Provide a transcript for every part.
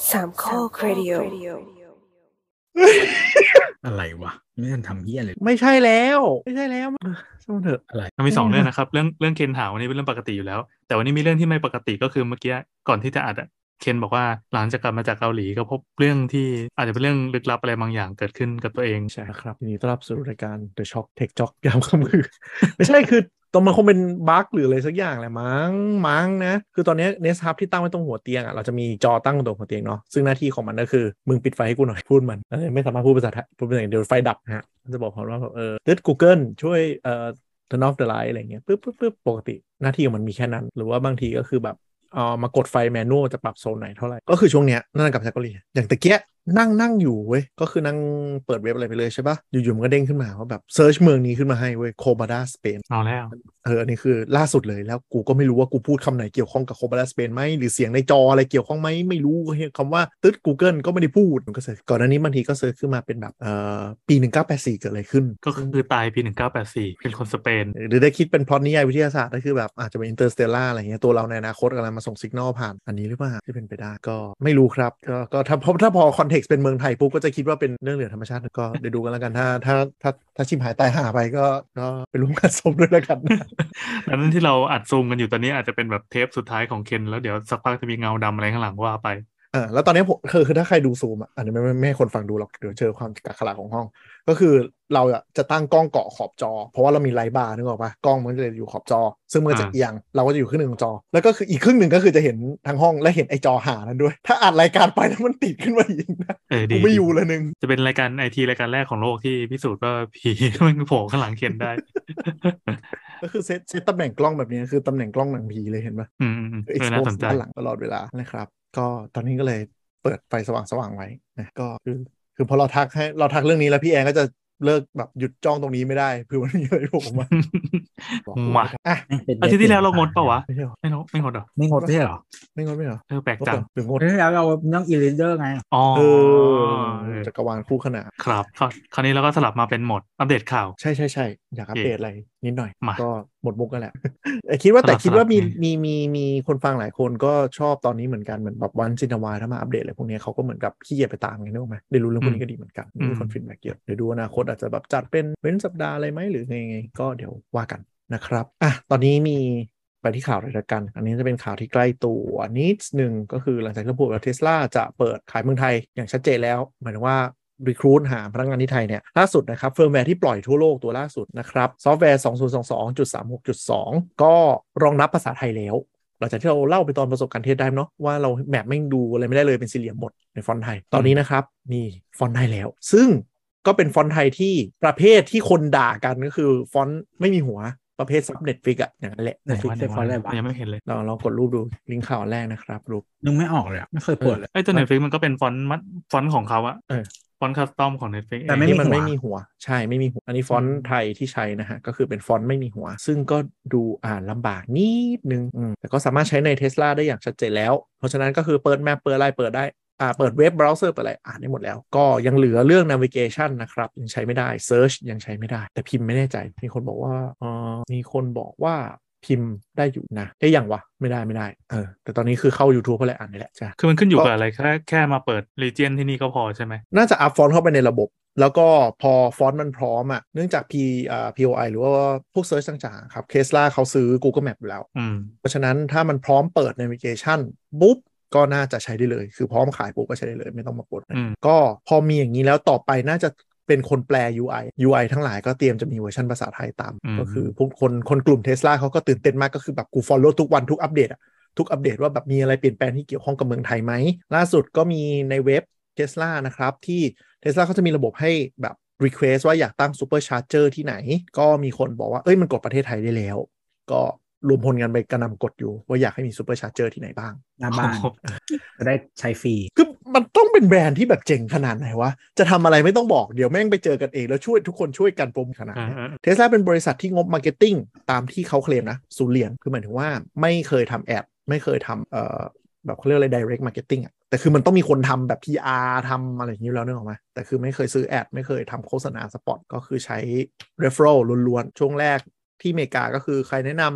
สามข้อครดิโออะไรวะไม่ทันทำเหี้ยเลยไม่ใช่แล้วช่างเถอะอะไรมันมี2เรื่องนะครับเรื่องเคนถามวันนี้เป็นเรื่องปกติอยู่แล้วแต่วันนี้มีเรื่องที่ไม่ปกติก็คือเมื่อกี้ก่อนที่จะอัดเคนบอกว่าหลังจากกลับมาจากเกาหลีก็พบเรื่องที่อาจจะเป็นเรื่องลึกลับอะไรบางอย่างเกิดขึ้นกับตัวเองใช่ครับทีนี้ต้อนรับสู่รายการ The Shock Tech Jock ยามค่ำคืน ไม่ใช่คือตอนมันคงเป็นบั๊กหรืออะไรสักอย่างแหละมั้งนะคือตอนนี้ Nest Hub ที่ตั้งไว้ตรงหัวเตียงอ่ะเราจะมีจอตั้งตรงหัวเตียงเนาะซึ่งหน้าที่ของมันก็คือมึงปิดไฟให้กูหน่อยพูดมันไม่สามารถพูดภาษาไทยพูดภาษาอังกฤษเดี๋ยวไฟดับนะฮะจะบอกเขาว่าแบบตึ๊ด Google ช่วยturn off the light อะไรเงี้ยปึ๊บปกติหน้าที่ของมันมีแค่นั้นหรือว่าบางทีก็คือแบบมากดไฟแมนนวลจะปรับโซนไหนเท่าไหร่ก็คือช่วงเนี้ยนั่นกับจากเกาหลีอย่างตะเกียนั่งอยู่เว้ยก็คือนั่งเปิดเว็บอะไรไปเลยใช่ปะอยู่ๆมันก็เด้งขึ้นมาว่าแบบเซิร์ชเมืองนี้ขึ้นมาให้เว้ยโคบาดาสเปนเอาแล้วอันนี้คือล่าสุดเลยแล้วกูก็ไม่รู้ว่ากูพูดคำไหนเกี่ยวข้องกับโคบาดาสเปนไหมหรือเสียงในจออะไรเกี่ยวข้องไหมไม่รู้คำว่าตึ๊ด Google ก็ไม่ได้พูดมันก็เซิร์ชก่อนหน้านี้บางทีก็เซิร์ชขึ้นมาเป็นแบบปี1984เกิดอะไรขึ้นก็คือตายปี1984เป็นคนสเปนหรือได้คิดเป็นพล็อตนิยายวิทยาศาสตร์ก็คือแบบอาจจะเป็นอินเตอร์สเตลล่าอะไรเงี้ยตัวเราในอนาคตกำลังมาส่งสัญญาณผ่านอันนี้หรือเปล่าที่เป็นไปได้ก็ไม่รู้ครับก็ถ้าพอคอนเท็กซ์เป็นเมืองไทยปุ๊บก็จะคิดว่าเป็นเรื่องเหนือธรรมชาติก็เดี๋ยวดูกันแล้วกันถ้าชิมหายตายหาไปก็ไปร่วมกันสมด้วยแล้วกันแล้วนั่นที่เราอัดซูมกันอยู่ตอนนี้อาจจะเป็นแบบเทปสุดท้ายของเคนแล้วเดี๋ยวสักพักจะมีเงาดำอะไรข้างหลังว่าไปแล้วตอนนี้ผมคือถ้าใครดูซูมอันนี้ไม่ให้คนฟังดูหรอกเดี๋ยวเจอความกักขระของห้องก็คือเราจะตั้งกล้องเกาะขอบจอเพราะว่าเรามีไลท์บาร์นึกออกปะกล้องมันจะอยู่ขอบจอซึ่งมันจะเอียงเราก็จะอยู่ครึ่งหนึ่งของจอแล้วก็คืออีกครึ่งหนึ่งก็คือจะเห็นทั้งห้องและเห็นไอจอหานั้นด้วยถ้าอัดรายการไปแล้วมันติดขึ้นมาอีกนะกูไม่อยู่เลยนึงจะเป็นรายการไอทีรายการแรกของโลกที่พิสูจน์ว่าผีมันโผล่ข้างหลังเคนได้ก็คือเซตตำแหน่งกล้องแบบนี้คือตำแหน่งกล้องหนังผีเลยเห็นปะน่าสนใจด้านหลังตลอดเวลานะครับก็ตอนนี้ก็เลยเปิดไฟสว่างไว้นะก็คือพอเราทักเรื่องนี้แล้วพี่แอนก็จะเลิกแบบหยุดจ้องตรงนี้ไม่ได้เพื่อมันมีอะไรโผล่มาอาทิตย์ที่แล้วเรางดเปล่าวะไม่งดหรอไม่งดไม่ใช่หรอไม่งดไม่เหรอแปลกจังหรืองดแล้วเราต้องอีลิเดอร์ไงจักรวาลคู่ขนานครับคราวนี้เราก็สลับมาเป็นโหมดอัปเดตข่าวใช่อยากอัปเดตอะไรนิดหน่อยก็หมดมุกกันแหละคิดว่ามีคนฟังหลายคนก็ชอบตอนนี้เหมือนกันเหมือนแบบวันซินาวาถ้ามาอัปเดตอะไรพวกนี้เขาก็เหมือนกับขี้เกียจไปตามกันนึกออกไหมได้รู้เรื่องพวกนี้ก็ดีเหมือนกันมีคนฟีดแบ็กเยอะเดี๋ยวดูอนาคตอาจจะแบบจัดเป็นเว้นสัปดาห์อะไรไหมหรือไงก็เดี๋ยวว่ากันนะครับตอนนี้มีไปที่ข่าวรายการอันนี้จะเป็นข่าวที่ใกล้ตัวนิดนึงก็คือหลังจากที่ระบุว่า Tesla จะเปิดขายเมืองไทยอย่างชัดเจนแล้วหมายถึงว่าrecruit หาพนักงานที่ไทยเนี่ยล่าสุดนะครับเฟิร์มแวร์ที่ปล่อยทั่วโลกตัวล่าสุดนะครับซอฟต์แวร์ 2022.36.2 ก็รองรับภาษาไทยแล้วหลังจากที่เราเล่าไปตอนประสบการณ์เทสได้เนาะว่าเราแมปไม่ดูอะไรไม่ได้เลยเป็นสี่เหลี่ยมหมดในฟอนต์ไทยตอนนี้นะครับมีฟอนต์ไทยแล้วซึ่งก็เป็นฟอนต์ไทยที่ประเภทที่คนด่ากันก็คือฟอนต์ไม่มีหัวประเภทซับ Netflix อ่ะอย่างนั้นแหละ Netflix เป็นฟอนต์อะไรวะยังไม่เห็นเลยเรากดรูปดูลิงก์ข่าวแรกนะครับรูปนึกไม่ออกเลยไม่เคยเปิดเลยตัว Netflix มันก็เป็นฟอนต์ของเขาอะฟอนต์คัสตอมของ Netflix แต่มันไม่มีหัวใช่ไม่มีหัวอันนี้ฟอนต์ไทยที่ใช้นะฮะก็คือเป็นฟอนต์ไม่มีหัวซึ่งก็ดูอ่านลำบากนิดนึงแต่ก็สามารถใช้ใน Tesla ได้อย่างชัดเจนแล้วเพราะฉะนั้นก็คือเปิดแมปเปิดอะไรเปิดได้เปิดเว็บเบราว์เซอร์เปิดอะไรอ่านได้หมดแล้วก็ยังเหลือเรื่อง navigation นะครับยังใช้ไม่ได้ search ยังใช้ไม่ได้แต่พิมพ์ไม่แน่ใจมีคนบอกว่าพิมพ์ได้อยู่นะได้อย่างวะไม่ได้แต่ตอนนี้คือเข้า YouTube เพราะอะไรอ่านนี่แหละจ้ะคือมันขึ้นอยู่กับอะไรแค่มาเปิด region ที่นี่ก็พอใช่ไหมน่าจะอัพฟอนต์เข้าไปในระบบแล้วก็พอฟอนต์มันพร้อมเนื่องจากPOI หรือว่าพวก search ต่างๆครับ Tesla เขาซื้อ Google Map อยู่แล้วเพราะฉะนั้นถ้ามันพร้อมเปิด navigation ปุ๊บก็น่าจะใช้ได้เลยคือพร้อมขายปุ๊บก็ใช้ได้เลยไม่ต้องมากดก็พอมีอย่างนี้แล้วต่อไปน่าจะเป็นคนแปล UI ทั้งหลายก็เตรียมจะมีเวอร์ชันภาษาไทยตามก็คือพวกคนกลุ่ม Tesla เขาก็ตื่นเต้นมากก็คือแบบกู follow ทุกวันทุกอัปเดตว่าแบบมีอะไรเปลี่ยนแปลงที่เกี่ยวข้องกับเมืองไทยไหมล่าสุดก็มีในเว็บ Tesla นะครับที่ Tesla เขาจะมีระบบให้แบบ request ว่าอยากตั้ง super charger ที่ไหนก็มีคนบอกว่ามันกดประเทศไทยได้แล้วก็รวมพลกันไปกระนำกดอยู่ว่าอยากให้มี super charger ที่ไหนบ้างหน้าบ้านจะได้ใช้ฟรีคือมันต้องเป็นแบรนด์ที่แบบเจ๋งขนาดไหนวะจะทำอะไรไม่ต้องบอกเดี๋ยวแม่งไปเจอกันเองแล้วทุกคนช่วยกันโปรโมทขนาดนี้Tesla เป็นบริษัทที่งบมาร์เก็ตติ้งตามที่เขาเคลมนะ0 เหรียญคือหมายถึงว่าไม่เคยทำแอดไม่เคยทำแบบเขาเรียกอะไร direct marketing แต่คือมันต้องมีคนทำแบบ PR ทำอะไรอย่างนี้แล้วนึกออกไหมแต่คือไม่เคยซื้อแอดไม่เคยทำโฆษณาสปอตก็คือใช้ referral ล้วนๆช่วงแรกที่อเมริกาก็คือใครแนะนำค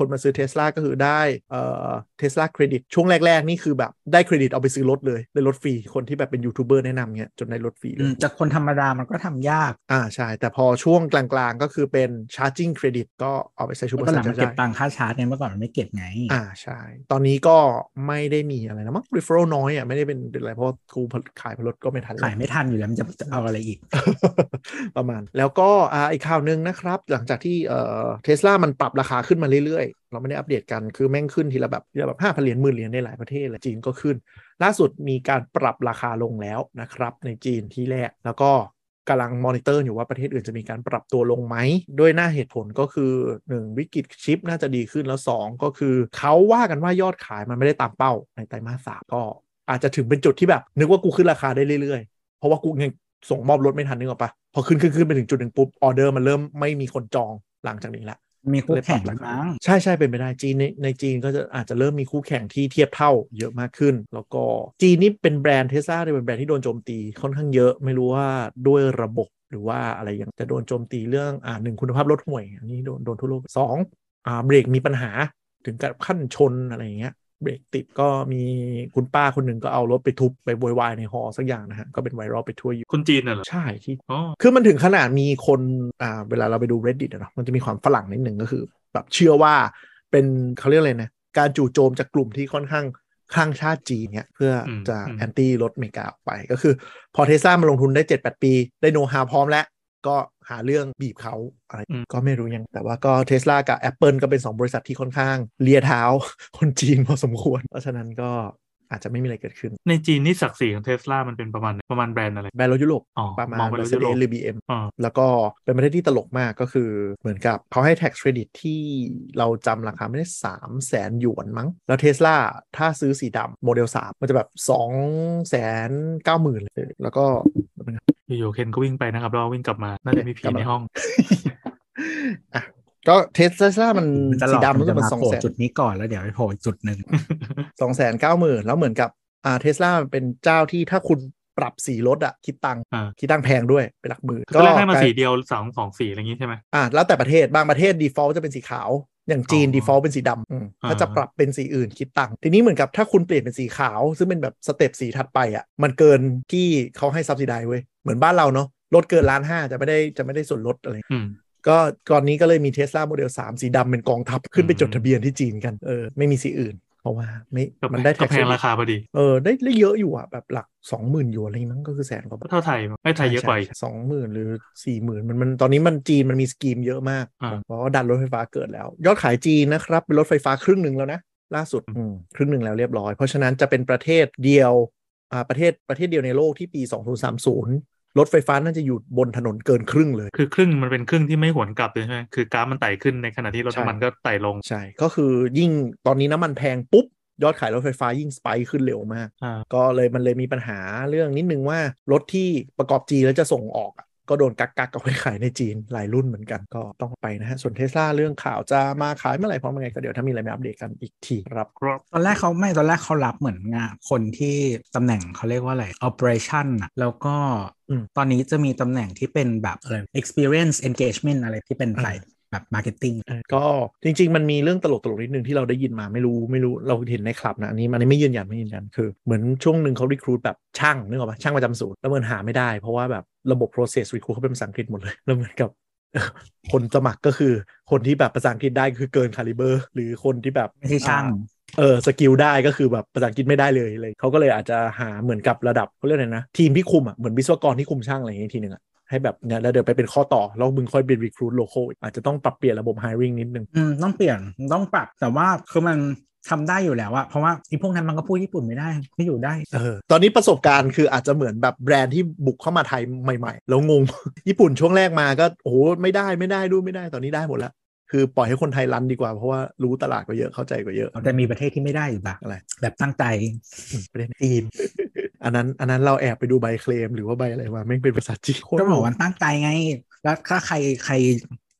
คนมาซื้อ Tesla ก็คือได้Tesla Credit ช่วงแรกๆนี่คือแบบได้เครดิตเอาไปซื้อรถเลยได้รถฟรีคนที่แบบเป็นยูทูบเบอร์แนะนำเงี้ยจนได้รถฟรีเลยจากคนธรรมดามันก็ทำยากใช่แต่พอช่วงกลางๆก็คือเป็น charging credit ก็เอาไปใช้ชูเปอร์ชาร์จได้เก็บตังค่าชาร์จเนี่ยเมื่อก่อนมันไม่เก็บไงใช่ตอนนี้ก็ไม่ได้มีอะไรนะมั้ง referral น้อยไม่ได้เป็นอะไรเพราะกูขายรถก็ไม่ทันขายไม่ทันอยู่แล้วมันจะเอาอะไรอีกประมาณแล้วก็อีกข่าวนึงนะครับหลังจากที่Tesla มันปรับราคาขึ้นมาเรื่อยๆเราไม่ได้อัปเดตกันคือแม่งขึ้นทีละแบบ5,000 เหรียญ10,000 เหรียญในหลายประเทศเลยจีนก็ขึ้นล่าสุดมีการปรับราคาลงแล้วนะครับในจีนที่แรกแล้วก็กำลังมอนิเตอร์อยู่ว่าประเทศอื่นจะมีการปรับตัวลงไหมด้วยหน้าเหตุผลก็คือ1วิกฤตชิปน่าจะดีขึ้นแล้ว2ก็คือเขาว่ากันว่ายอดขายมันไม่ได้ตามเป้าในไตรมาส 3ก็อาจจะถึงเป็นจุดที่แบบนึกว่ากูขึ้นราคาได้เรื่อยๆเพราะว่ากูยังส่งมอบรถไม่ทันนึกออกปะพอขึ้นไปถึงจุดหนึ่งปุ๊บออเดอร์มันเริ่มไม่มีคนจองหลังจากนี้ละมีคู่แข่งแล้วมั้งใช่เป็นไปได้จีนในจีนก็จะอาจจะเริ่มมีคู่แข่งที่เทียบเท่าเยอะมากขึ้นแล้วก็จีนนี่เป็นแบรนด์ Tesla เป็นแบรนด์ที่โดนโจมตีค่อนข้างเยอะไม่รู้ว่าด้วยระบบหรือว่าอะไรอย่างจะโดนโจมตีเรื่อง1คุณภาพรถห่วยอันนี้โดนทั่วโลก2เบรกมีปัญหาถึงกับขั้นชนอะไรอย่างเงี้ยเบรกติดก็มีคุณป้าคนหนึ่งก็เอารถไปทุบไปโวยวายในฮอสักอย่างนะฮะก็เป็นไวรัลไปทั่วอยู่คนจีนน่ะเหรอใช่ที่คือมันถึงขนาดมีคนเวลาเราไปดู Reddit เนาะมันจะมีความฝรั่งนิดหนึ่งก็คือแบบเชื่อว่าเป็นเขาเรียกอะไรนะการจู่โจมจากกลุ่มที่ค่อนข้างข้างชาติจีนเนี่ยเพื่อจะแอนตี้รถอเมริกาออกไปก็คือพอ Tesla มาลงทุนได้ 7-8 ปีได้โนว์ฮาวพร้อมแล้วก็หาเรื่องบีบเขาอะไรก็ไม่รู้ยังแต่ว่าก็ Tesla กับ Apple ก็เป็น2บริษัทที่ค่อนข้างเลียเท้าคนจีนพอสมควรเพราะฉะนั้นก็อาจจะไม่มีอะไรเกิดขึ้นในจีนนี่ศักดิ์ศรีของ Tesla มันเป็นประมาณแบรนด์อะไรแบรนด์รถยุโรปประมาณ Mercedes หรือ BM แล้วก็เป็นประเทศที่ตลกมากก็คือเหมือนกับเขาให้ tax credit ที่เราจำราคาไม่ได้300,000 หยวนมั้งแล้ว Tesla ถ้าซื้อสีดำโมเดล 3มันจะแบบ290,000เลยแล้วก็อยู่ๆเคนก็วิ่งไปนะครับเราวิ่งกลับมาน่าจะมีผีในห้องก็เทสลามันสีดำมันก็เป็น 200,000จุดนี้ก่อนแล้วเดี๋ยวไปโผล่จุดหนึ่ง 290,000แล้วเหมือนกับเทสลามันเป็นเจ้าที่ถ้าคุณปรับสีรถคิดตังค์แพงด้วยเป็นหลักหมื่นก็ให้มาสีเดียว2สีอะไรอย่างงี้ใช่ไหมแล้วแต่ประเทศบางประเทศ default จะเป็นสีขาวอย่างจีน default เป็นสีดำถ้าจะปรับเป็นสีอื่นคิดตังค์ทีนี้เหมือนกับถ้าคุณเปลี่ยนเป็นสีขาวซึ่งเป็นแบบสเต็ปสีถัดไปมันเกินที่เขาให้ subsidize เว้ยเหมือนบ้านเราเนาะรถเกิน1,500,000จะไม่ได้ส่วนลดอะไรก็ก่อนนี้ก็เลยมี Tesla Model 3 สีดำเป็นกองทัพขึ้นไปจดทะเบียนที่จีนกันไม่มีสีอื่นเพราะว่ามันได้แพงราคาพอดีได้เยอะอยู่แบบหลัก 20,000 หยวนอะไรมั้งก็คือ100,000 กว่าบาทเท่าไทยไม่ไทยเยอะกว่า 20,000 หรือ 40,000มันตอนนี้มันจีนมันมีสกีมเยอะมากเพราะว่าดันรถไฟฟ้าเกิดแล้วยอดขายจีนนะครับเป็นรถไฟฟ้าครึ่งหนึ่งแล้วนะล่าสุดครึ่งหนึ่งแล้วเรียบร้อยเพราะฉะนั้นจะเป็นประเทศเดียวประเทศเดียวในโลกที่ปี2030รถไฟฟ้าน่าจะอยู่บนถนนเกินครึ่งเลยคือครึ่งมันเป็นครึ่งที่ไม่หวนกลับเลยใช่ไหมคือกราฟมันไต่ขึ้นในขณะที่รถน้ำมันก็ไต่ลงใช่ก็คือยิ่งตอนนี้น้ำมันแพงปุ๊บยอดขายรถไฟฟ้ายิ่งสไปค์ขึ้นเร็วมากก็เลยมันเลยมีปัญหาเรื่องนิดนึงว่ารถที่ประกอบจีนแล้วจะส่งออกก็โดนกักเอาไปขายในจีนหลายรุ่นเหมือนกันก็ต้องไปนะฮะส่วน Tesla เรื่องข่าวจะมาขายเมื่อไหร่พร้อมยังไงก็เดี๋ยวถ้ามีอะไรมาอัปเดตกันอีกทีครับตอนแรกเขารับเหมือนงานคนที่ตำแหน่งเขาเรียกว่าอะไร operation แล้วก็ตอนนี้จะมีตำแหน่งที่เป็นแบบอะไร experience engagement อะไรที่เป็นฝ่ายแบบมาร์เก็ตติ้งก็จริงๆมันมีเรื่องตลกนิดนึงที่เราได้ยินมาไม่รู้เราเห็นในคลับนะอันนี้ไม่ยืนยันคือเหมือนช่วงหนึ่งเขารีครูทแบบช่างนึกออกปะช่างประจำศูนย์แล้วเหมือนหาไม่ได้เพราะว่าแบบระบบ process recruit เขาเป็นภาษาอังกฤษหมดเลยแล้วเหมือนกับคนสมัครก็คือคนที่แบบภาษาอังกฤษได้คือเกินคาลิเบอร์หรือคนที่แบบไม่ใช่ช่างสกิลได้ก็คือแบบภาษาอังกฤษไม่ได้เลยเขาก็เลยอาจจะหาเหมือนกับระดับเขาเรียกอะไรนะทีมที่คุมเหมือนวิศวกรที่คุมช่างอะไรอย่างนี้ทีนึงให้แบบเนี่ยแล้วเดี๋ยวไปเป็นข้อต่อแล้วมึงค่อยเป็น recruit local อาจจะต้องปรับเปลี่ยนระบบ hiring นิดนึงต้องเปลี่ยนต้องปรับแต่ว่าคือมันทำได้อยู่แล้วเพราะว่าไอ้พวกนั้นมันก็พูดญี่ปุ่นไม่ได้ไม่อยู่ได้ตอนนี้ประสบการณ์คืออาจจะเหมือนแบบแบรนด์ที่บุกเข้ามาไทยใหม่ๆแล้วงง ญี่ปุ่นช่วงแรกมาก็โอ้โหไม่ได้ดูไม่ได้ตอนนี้ได้หมดแล้วคือปล่อยให้คนไทยรันดีกว่าเพราะว่ารู้ตลาดก็เยอะเข้าใจก็เยอะแต่มีประเทศที่ไม่ได้อยู่อะไรแบบตั้งใจประเทศจีนอันนั้นเราแอบไปดูใบเคลมหรือว่าใบอะไรมาไม่เป็นภาษาจีนก็บอกว่าตั้งใจไงแล้วถ้าใคร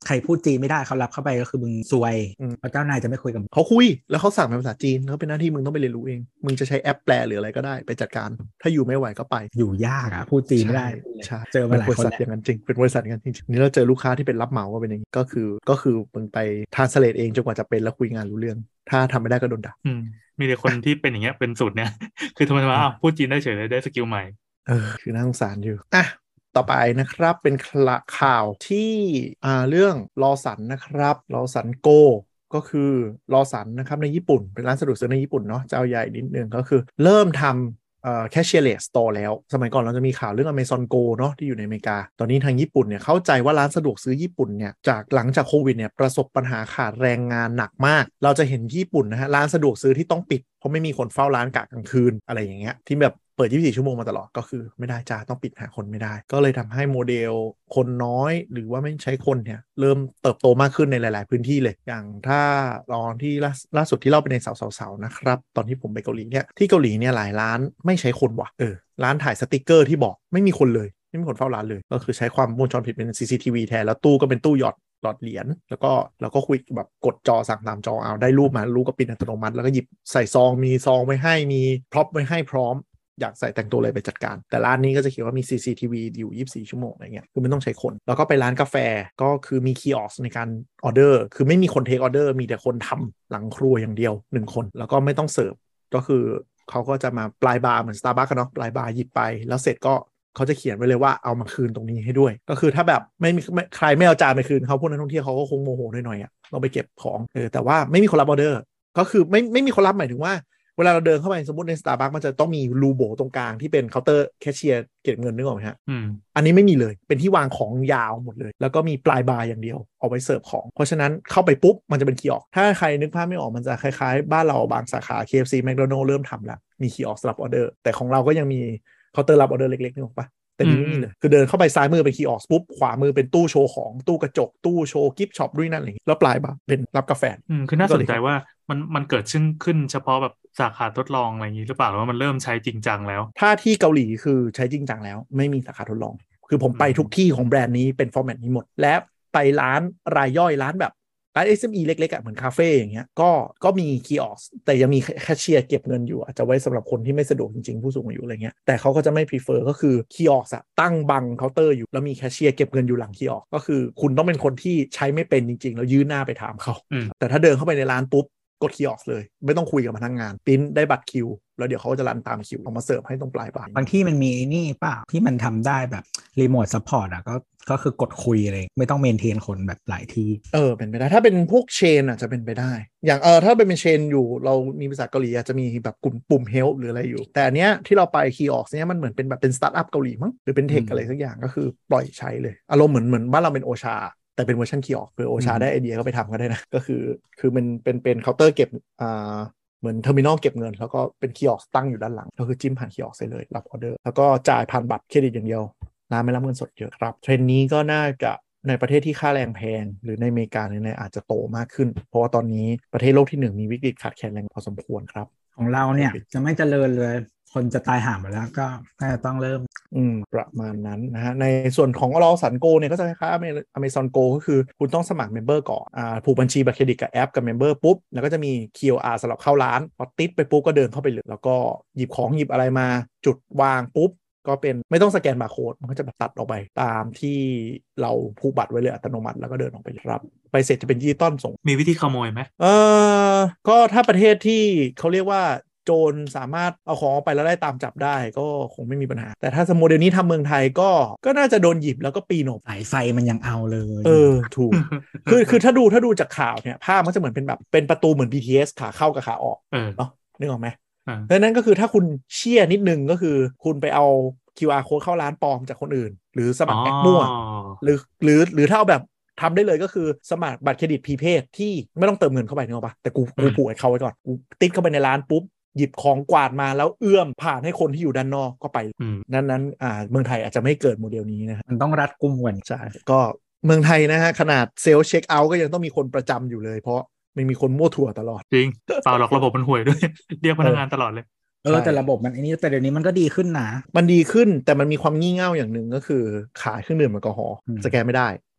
ใครพูดจีนไม่ได้เขารับเข้าไปก็คือมึงซวยเพราะเจ้านายจะไม่คุยกับเขาคุยแล้วเขาสั่งเป็นภาษาจีนแล้วเป็นหน้าที่มึงต้องไปเรียนรู้เองมึงจะใช้แอปแปลหรืออะไรก็ได้ไปจัดการถ้าอยู่ไม่ไหวก็ไปอยู่ยากพูดจีนไม่ได้ใช่เจอมาหลายคนบริษัทอย่างนั้นจริงเป็นบริษัทอย่างนั้นจริงนี่เราเจอลูกค้าที่เป็นรับเหมาว่าเป็นอย่างนี้ก็คือมึงไปทรานสเลทเองจนกว่าจะเป็นแล้วคุยงานรู้เรื่องถ้าทำไม่ได้ก็โดนด่ามีแต่คนที่เป็นอย่างเงี้ยเป็นสูตรเนี้ยคือทำไมว่าพูดจีนได้เฉยเลยได้สกิลใหม่คือน่าสงสารอยู่ต่อไปนะครับเป็นข่าวที่เรื่องลอสันนะครับลอสันโกก็คือลอสันนะครับในญี่ปุ่นเป็นร้านสะดวกซื้อในญี่ปุ่นเนาะเจ้าใหญ่นิดนึงก็คือเริ่มทำcashless store แล้วสมัยก่อนเราจะมีข่าวเรื่อง Amazon Go เนาะที่อยู่ในอเมริกาตอนนี้ทางญี่ปุ่นเนี่ยเข้าใจว่าร้านสะดวกซื้อญี่ปุ่นเนี่ยจากหลังจากโควิดเนี่ยประสบปัญหาขาดแรงงานหนักมากเราจะเห็นญี่ปุ่นนะฮะร้านสะดวกซื้อที่ต้องปิดเพราะไม่มีคนเฝ้าร้านกะกลางคืนอะไรอย่างเงี้ยที่แบบเปิด24ชั่วโมงมาตลอดก็คือไม่ได้จ้าต้องปิดหาคนไม่ได้ก็เลยทำให้โมเดลคนน้อยหรือว่าไม่ใช้คนเนี่ยเริ่มเติบโตมากขึ้นในหลายๆพื้นที่เลยอย่างถ้าตอนที่ล่าสุดที่เล่าไปในเสาๆนะครับตอนที่ผมไปเกาหลีเนี่ยที่เกาหลีเนี่ยหลายร้านไม่ใช้คนว่ะร้านถ่ายสติกเกอร์ที่บอกไม่มีคนเลยไม่มีคนเฝ้าร้านเลยก็คือใช้ความวงจรปิดเป็น CCTV แทนแล้วตู้ก็เป็นตู้หยอดเหรียญแล้วก็คุยแบบกดจอสั่งตามจอเอาได้รูปมารูปก็ปริ้นอัตโนมัติแล้วก็หยิบใส่ซองมีซองไว้ให้มีพร็อพไว้ให้พร้อมอยากใส่แต่งตัวอะไรไปจัดการแต่ร้านนี้ก็จะเขียนว่ามี CCTV อยู่24ชั่วโมงอะไรเงี้ยคือไม่ต้องใช้คนแล้วก็ไปร้านกาแฟก็คือมีคีออสในการออเดอร์คือไม่มีคนเทคออเดอร์มีแต่คนทำหลังครัวอย่างเดียว1คนแล้วก็ไม่ต้องเสิร์ฟก็คือเขาก็จะมาปลายบาร์เหมือน Starbucks กันเนาะปลายบาร์หยิบไปแล้วเสร็จก็เขาจะเขียนไว้เลยว่าเอามาคืนตรงนี้ให้ด้วยก็คือถ้าแบบไม่มีใครไม่เอาจานไปคืนเขาพวกนักท่องเที่ยวเขาก็คงโมโหหน่อยๆต้องไปเก็บของแต่ว่าไม่มีคนรับออเดอร์ก็คือไม่มีคนรับหมายถึงว่าเวลาเราเดินเข้าไปสมมติใน Starbucks มันจะต้องมีรูโบตรงกลางที่เป็นเคาน์เตอร์แคชเชียร์เก็บเงินนึกออกไหมฮะอันนี้ไม่มีเลยเป็นที่วางของยาวหมดเลยแล้วก็มีปลายบาร์อย่างเดียวเอาไว้เสิร์ฟของเพราะฉะนั้นเข้าไปปุ๊บมันจะเป็นคีย์ออกถ้าใครนึกภาพไม่ออกมันจะคล้ายๆบ้านเราบางสาขา KFC McDonald's เริ่มทำแล้วมีคีย์ออกรับออเดอร์แต่ของเราก็ยังมีเคาน์เตอร์รับออเดอร์เล็กๆนึกออกปะแต่นี่ไม่มีเลยคือเดินเข้าไปซ้ายมือเป็นคีย์ออกปุ๊บขวามือเป็นตู้โชว์ของตู้กระจกตู้โชว์กิฟต์ช็อปด้วยนั่นอะไรอย่างนี้แล้วปลายบาร์เป็นรับกาแฟคือน่าสนใจว่ามันเกิดขึ้นเฉพาะแบบสาขาทดลองอะไรอย่างนี้หรือเปล่าหรือว่ามันเริ่มใช้จริงจังแล้วถ้าที่เกาหลีคือใช้จริงจังแล้วไม่มีสาขาทดลองคือผมไปทุกที่ของแบรนด์นี้เป็นฟอร์แมตนี้หมดและไปร้านรายย่อยร้านแบบร้าน SME เล็กๆเหมือนคาเฟ่อย่างเงี้ยก็มีคีย์ออสแต่ยังมีแคชเชียร์เก็บเงินอยู่อาจจะไว้สำหรับคนที่ไม่สะดวกจริงๆผู้สูงอายุอะไรเงี้ยแต่เขาก็จะไม่ prefer ก็คือคีย์ออสตั้งบังเคาน์เตอร์อยู่แล้วมีแคชเชียร์เก็บเงินอยู่หลังคีย์ออสก็คือคุณต้องเป็นคนที่ใช้ไม่เป็นจริงๆแล้วยื่นหน้าไปถามเขาแต่ถ้าเดินเข้าไปในร้านปุ๊บกดคีย์ออสเลยไม่ต้องคุยกับพนักงานปริ้นได้บัตรคิวแล้วเดี๋ยวเขาจะรันตามคิวเอามาเสิร์ฟให้ตรงปลายบาร์บางที่มันมีนี่เปล่าที่มันทำได้แบบรีโมทซัพพอร์ตก็คือกดคุยเลยไม่ต้องเมนเทนคนแบบหลายที่เป็นไปได้ถ้าเป็นพวกเชนจะเป็นไปได้อย่างถ้าเป็นเชนอยู่เรามีภาษาเกาหลีอาจจะมีแบบกลุ่มปุ่มเฮลป์หรืออะไรอยู่แต่อันเนี้ยที่เราไปคีย์ออกเนี้ยมันเหมือนเป็นแบบเป็นสตาร์ทอัพเกาหลีมั้งหรือเป็นเทคอะไรสักอย่างก็คือปล่อยใช้เลยอารมณ์เหมือนบ้านเราเป็นโอชาแต่เป็นเวอร์ชันคีย์ออกคือโอชาได้ไอเดียก็ไปทำก็ได้นะก็คือมันเป็นเคาน์เตอร์เก็บเหมือนเทอร์มินอลเก็บเงินแล้วก็เป็นคีย์ออกตั้งอยู่ด้านหลังก็คือจิ้มผ่านคีย์ออกได้เลยรับออเดอร์แล้วก็จ่ายผ่านบัตรเครดิตอย่างเดียวร้านไม่รับเงินสดเยอะครับเทรนด์นี้ก็น่าจะในประเทศที่ค่าแรงแพงหรือในอเมริกาเนี่ยอาจจะโตมากขึ้นเพราะว่าตอนนี้ประเทศโลกที่1มีวิกฤตขาดแคลนแรงพอสมควรครับของเราเนี่ยจะไม่เจริญเลยคนจะตายห่าหมดแล้วก็น่าจะต้องเริ่มประมาณนั้นนะฮะในส่วนของลอสันโกเนี่ยก็จะคล้ายๆ Amazon Go ก็คือคุณต้องสมัครเมมเบอร์ก่อนผูกบัญชีบัตรเครดิตกับแอปกับเมมเบอร์ปุ๊บแล้วก็จะมี QR สำหรับเข้าร้านพอติดไปปุ๊บก็เดินเข้าไปเลยแล้วก็หยิบของหยิบอะไรมาจุดวางปุ๊บก็เป็นไม่ต้องสแกนบาร์โค้ดมันก็จะแบบตัดออกไปตามที่เราผูกบัตรไว้เลยอัตโนมัติแล้วก็เดินออกไปรับไปเสร็จจะเป็นดิจิตอลส่งมีวิธีขโมยไหมก็ถ้าประเทศที่เขาเรียกว่าโจรสามารถเอาของออกไปแล้วได้ตามจับได้ก็คงไม่มีปัญหาแต่ถ้าสมมติเดี๋ยวนี้ทำเมืองไทยก็น่าจะโดนหยิบแล้วก็ปีนออกสายไฟมันยังเอาเลยถูกคือถ้าดูจากข่าวเนี่ยภาพมันจะเหมือนเป็นแบบเป็นประตูเหมือน BTS ขาเข้ากับขาออกเนาะนึกออกไหมดังนั้นก็คือถ้าคุณเชี่ยนิดนึงก็คือคุณไปเอา QR code เข้าร้านปลอมจากคนอื่นหรือสมัครแอปมั่วหรือถ้าเอาแบบทำได้เลยก็คือสมัครบัตรเครดิตพรีเพดที่ไม่ต้องเติมเงินเข้าไปนึกออกปะแต่กูผูกไอ้เขาไว้ก่อนกูติดเข้าไปในร้านปุ๊บหยิบของกวาดมาแล้วเอื้อมผ่านให้คนที่อยู่ด้านนอกก็ไปนั้นเมืองไทยอาจจะไม่เกิดโมเดลนี้นะมันต้องรัดกุมกว่าใช่ก็เมืองไทยนะฮะขนาดเซลล์เช็คเอาท์ก็ยังต้องมีคนประจำอยู่เลยเพราะไม่มีคนมั่วถั่วตลอดจริงเปล่าหรอกระบบมันห่วยด้วยเรียกพนักงานตลอดเลยแต่ระบบมันนี้แต่เดี๋ยวนี้มันก็ดีขึ้นนะมันดีขึ้นแต่มันมีความงี่เง่าอย่างหนึ่งก็คือขายเครื่องดื่มแอลกอฮอล์สแกนไม่ได้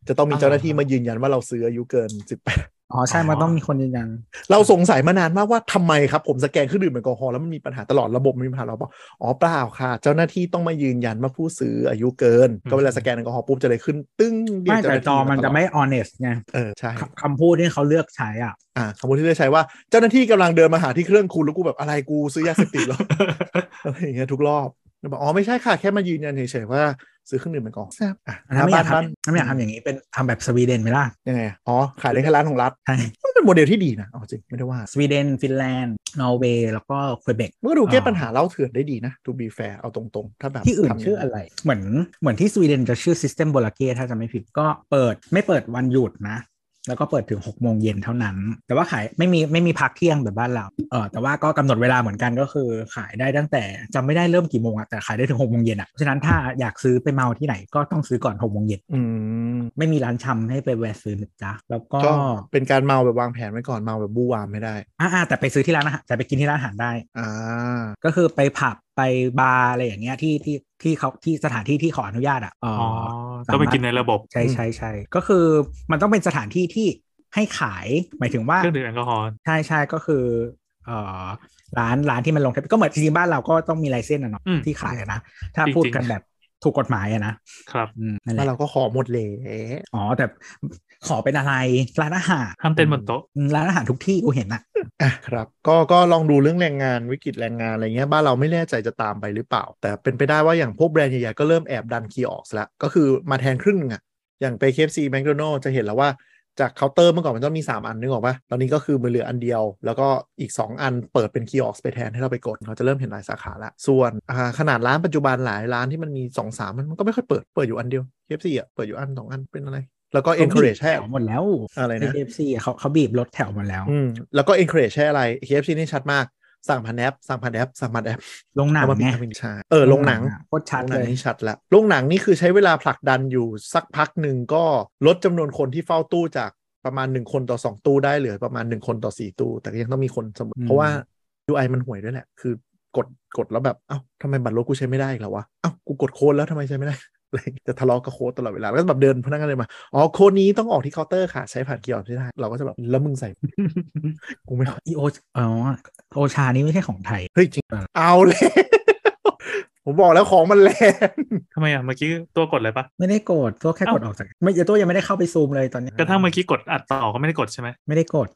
จะต้องมีเจ้าหน้าที่มายืนยันว่าเราซื้ออายุเกิน18 อ๋อใช่มันต้องมีคนยืนยันเราสงสัยมานานมากว่าทำไมครับผมสแกนเครื่องดื่มแอลกอฮอล์แล้วมันมีปัญหาตลอดระบบมีปัญหาเราบอกอ๋อเปล่าค่ะเจ้าหน้าที่ต้องมายืนยันว่าผู้ซื้ออายุเกินก็เวลาสแกนแอลกอฮอล์ปุ๊บจะเลยขึ้นตึ้งไม่แต่จอมันจะไม่ honest ไงใช่คำพูดที่เขาเลือกใช้คำพูดที่เลือกใช้ว่าเจ้าหน้าที่กำลังเดินมาหาที่เครื่องคุณแล้วกูแบบอะไรกูซื้อยาเสพติดหรออะไรอย่างเงี้ยทุกรอบบอกอ๋อไม่ใช่ค่ะแค่มายืนยันเฉยๆว่าซื้อเครื่องดื่มแอลกอฮอล์ถ้าไม่อยากทำอย่างนี้เป็นทำแบบสวีเดนไหมล่ะยังไงอ๋อขายได้แค่ร้านของรัฐใช่เป็นโมเดลที่ดีนะเอาจริงไม่ได้ว่าสวีเดนฟินแลนด์นอร์เวย์แล้วก็เควเบกมันก็ดูแก้ปัญหาเหล้าเถื่อนได้ดีนะ to be fair เอาตรงๆถ้าแบบที่อื่นชื่ออะไรเหมือนที่สวีเดนจะชื่อ System b o l a g e ถ้าจะไม่ผิดก็ไม่เปิดวันหยุดนะแล้วก็เปิดถึง6 โมงเย็นเท่านั้นแต่ว่าขายไม่มีพักเที่ยงแบบบ้านเราแต่ว่าก็กำหนดเวลาเหมือนกันก็คือขายได้ตั้งแต่จำไม่ได้เริ่มกี่โมงแต่ขายได้ถึง6 โมงเย็นเพราะฉะนั้นถ้าอยากซื้อไปเมาที่ไหนก็ต้องซื้อก่อน6 โมงเย็นไม่มีร้านชำให้ไปแวะซื้อนะจ๊ะแล้วก็เป็นการเมาแบบวางแผนไว้ก่อนเมาแบบบู๊วามไม่ได้แต่ไปซื้อที่ร้านอาหารแต่ไปกินที่ร้านอาหารได้ก็คือไปผับไปบาร์อะไรอย่างเงี้ยที่เขาที่สถานที่ที่ขออนุญาตต้องไปกินในระบบใช่ก็คือมันต้องเป็นสถานที่ที่ให้ขายหมายถึงว่าเครื่องดื่มแอลกอฮอล์ใช่ก็คือร้านที่มันลงทะเบียนก็เหมือนจริงๆบ้านเราก็ต้องมีไลเซนส์เนาะที่ขายนะถ้าพูดกันแบบถูกกฎหมายนะครับแล้วเราก็ขอหมดเลยแต่ขอเป็นอะไรร้านอาหารห้ามเต้นบนโต๊ะร้านอาหารทุกที่กูเห็นครับก็ลองดูเรื่องแรงงานวิกฤตแรงงานอะไรเงี้ยบ้านเราไม่แน่ใจจะตามไปหรือเปล่าแต่เป็นไปได้ว่าอย่างพวกแบรนด์ใหญ่ๆก็เริ่มแอบดันคีย์ออกแล้วก็คือมาแทนครึ่งนึงอย่างไป KFC McDonald's จะเห็นแล้วว่าจากเคาน์เตอร์เมื่อก่อนมันต้องมี3อันนึกออกปะตอนนี้ก็คือมันเหลืออันเดียวแล้วก็อีก2อันเปิดเป็นคีย์ออกไปแทนให้เราไปกดเขาจะเริ่มเห็นหลายสาขาละส่วนขนาดร้านปัจจุบันหลายร้านที่มันมี 2-3 มันก็ไม่ค่อยเปิดอยู่อันเดียว KFC เปิดอยู่อัน2 อันเป็นอะไรแล้วก็ encourage แถวหมดแล้วอะไรนะ KFC เขาบีบรถแถวหมดแล้วแล้วก็ encourage ให้อะไร KFC นี่ชัดมากสั่งผ่านแอปลงหนังไงลงหนังโคตรชัดเลยนี่ชัดแล้วลงหนังนี่คือใช้เวลาผลักดันอยู่สักพักหนึ่งก็ลดจำนวนคนที่เฝ้าตู้จากประมาณ1 คนต่อ2 ตู้ได้เหลือประมาณ1 คนต่อ4 ตู้แต่ยังต้องมีคนเสมอเพราะว่า UI มันห่วยด้วยแหละคือกดแล้วแบบเอ้าทำไมบัตรรถกูใช้ไม่ได้อีกแล้ววะเอ้ากูกดโค้ดแล้วทำไมใช้ไม่ได้จะทะเลาะกับโค้ดตลอดเวลาแล้วก็แบบเดินพนักงานเลยมาอ๋อโค้ดนี้ต้องออกที่เคาน์เตอร์ค่ะใช้ผ่านคีย์ออดไม่ได้เราก็จะแบบแล้วมึงใส่กูไม่โอชานี่ไม่ใช่ของไทยเฮ้ยจริงเอาเลยผมบอกแล้วของมันแรงทำไมเมื่อกี้ตัวกดอะไรปะไม่ได้กดตัวแค่กดออกจากตัวยังไม่ได้เข้าไปซูมเลยตอนนี้กระทั่งเมื่อกี้กดอัดต่อก็ไม่ได้กดใช่ไหมไม่ได้กด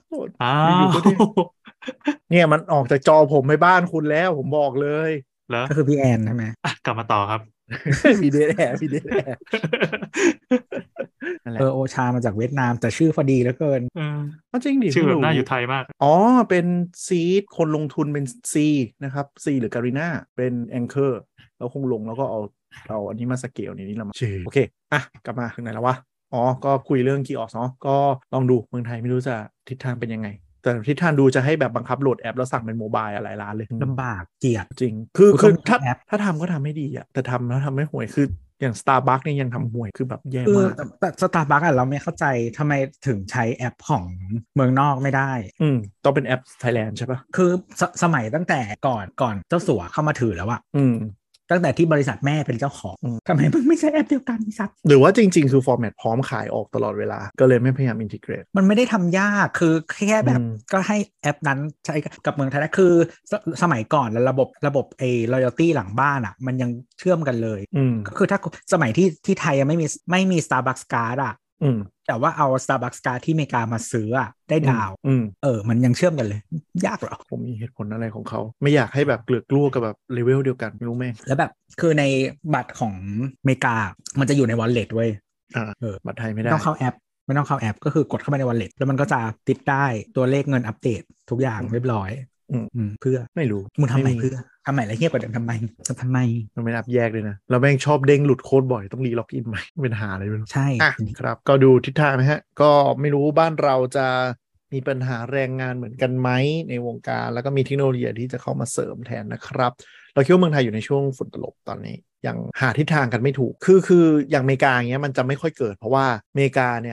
เนี่ยมันออกจากจอผมไปบ้านคุณแล้วผมบอกเลยแล้วก็คือพี่แอนใช่ไหมกลับมาต่อครับพี่เดแโอชามาจากเวียดนามแต่ชื่อพอดีเหลือเกินจริงดิชื่อแบบน่าอยู่ไทยมากเป็นซีดคนลงทุนเป็นซีนะครับซีหรือการีนาเป็นแองเกอร์แล้วคงลงแล้วก็เอาอันนี้มาสเกลนี่ละมาโอเคกลับมาถึงไหนแล้ววะก็คุยเรื่องคีย์ออสเนาะก็ลองดูเมืองไทยไม่รู้จะทิศทางเป็นยังไงแต่ทิศทางดูจะให้แบบบังคับโหลดแอปแล้วสั่งเป็นโมบายอะไรร้านเลยลำบากเกียดจริงคือถ้าทำก็ทำไม่ดีแต่ทำแล้วทำไม่ห่วยคืออย่าง Starbucks นี่ยังทำห่วยคือแบบแย่มากแต่ Starbucks เราไม่เข้าใจทำไมถึงใช้แอปของเมืองนอกไม่ได้ต้องเป็นแอป Thailand ใช่ปะคือสมัยตั้งแต่ก่อนเจ้าสัวเข้ามาถือแล้วตั้งแต่ที่บริษัทแม่เป็นเจ้าของทำไมมึงไม่ใช่แอปเดียวกันสักหรือว่าจริงๆคือฟอร์แมตพร้อมขายออกตลอดเวลาก็เลยไม่พยายามอินทิเกรตมันไม่ได้ทำยากคือแค่แบบก็ให้แอปนั้นใช้กับเมืองไทยนะคือสมัยก่อนแล้วระบบloyalty หลังบ้านมันยังเชื่อมกันเลยก็คือถ้าสมัยที่ไทยยังไม่มี Starbucks Card แต่ว่าเอา Starbucks Card ที่อเมริกามาซื้อได้ดาวมันยังเชื่อมกันเลยยากเหรอผมมีเหตุผลอะไรของเขาไม่อยากให้แบบเกลือกลัวกับแบบเลเวลเดียวกันไม่รู้แม่แล้วแบบคือในบัตรของอเมริกามันจะอยู่ใน wallet เว้ยบัตรไทยไม่ได้ต้องเข้าแอปไม่ต้องเข้าแอปก็คือกดเข้าไปใน wallet แล้วมันก็จะติดได้ตัวเลขเงินอัปเดตทุกอย่างเรียบร้อยเพื่อไม่รู้มึงทำไมเพื่อทำไมแล้วเงียบกว่าเดิมทำไมมันไม่นับแยกเลยนะเราแม่งชอบเด้งหลุดโค้ดบ่อยต้องรีล็อกอินใหม่เป็นหาอะไรไม่รู้ใช่ครับก็ดูทิศทางนะฮะก็ไม่รู้บ้านเราจะมีปัญหาแรงงานเหมือนกันไหมในวงการแล้วก็มีเทคโนโลยีที่จะเข้ามาเสริมแทนนะครับเราคิดว่าเมืองไทยอยู่ในช่วงฝุ่นตลบตอนนี้ยังหาทิศทางกันไม่ถูกคืออย่างอเมริกาอย่างเงี้ยมันจะไม่ค่อยเกิดเพราะว่าอเมริกาเนี่ย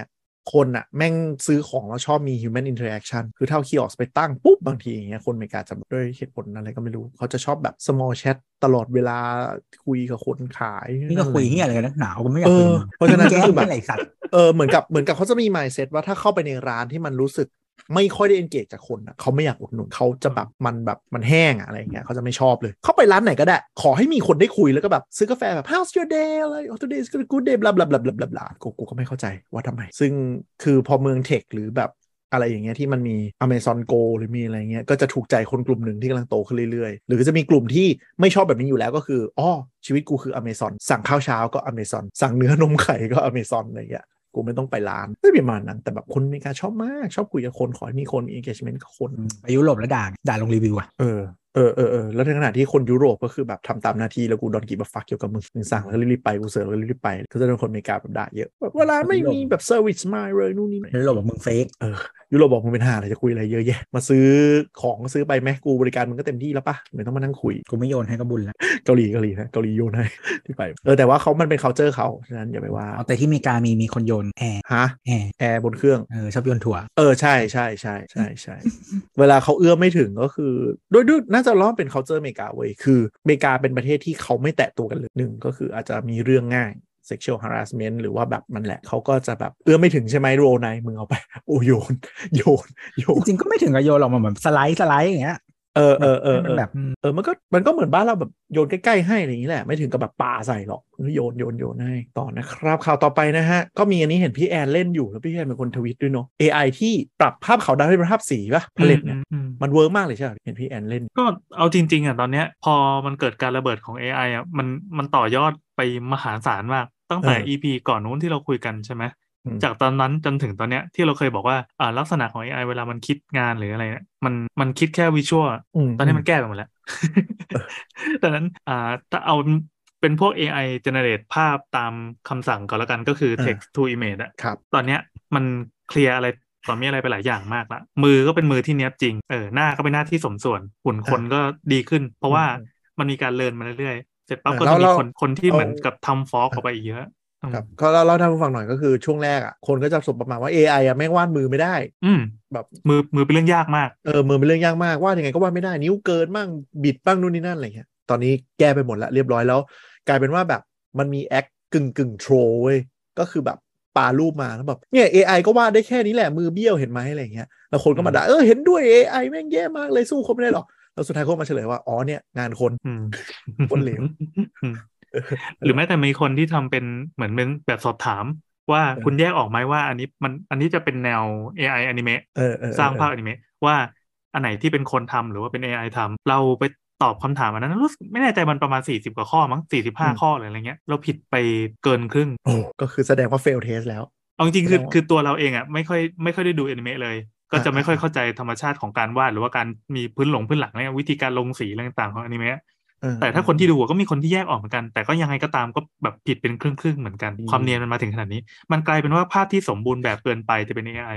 คนอะแม่งซื้อของแล้วชอบมี human interaction คือเท่าคีย์ออสไปตั้งปุ๊บบางทีอย่างเงี้ยคนอเมริกาจะด้วยเหตุผลอะไรก็ไม่รู้เขาจะชอบแบบ small chat ตลอดเวลาคุยกับคนขายนี่ก็คุยเฮียอะไรกันนักหนาวก็ไม่อยากคุยเพราะฉะนั้นก็คือแบบสัตว์เหมือนกับเขาจะมี mindset ว่าถ้าเข้าไปในร้านที่มันรู้สึกไม่ค่อยได้ engage จากคนเขาไม่อยากอุดหนุนเขาจะแบบมันแห้งอะไรอย่างเงี้ยเขาจะไม่ชอบเลยเข้าไปร้านไหนก็ได้ขอให้มีคนได้คุยแล้วก็แบบซื้อกาแฟแบบ how's your day อะไร oh today is a good day บลาบลาบลาบลาบลาบลากูก็ไม่เข้าใจว่าทำไมซึ่งคือพอเมืองเทคหรือแบบอะไรอย่างเงี้ยที่มันมี Amazon Go หรือมีอะไรเงี้ยก็จะถูกใจคนกลุ่มหนึ่งที่กำลังโตขึ้นเรื่อยๆหรือจะมีกลุ่มที่ไม่ชอบแบบนี้อยู่แล้วก็คือชีวิตกูคือ Amazon สั่งข้าวเช้าก็ Amazon สั่งเนื้อนมไข่ก็ Amazon อะไรเงี้ยกูไม่ต้องไปร้านไม่ประมาณนั้นแต่แบบคนอเมริกาชอบมากชอบคุยกับคนขอให้มีคนมี engagement กับคนไปยุโรปแล้วด่าลงรีวิวอ่ะแล้วในขณะที่คนยุโรปก็คือแบบทำตามหน้าที่แล้วกูดอนกีบฟักเกี่ยวกับมึงสั่งแล้วรีบไปกูเสิร์ฟแล้วรีบไปก็จะโดนคนอเมริกาแบบด่าเยอะแบบเวลาไม่มีแบบเซอร์วิสมาเลยนู่นนี่ยุโรปบอกมึงเฟกยุโรปบอกมึงเป็นห่าอะไรจะคุยอะไรเยอะแยะมาซื้อของซื้อไปไหมกูบริการมึงก็เต็มที่แล้วปะไม่ต้องมานั่งคุยกูไม่โยนให้ก็บุญแล้วเกาหลีนะเกาหลีโยนให้ที่ไปแต่ว่ามันเป็น culture เขาฉะนั้นอย่าไปว่าแต่ที่อเมริกามีคนโยนแอร์บนเครื่องชอบโยนถั่วใช่เวลาเขาเอื้อมไม่ถึงก็คือด้วยน่าจะล้อเป็น culture อเมริกาเว้ยคืออเมริกาเป็นประเทศที่เขาไม่แตะตัวกันเลยหนึ่งก็คืออาจจะมีเรื่องง่าย sexual harassment หรือว่าแบบมันแหละเขาก็จะแบบเอื้อมไม่ถึงใช่ไหมโรนายมึงเอาไปโยนจริงๆก็ไม่ถึงกับโยนหรอกมันเหมือนสไลด์อย่างเงี้ยมันแบบมันก็เหมือนบ้านเราแบบโยนใกล้ๆให้อะไรอย่างนี้แหละไม่ถึงกับแบบปาใส่หรอกโยนให้ต่อนะครับข่าวต่อไปนะฮะก็มีอันนี้เห็นพี่แอนเล่นอยู่แล้วพี่แอนเป็นคนทวิตด้วยเนาะ AI ที่ปรับภาพขาวดำให้เป็นภาพสีป่ะพาเลตเนี่ยมันเวิร์กมากเลยใช่ไหมเห็นพี่แอนเล่นก็เอาจริงๆตอนเนี้ยพอมันเกิดการระเบิดของ AI มันต่อยอดไปมหาศาลมากตั้งแต่ EP ก่อนนู้นที่เราคุยกันใช่ไหมจากตอนนั้นจนถึงตอนเนี้ยที่เราเคยบอกว่าลักษณะของ AI เวลามันคิดงานหรืออะไรเนี่ยมันคิดแค่วิชวลตอนนี้มันแก้ไปหมดแล้วดังนั้นถ้าเอาเป็นพวก AI generate ภาพตามคำสั่งก็แล้วกันก็คือ text to image ตอนเนี้ยมันเคลียร์อะไรตอนมีอะไรไปหลายอย่างมากละมือก็เป็นมือที่เนี้ยจริงหน้าก็เป็นหน้าที่สมส่วนหุ่นคนก็ดีขึ้นเพราะว่ามันมีการเรียนมาเรื่อยๆเสร็จปั๊บก็จะมีคนที่เหมือนกับทำฟอกออกไปอีกเยอะครับก็เราทำฟังหน่อยก็คือช่วงแรกคนก็จะสบประมาณว่า AI แม่งวาดมือไม่ได้แบบมือเป็นเรื่องยากมากมือเป็นเรื่องยากมากวาดยังไงก็วาดไม่ได้นิ้วเกินบ้างบิดบ้างนู่นนี่นั่นอะไรเงี้ยตอนนี้แก้ไปหมดแล้วเรียบร้อยแล้วกลายเป็นว่าแบบมันมีแอคกึ่งโทรเว้ยก็คือแบบปารูปมาแล้วแบบเนี่ย AI ก็วาดได้แค่นี้แหละมือเบี้ยวเห็นไหมอะไรเงี้ยแล้วคนก็มาด่าเห็นด้วย AI แม่งแย่มากเลยสู้คนไม่ได้หรอกแล้วสุดท้ายก็มาเฉลยว่าเนี่ยงานคนเหลวหรือแม้แต่มีคนที่ทำเป็นเหมือนเป็นแบบสอบถามว่าคุณแยกออกไหมว่าอันนี้จะเป็นแนว AI อนิเมะสร้างภาพอนิเมะว่าอันไหนที่เป็นคนทำหรือว่าเป็น AI ทำเราไปตอบคำถามอันนั้นรู้สึกไม่แน่ใจมันประมาณ40 กว่าข้อมั้ง45 ข้อหรืออะไรเงี้ยเราผิดไปเกินครึ่งก็คือแสดงว่า fail test แล้วเอาจริงคือตัวเราเองไม่ค่อยได้ดูอนิเมะเลยก็จะไม่ค่อยเข้าใจธรรมชาติของการวาดหรือว่าการมีพื้นหลังเนี่ยวิธีการลงสีอะไรต่างๆของอนิเมะแต่ถ้าคนที่ดูก็มีคนที่แยกออกเหมือนกันแต่ก็ยังไงก็ตามก็แบบผิดเป็นครึ่งเหมือนกันความเนียนมันมาถึงขนาดนี้มันกลายเป็นว่าภาพที่สมบูรณ์แบบเกินไปจะเป็น AI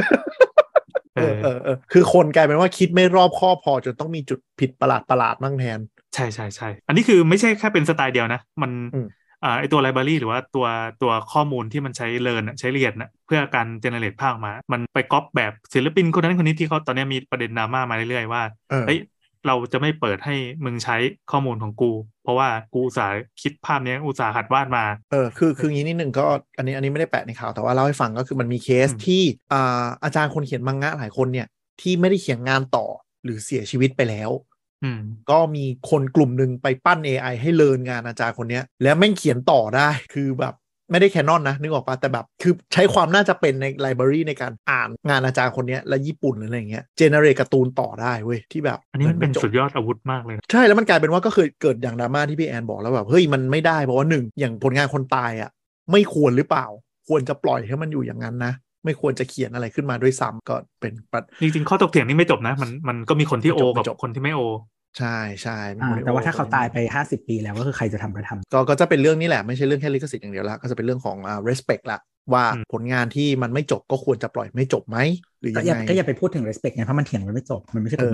คือคนกลายเป็นว่าคิดไม่รอบคอบพอจนต้องมีจุดผิดประหลาดมั่งแทนใช่อันนี้คือไม่ใช่แค่เป็นสไตล์เดียวนะมันไอตัว library หรือว่าตัวข้อมูลที่มันใช้เรียนเพื่อการ generate ภาพมามันไปก๊อปแบบศิลปินคนนั้นคนนี้ที่เขาตอนนี้มีประเด็นดราม่ามาเรื่อยๆว่าเฮ้ยเราจะไม่เปิดให้มึงใช้ข้อมูลของกูเพราะว่ากูอุตส่าห์คิดภาพนี้อุตส่าห์หัดวาดมาคืออย่างนี้นิดนึงก็อันนี้ไม่ได้แปะในข่าวแต่ว่าเล่าให้ฟังก็คือมันมีเคสที่อาจารย์คนเขียนมังงะหลายคนเนี่ยที่ไม่ได้เขียนงานต่อหรือเสียชีวิตไปแล้วก็มีคนกลุ่มหนึ่งไปปั้น AI ให้เลิร์นงานอาจารย์คนนี้แล้วแม่งเขียนต่อได้คือแบบไม่ได้แคนนอนนะนึกออกปะแต่แบบคือใช้ความน่าจะเป็นในไลบรารีในการอ่านงานอาจารย์คนนี้และญี่ปุ่นหรืออะไรเงี้ยเจเนเรตการ์ตูนต่อได้เว้ยที่แบบอันนี้มันเป็นสุดยอดอาวุธมากเลยใช่แล้วมันกลายเป็นว่าก็เคยเกิดอย่างดราม่าที่พี่แอนบอกแล้วแบบเฮ้ยมันไม่ได้เพราะว่า1อย่างผลงานคนตายไม่ควรหรือเปล่าควรจะปล่อยให้มันอยู่อย่างนั้นนะไม่ควรจะเขียนอะไรขึ้นมาด้วยซ้ำก็เป็นจริงๆข้อถกเถียงนี่ไม่จบนะมันก็มีคนที่โอกับคนที่ไม่โอใช่แต่ว่าถ้าเขาตายไป50 ปีแล้วก็คือใครจะทำก็ทำก็จะเป็นเรื่องนี้แหละไม่ใช่เรื่องแค่ลิขสิทธิ์อย่างเดียวละก็จะเป็นเรื่องของrespect ละว่าผลงานที่มันไม่จบก็ควรจะปล่อยไม่จบไหมหรือยังไงก็อย่าไปพูดถึง respect ไงเพราะมันเถียงมันไม่จบมันไม่ใช่กฎหมาย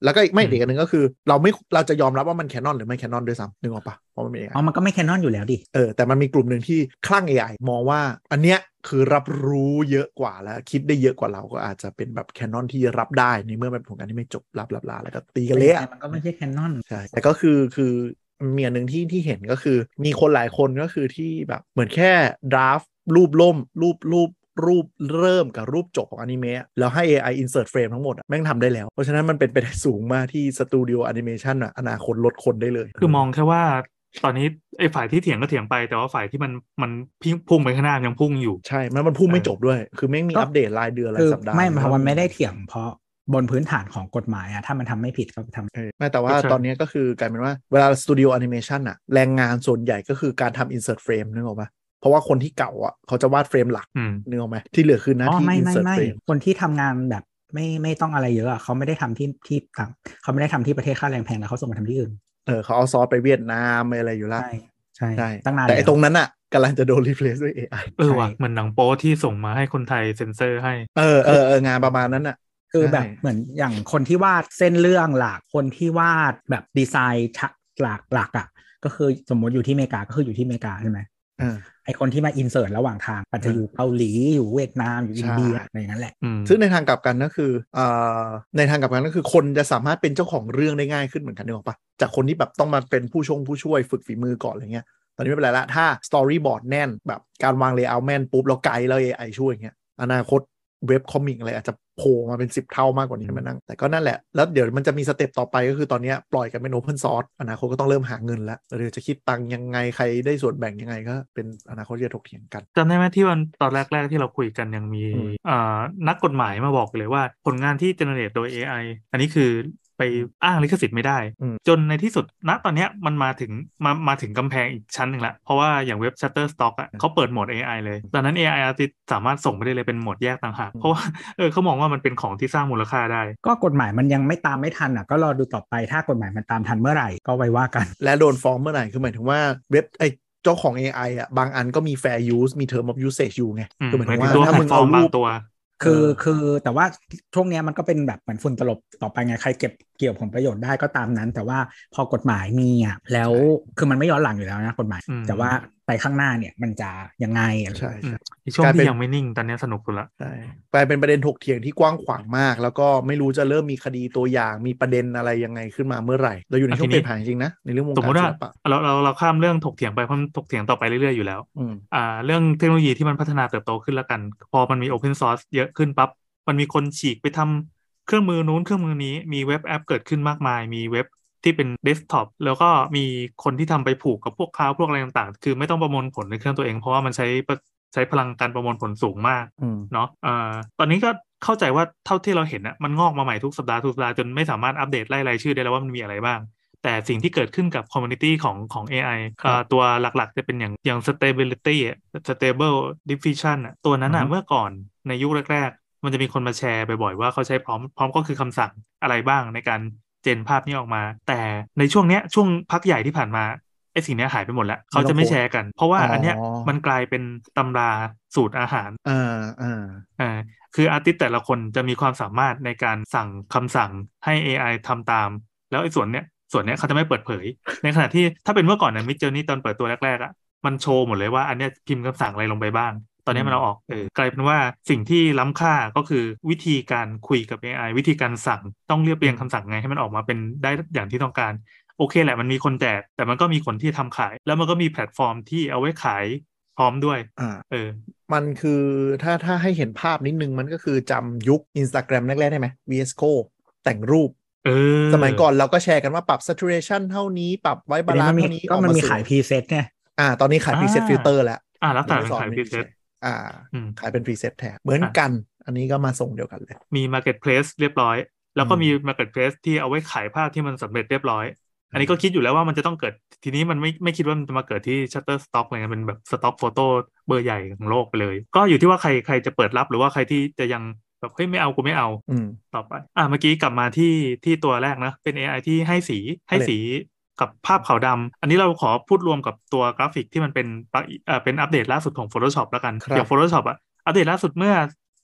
แล้วก็ไม่เด็กกันนึงก็คือเราจะยอมรับว่ามันแคนนอนหรือไม่แคนนอนด้วยซ้ำนึกออกปะเพราะมันเป็น AI มันก็ไม่แคนนอนอยู่แล้วดิแต่มันมีกลุ่มหนึ่งที่คลั่ง AI มองว่าอันเนี้ยคือรับรู้เยอะกว่าแล้วคิดได้เยอะกว่าเราก็อาจจะเป็นแบบแคนนอนที่รับได้ในเมื่อมันเป็นผลงานที่ไม่จบลาแล้วก็ตีกันเลยมันก็ไม่ใช่แคนนอนใช่แต่ก็คือมีอันหนึ่งที่เห็นก็คือมีคนหลายคนก็คือที่แบบเหมือนแค่ดราฟรูปล่มรูปเริ่มกับรูปจบของอนิเมะแล้วให้ AI insert frame ทั้งหมดแม่งทำได้แล้วเพราะฉะนั้นมันเป็นไปได้สูงมากที่สตูดิโอแอนิเมชันอนาคตลดคนได้เลยคือมองแค่ว่าตอนนี้ไอ้ฝ่ายที่เถียงก็เถียงไปแต่ว่าฝ่ายที่มันพุ่งไปข้างหน้ายังพุ่งอยู่ใช่มันพุ่งไม่จบด้วยคือแม่งมีอัปเดตรายเดือนรายสัปดาห์มันไม่ได้เถียงเพราะบนพื้นฐานของกฎหมายถ้ามันทำไม่ผิดก็ทำไม่แต่ว่าตอนนี้ก็คือกลายเป็นว่าเวลาสตูดิโอแอนิเมชันแรงงานส่วนใหญ่ก็คือการทำ insert frame นึกออกปะเพราะว่าคนที่เก่าเขาจะวาดเฟรมหลักนึกออกไหมที่เหลือคือหน้าที่ insert frame คนที่ทำงานแบบไม่ต้องอะไรเยอะเขาไม่ได้ทำที่ต่างเขาไม่ได้ทำที่ประเทศค่าแรงแพงแล้วเขาส่งมาทำที่อื่นเขาเอาซอสไปเวียดนามอะไรอยู่แล้วใช่ตั้งนานแต่ไอ้ตรงนั้นกำลังจะโดน replace ด้วย AI ว่ะเหมือนหนังโป๊ที่ส่งมาให้คนไทยเซ็นเซอร์ให้งานประมาณนั้นคือแบบเหมือนอย่างคนที่วาดเส้นเรื่องหลักคนที่วาดแบบดีไซน์หลักก็คือสมมติอยู่ที่อเมริกาก็คืออยู่ที่อเมริกาใช่ไหมไอคนที่มาอินเสิร์ตระหว่างทางอาจจะอยู่เกาหลีอยู่เวียดนามอยู่อินเดียอะไรอย่างนั้นแหละซึ่งในทางกลับกันก็คือคนจะสามารถเป็นเจ้าของเรื่องได้ง่ายขึ้นเหมือนกันนึกออกปะจากคนที่แบบต้องมาเป็นผู้ช่วยฝึกฝีมือก่อนอะไรเงี้ยตอนนี้ไม่เป็นไรละถ้าสตอรี่บอร์ดแน่นแบบการวางเลเยอร์แม่นปุ๊บแล้วไกด์แล้ว AI ช่วยอย่างเงี้ยอนาคตเว็บคอมิกอะไรอาจจะโผล่มาเป็น10เท่ามากกว่านี้มานั่งแต่ก็นั่นแหละแล้วเดี๋ยวมันจะมีสเต็ปต่อไปก็คือตอนนี้ปล่อยกันเป็นโอเพนซอร์สอนาคตก็ต้องเริ่มหาเงินแล้วเดี๋ยวจะคิดตังค์ยังไงใครได้ส่วนแบ่งยังไงก็เป็นอนาคตที่จะถกเถียงกันจำได้ไหมที่วันตอนแรกที่เราคุยกันยังมีนักกฎหมายมาบอกเลยว่าผลงานที่เจเนเรตโดย AI อันนี้คือไปอ้างลิขสิทธิ์ไม่ได้จนในที่สุดณตอนนี้มันมาถึงกำแพงอีกชั้นหนึ่งละเพราะว่าอย่างเว็บ Shutterstock เขาเปิดโหมด AI เลยตอนนั้น AI Artist สามารถส่งไปได้เลยเป็นโหมดแยกต่างหากเพราะว่าเขามองว่ามันเป็นของที่สร้างมูลค่าได้ก็กฎหมายมันยังไม่ตามไม่ทันก็รอดูต่อไปถ้ากฎหมายมันตามทันเมื่อไหร่ก็ไว้ว่ากันและโดนฟ้องเมื่อไหร่คือหมายถึงว่าเว็บเจ้าของ AI บางอันก็มี fair use มี term of usage อยู่ไงคือหมายถึงว่าถ้ามึงเอารูปตัวคือแต่ว่าช่วงนี้มันก็เป็นแบบเหมือนฝุ่นตลบต่อไปไงใครเก็บเกี่ยวผลประโยชน์ได้ก็ตามนั้นแต่ว่าพอกฎหมายมีแล้วคือมันไม่ย้อนหลังอยู่แล้วนะกฎหมายแต่ว่าไปข้างหน้าเนี่ยมันจะยังไงใช่ช่วงที่ยังไม่นิ่งตอนนี้สนุกสุดละใช่กลายเป็นประเด็นถกเถียงที่กว้างขวางมากแล้วก็ไม่รู้จะเริ่มมีคดีตัวอย่างมีประเด็นอะไรยังไงขึ้นมาเมื่อไหร่เราอยู่ในช่วงเปลี่ยนผ่านจริงนะในเรื่องวงการศิลปะเราข้ามเรื่องถกเถียงไปเพราะถกเถียงต่อไปเรื่อยๆอยู่แล้วเรื่องเทคโนโลยีที่มันพัฒนาเติบโตขึ้นแล้วกันพอมันมี Open Source เยอะขึ้นปั๊บมันมีคนฉีกไปทำเครื่องมือนู้นเครื่องมือนี้มีเว็บแอปเกิดขึ้นมากมายมีเว็บที่เป็นเดสก์ท็อปแล้วก็มีคนที่ทำไปผูกกับพวกคลาวด์พวกอะไรต่างๆคือไม่ต้องประมวลผลในเครื่องตัวเองเพราะว่ามันใช้พลังการประมวลผลสูงมากเนาะตอนนี้ก็เข้าใจว่าเท่าที่เราเห็นมันงอกมาใหม่ทุกสัปดาห์จนไม่สามารถอัปเดตไล่รายชื่อได้แล้วว่ามันมีอะไรบ้างแต่สิ่งที่เกิดขึ้นกับคอมมูนิตี้ของ AI ตัวหลักๆจะเป็นอย่าง stability stable diffusion ตัวนั้นเมื่อก่อนในยุคแรกๆมันจะมีคนมาแชร์บ่อยๆว่าเขาใช้พร้อมก็คือคำสั่งอะไรบ้างในการเจนภาพนี้ออกมาแต่ในช่วงพักใหญ่ที่ผ่านมาไอ้สิ่งนี้หายไปหมดแล้วเขาจะไม่แชร์กันเพราะว่าอันเนี้ยมันกลายเป็นตำราสูตรอาหารคืออาร์ติสต์แต่ละคนจะมีความสามารถในการสั่งคำสั่งให้ AI ทำตามแล้วไอ้ส่วนเนี้ยเขาจะไม่เปิดเผยในขณะที่ถ้าเป็นเมื่อก่อนนะมิดเจอร์นี่ตอนเปิดตัวแรกๆมันโชว์หมดเลยว่าอันเนี้ยพิมพ์คำสั่งอะไรลงไปบ้างตอนนี้มันเอาออกกลายเป็นว่าสิ่งที่ล้ำค่าก็คือวิธีการคุยกับ AI วิธีการสั่งต้องเรียบเรียงคำสั่งไงให้มันออกมาเป็นได้อย่างที่ต้องการโอเคแหละมันมีคนแจกแต่มันก็มีคนที่ทำขายแล้วมันก็มีแพลตฟอร์มที่เอาไว้ขายพร้อมด้วยมันคือถ้าให้เห็นภาพนิดนึงมันก็คือจำยุค Instagram แรกๆได้ไหม VS Code แต่งรูปสมัยก่อนเราก็แชร์กันว่าปรับ saturation เท่านี้ปรับไว้บาลานซ์เท่านี้ก็มันมีขาย preset ไงตอนนี้ขาย preset filter แล้วแล้วแต่ขาย preset ขายเป็น preset แทนเหมือนกันอันนี้ก็มาส่งเดียวกันเลยมี marketplace เรียบร้อยแล้วก็มี marketplace ที่เอาไว้ขายภาพที่มันสำเร็จเรียบร้อยอันนี้ก็คิดอยู่แล้วว่ามันจะต้องเกิดทีนี้มันไม่คิดว่ามันจะมาเกิดที่ Shutterstock อะไรเงี้ยเป็นแบบ stock photo เบอร์ใหญ่ของโลกไปเลยก็อยู่ที่ว่าใครจะเปิดรับหรือว่าใครที่จะยังแบบเฮ้ยไม่เอากูไม่เอาต่อไปเมื่อกี้กลับมาที่ตัวแรกนะเป็น AI ที่ให้สีกับภาพขาวดำอันนี้เราขอพูดรวมกับตัวกราฟิกที่มันเป็นอัปเดตล่าสุดของ Photoshop แล้วกันอย่าง Photoshop อัปเดตล่าสุดเมื่อ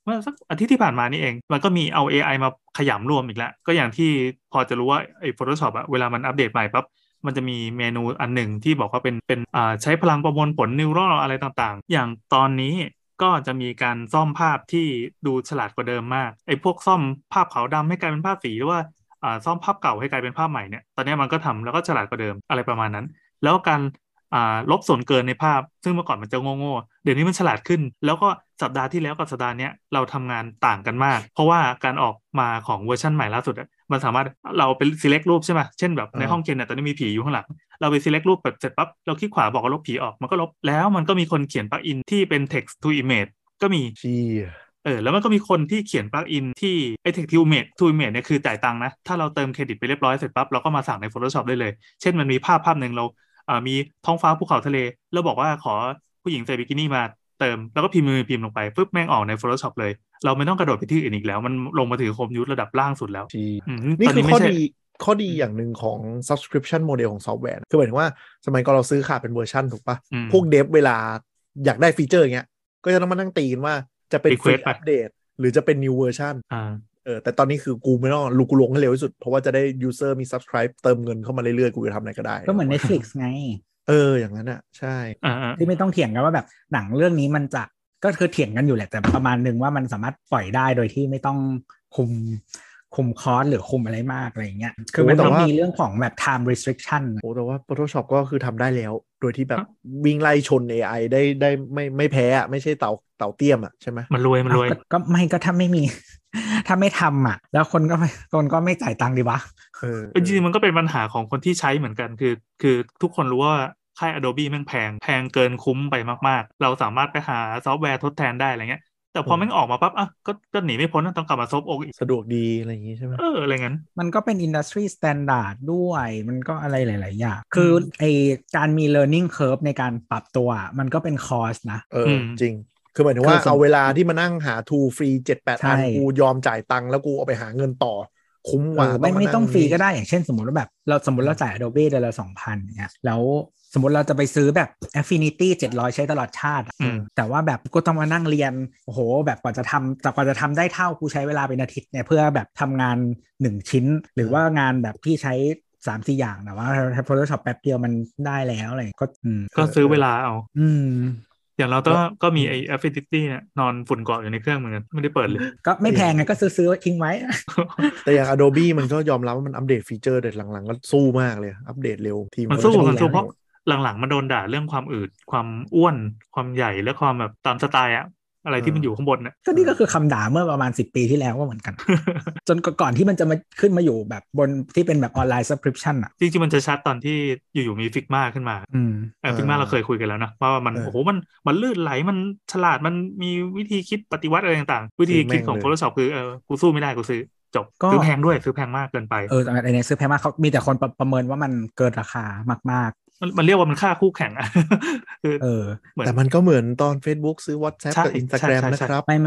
มื่อสักอาทิตย์ที่ผ่านมานี่เองมันก็มีเอา AI มาขยำรวมอีกแล้วก็อย่างที่พอจะรู้ว่าไอ้ Photoshop อะเวลามันอัปเดตใหม่ปั๊บมันจะมีเมนูอันหนึ่งที่บอกว่าเป็นใช้พลังประมวลผลนิวรอนอะไรต่างๆอย่างตอนนี้ก็จะมีการซ่อมภาพที่ดูฉลาดกว่าเดิมมากไอ้พวกซ่อมภาพขาวดำให้กลายเป็นภาพสีหรือว่าซ่อมภาพเก่าให้กลายเป็นภาพใหม่เนี่ยตอนนี้มันก็ทำแล้วก็ฉลาดกว่าเดิมอะไรประมาณนั้นแล้วการลบส่วนเกินในภาพซึ่งเมื่อก่อนมันจะโง่ๆเดี๋ยวนี้มันฉลาดขึ้นแล้วก็สัปดาห์ที่แล้วกับสัปดาห์นี้เราทำงานต่างกันมากเพราะว่าการออกมาของเวอร์ชันใหม่ล่าสุดมันสามารถเราไป select รูปใช่ไหมเช่นแบบในห้องเคนเนี่ยตอนนี้มีผีอยู่ข้างหลังเราไป select รูปแบบเสร็จปั๊บเราคลิกขวาบอกว่าลบผีออกมันก็ลบแล้วมันก็มีคนเขียนปลั๊กอินที่เป็น text to image ก็มีแล้วมันก็มีคนที่เขียนปลั๊กอินที่ไอ้ text to image เนี่ยคือจ่ายตังค์นะถ้าเราเติมเครดิตไปเรียบร้อยเสร็จปั๊บเราก็มาสั่งใน Photoshop ได้เลยเช่นมันมีภาพหนึ่งเรามีท้องฟ้าภูเขาทะเลแล้วบอกว่าขอผู้หญิงใส่บิกินี่มาเติมแล้วก็พิมพ์ลงไปปุ๊บแม่งออกใน Photoshop เลยเราไม่ต้องกระโดดไปที่อื่นอีกแล้วมันลงมาถือโฮมยูสระดับล่างสุดแล้วนี่คือข้อดีอย่างหนึ่งของ subscription model ของซอฟต์แวร์คือหมายถึงว่าสมัยก่อนเราซื้อขาดเป็นเวอร์ชันถูกปะพวกเดฟเวลาอยากได้ฟีเจอร์อย่างเงี้ยก็จะต้องมานั่งตีกันว่าจะเป็นฟรีอัปเดตหรือจะเป็น new version แต่ตอนนี้คือกูไม่ต้องกูลงให้เร็วที่สุดเพราะว่าจะได้ user มี subscribe เติมเงินเข้ามาเรื่อยๆกูจะทำอะไรก็ได้ก็เหมือน Netflix ไงอย่างนั้นอ่ะใช่ที่ไม่ต้องเถียงกันว่าแบบหนังเรื่องนี้มันจะก็คือเถียงกันอยู่แหละแต่ประมาณนึงว่ามันสามารถปล่อยได้โดยที่ไม่ต้องคุมคอสหรือคุมอะไรมากอะไรอย่างเงี้ยคือมันต้องมีเรื่องของแบบ time restriction แต่ว่า Photoshop ก็คือทำได้แล้วโดยที่แบบวิ่งไล่ชน AI ได้ไม่แพ้อ่ะไม่ใช่เต่าเตี้ยมอ่ะใช่ไหมมันรวยก็ไม่ก็ถ้าไม่มีถ้าไม่ทำอ่ะแล้วคนก็ไม่จ่ายตังค์ดีวะจริงๆมันก็เป็นปัญหาของคนที่ใช้เหมือนกันคือทุกคนรู้ว่าค่าย Adobe แม่งแพงเกินคุ้มไปมากๆเราสามารถไปหาซอฟต์แวร์ทดแทนได้อะไรเงี้ยแต่พอแม่งออกมาปั๊บก็หนีไม่พ้นต้องกลับมาซบอกอีกสะดวกดีอะไรอย่างงี้ใช่ไหมอะไรงั้นมันก็เป็น industry standard ด้วยมันก็อะไรหลายๆอย่างคือไอการมี learning curve ในการปรับตัวมันก็เป็นคอร์สนะจริงคือหมายถึงว่าเอาเวลาที่มานั่งหา tool ฟรี 7-8 อันกูยอมจ่ายตังค์แล้วกูเอาไปหาเงินต่อคุ้มกว่าไม่ต้องฟรีก็ได้อย่างเช่นสมมติว่าแบบเราจ่าย Adobe เดือนละ 2,000 เนี่ยแล้วสมมติเราจะไปซื้อแบบ Affinity 700 ใช้ตลอดชาติแต่ว่าแบบก็ต้องมานั่งเรียนโอ้โหแบบกว่าจะทำได้เท่ากูใช้เวลาเป็นอาทิตย์เนี่ยเพื่อแบบทำงาน1ชิ้นหรือว่างานแบบที่ใช้ 3-4 อย่างแต่ว่า Photoshop แป๊บเดียวมันได้แล้วอะไรก็ซื้อเวลาเอาอย่างเราก็มีไอ้ Affinity เนี่ยนอนฝุ่นเกาะอยู่ในเครื่องเหมือนกันไม่ได้เปิดเลยก็ไม่แพงไงก็ซื้อทิ้งไว้แต่อย่าง Adobe มันก็ยอมรับว่ามันอัปเดตฟีเจอร์แต่หลังๆก็สู้มากเลยอัปเดตเร็วทีมันสู้เพราะหลังๆมันโดนด่าเรื่องความอืดความอ้วนความใหญ่และความแบบตามสไตล์อะไรที่มันอยู่ข้างบนเนี่ยก็นี่ก็คือคำด่าเมื่อประมาณ10 ปีที่แล้วก็เหมือนกัน จนก่อนที่มันจะมาขึ้นมาอยู่แบบบนที่เป็นแบบออนไลน์ subscription อ่ะจริงๆมันจะชัดตอนที่อยู่ๆมีฟิกมาขึ้นมาฟิกมาเราเคยคุยกันแล้วนะว่ามันโอ้โหมันลื่นไหลมันฉลาดมันมีวิธีคิดปฏิวัติอะไรต่างๆวิธีคิดของ Photoshop คือกูสู้ไม่ได้กูซื้อจบซื้อแพงด้วยซื้อแพงมากเกินไปอันนี้ซื้อแพงมากเขามีแต่คนประเมินว่ามันเกินราคามากมันเรียกว่ามันค่าคู่แข่งคือแต่มันก็เหมือนตอน Facebook ซื้อ WhatsApp กับ Instagram นะครับไม่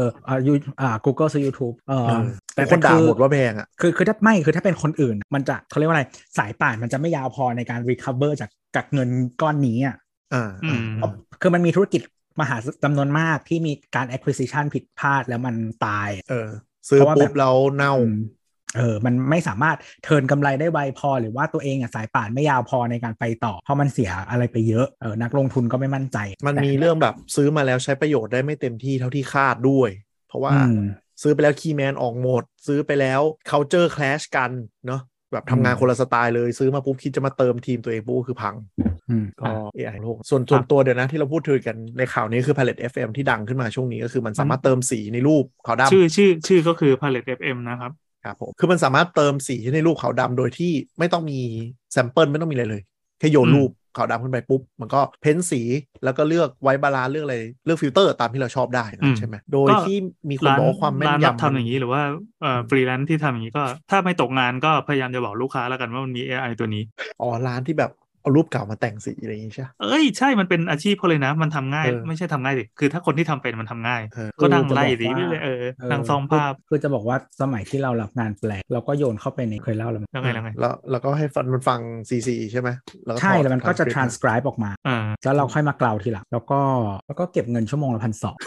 Google ซื้อ YouTube แต่คนด่าหมดว่าแพงคือถ้าเป็นคนอื่นมันจะเขาเรียกว่าอะไรสายป่านมันจะไม่ยาวพอในการ recover จากเงินก้อนนี้คือมันมีธุรกิจมหาจำนวนมากที่มีการ acquisition ผิดพลาดแล้วมันตายซื้อปุ๊บแล้วเน่ามันไม่สามารถเทิร์นกำไรได้ไวพอหรือว่าตัวเองสายป่านไม่ยาวพอในการไปต่อเพราะมันเสียอะไรไปเยอะนักลงทุนก็ไม่มั่นใจมันมีเรื่องแบบซื้อมาแล้วใช้ประโยชน์ได้ไม่เต็มที่เท่าที่คาดด้วยเพราะว่าซื้อไปแล้วคีย์แมนออกหมดซื้อไปแล้ว culture clash กันเนาะแบบทำงานคนละสไตล์เลยซื้อมาปุ๊บคิดจะมาเติมทีมตัวเองปุ๊บคือพังก็AI โลกส่วนตัวเดี๋ยวนะที่เราพูดถึงกันในข่าวนี้คือ Palette FM ที่ดังขึ้นมาช่วงนี้ก็คือมันสามารถเติมสีในรูปขาวดำชื่อก็คือ Palette FM นะครับครับผมคือมันสามารถเติมสีในรูปขาวดำโดยที่ไม่ต้องมีแซมเปิลไม่ต้องมีอะไรเลยแค่โยนรูปขาวดำขึ้นไปปุ๊บมันก็เพ้นสีแล้วก็เลือกไว้บาลานซ์เลือกอะไรเลือกฟิลเตอร์ตามที่เราชอบได้นะใช่ไหมโดยที่มีคนบอกความแม่นยำทำอย่างนี้หรือว่าฟรีแลนซ์ที่ทำอย่างนี้ก็ถ้าไม่ตกงานก็พยายามจะบอกลูกค้าแล้วกันว่ามันมี AI ตัวนี้ร้านที่แบบเอารูปเก่ามาแต่งสีอะไรอย่างงี้ใช่ใช่มันเป็นอาชีพเขาเลยนะมันทำง่ายไม่ใช่ทำง่ายดิคือถ้าคนที่ทำเป็นมันทำง่ายก็นั่งไล่สีไปเลยนั่งซ่อมภาพคือจะบอกว่าสมัยที่เรารับงานแปลเราก็โยนเข้าไปในเคยเล่าแล้วไงแล้วก็ให้มันฟังซีใช่ไหมใช่แล้วมันก็จะ transcribe ออกมาแล้วเราค่อยมากล่าวทีหลังแล้วก็เก็บเงินชั่วโมงละ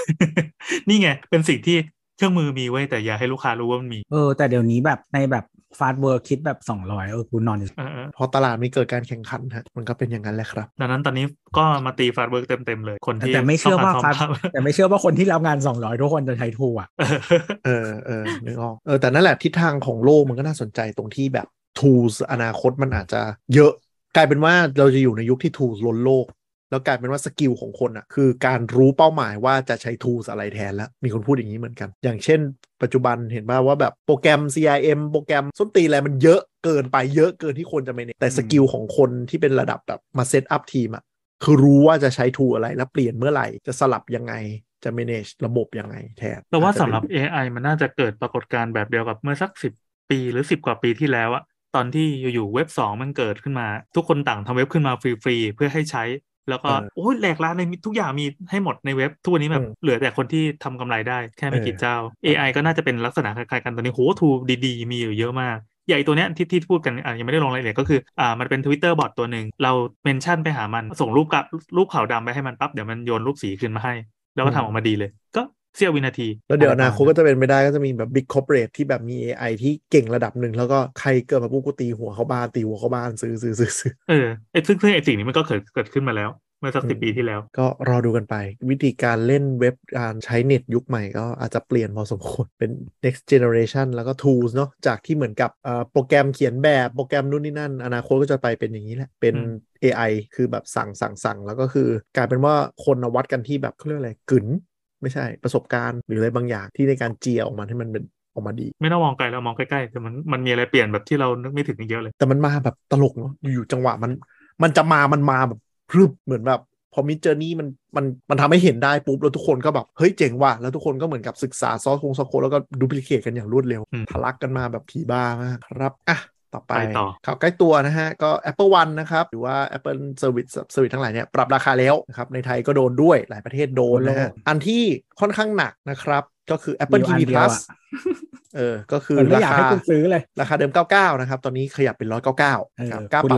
1,200 นี่ไงเป็นสิ่งที่เครื่องมือมีไว้แต่อย่าให้ลูกค้ารู้ว่ามันมีแต่เดี๋ยวนี้แบบในแบบฟาสต์เวิร์คคิดแบบ200กูนอนพอตลาดมีเกิดการแข่งขันฮะมันก็เป็นอย่างนั้นแหละครับดังนั้นตอนนี้ก็มาตีฟาสต์เวิร์คเต็มเลยคนที่แต่ไม่เชื่อว่าแต่ไม่เชื่อว่าคนที่รับงาน200ทุกคนจะใช้ทูอ่ะนึกออกแต่นั่นแหละทิศทางของโลกมันก็น่าสนใจตรงที่แบบ tools อนาคตมันอาจจะเยอะกลายเป็นว่าเราจะอยู่ในยุคที่ tools ล้นโลกแล้วกลายเป็นว่าสกิลของคนอ่ะคือการรู้เป้าหมายว่าจะใช้ tools อะไรแทนแล้วมีคนพูดอย่างนี้เหมือนกันอย่างเช่นปัจจุบันเห็นว่าแบบโปรแกรม CRM โปรแกรมส้นตีนอะไรมันเยอะเกินไปเยอะเกินที่คนจะไม่เนี่ยแต่สกิลของคนที่เป็นระดับแบบมาเซตอัพทีมอ่ะคือรู้ว่าจะใช้ tool อะไรแล้วเปลี่ยนเมื่อไหร่จะสลับยังไงจะ manage ระบบยังไงแทนแต่ว่าสำหรับ AI มันน่าจะเกิดปรากฏการณ์แบบเดียวกับเมื่อสัก10 ปีหรือ10 กว่าปีที่แล้วอะตอนที่อยู่ๆเว็บ2มันเกิดขึ้นมาทุกคนต่างทำเว็บขึ้นมาฟรีๆเพื่อให้ใช้แล้วก็โอ้ยแหลกลานเลยทุกอย่างมีให้หมดในเว็บทุกวันนี้แบบเหลือแต่คนที่ทำกำไรได้แค่ไม่กี่เจ้า AI ก็น่าจะเป็นลักษณะคล้ายๆกันตอนนี้โหทูดีๆมีอยู่เยอะมากใหญ่ตัวเนี้ยที่พูดกันยังไม่ได้ลงรายละเอียดก็คือมันเป็น Twitter bot ตัวหนึ่งเราเมนชั่นไปหามันส่งรูปขาวดำไปให้มันปั๊บเดี๋ยวมันโยนรูปสีขึ้นมาให้แล้วก็ทำออกมาดีเลยก็เสี้ยววินาทีแล้วเดี๋ยวอนาคตก็จะเป็นไม่ได้ก็จะมีแบบ Big Corporate ที่แบบมี AI ที่เก่งระดับหนึ่งแล้วก็ใครเกิดมาปุ๊บก็ตีหัวเข้าบ้านซื้อซึ่งไอ้สิ่งนี้มันก็เกิดขึ้นมาแล้วเมื่อสัก10 ปีที่แล้วก็รอดูกันไปวิธีการเล่นเว็บการใช้เน็ตยุคใหม่ก็อาจจะเปลี่ยนพอสมควรเป็น next generation แล้วก็ tools เนาะจากที่เหมือนกับโปรแกรมเขียนแบบโปรแกรมนู่นนี่นั่นอนาคตก็จะไปเป็นอย่างนี้แหละเป็น AI คือแบบสั่งแล้วก็คือกลายเป็นว่าคนวัดกันที่แบบเขาเรียกอะไรกึ๋นไม่ใช่ประสบการณ์หรืออะไรบางอย่างที่ในการเจียออกมาให้มันเป็นออกมาดีไม่ต้องมองไกลแล้วมองใกล้ๆแต่มันมีอะไรเปลี่ยนแบบที่เรานึกไม่ถึงเยอะเลยแต่มันมาแบบตลกเนาะอยู่จังหวะมันจะมาแบบพรึบเหมือนแบบพอมิดเจอร์นี่มันทำให้เห็นได้ปุ๊บแล้วทุกคนก็แบบเฮ้ยเจ๋งว่ะแล้วทุกคนก็เหมือนกับศึกษาซอสโค้ดแล้วก็ดูพลิเคทกันอย่างรวดเร็วทะลักกันมาแบบผีบ้ามากครับต่อไปข่าวใกล้ตัวนะฮะก็ Apple One นะครับหรือว่า Apple Service ทั้งหลายเนี่ยปรับราคาแล้วนะครับในไทยก็โดนด้วยหลายประเทศโดนนะฮะอันที่ค่อนข้างหนักนะครับก็คือ Apple TV Plus ก็คือราคาซื้อเลยราคาเดิม99นะครับตอนนี้ขยับเป็น199ครับคุณ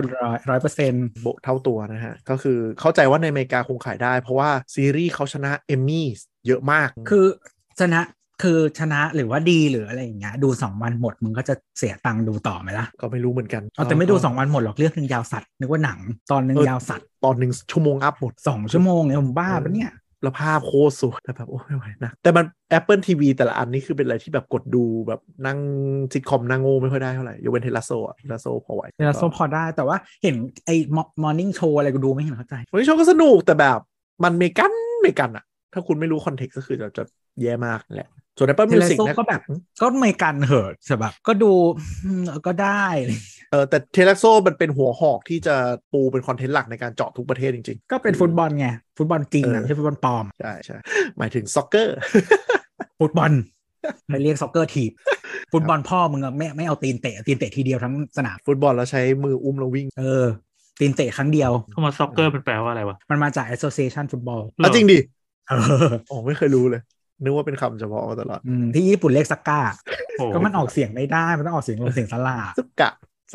100% โบเท่าตัวนะฮะก็คือเข้าใจว่าในอเมริกาคงขายได้เพราะว่าซีรีส์เขาชนะเอมมี่เยอะมากคือชนะหรือว่าดีหรืออะไรอย่างเงี้ยดู2 วันหมดมึงก็จะเสียตังค์ดูต่อไหมล่ะก็ไม่รู้เหมือนกันแต่ไม่ดู2 วันหมดหรอกเรื่องนึงยาวสัตว์นึกว่าหนังตอนนึงยาวสัตว์ตอนนึงชั่วโมงอัพหมด 2 ชั่วโมงเนี่ยผมบ้าปะเนี่ยแล้วภาพโคตรสวยแต่แบบโอ้ไม่ไหวนะแต่มัน Apple TV แต่ละอันนี่คือเป็นอะไรที่แบบกดดูแบบนั่งซิทคอมนั่งโง่ไม่ค่อยได้เท่าไหร่ยกเว้นเทเลโซพอไหวเทเลโซพอได้แต่ว่าเห็นไอ้มอร์นิ่งโชว์อะไรกูดูไม่เห็นเข้าใจมอร์นิ่งโชว์ก็สนุกแต่แบบมันเมกันอะถ้าคุณไม่รู้คอนเท็กซ์ก็คือจะแย่มากแหละส่วน Apple Music ก็แบบก็ไม่กันเหอะใช่แบบก็ดูก็ได้แต่เทเลโซมันเป็นหัวหอกที่จะปูเป็นคอนเทนต์หลักในการเจาะทุกประเทศจริงๆก็เป็นฟุตบอลไงฟุตบอลจริงนะไม่ใช่ฟุตบอลปลอมใช่หมายถึงซ็อกเกอร์ฟุตบอลไม่เรียกซ็อกเกอร์ทีบฟุตบอลพ่อมึงอะไม่เอาตีนเตะทีเดียวทั้งสนามฟุตบอลแล้วใช้มืออุ้มแล้ววิ่งตีนเตะครั้งเดียวเข้ามาซ็อกเกอร์เป็นแปลว่าอะไรวะมันมาจาก Association Football จริงดิโอ้ไม่เคยรู้เลยนึกว่าเป็นคำเฉพาะตลอดที่ญี่ปุ่นเรียกซักก้าก็มันออกเสียงไม่ได้มันต้องออกเสียงสลาซักกะ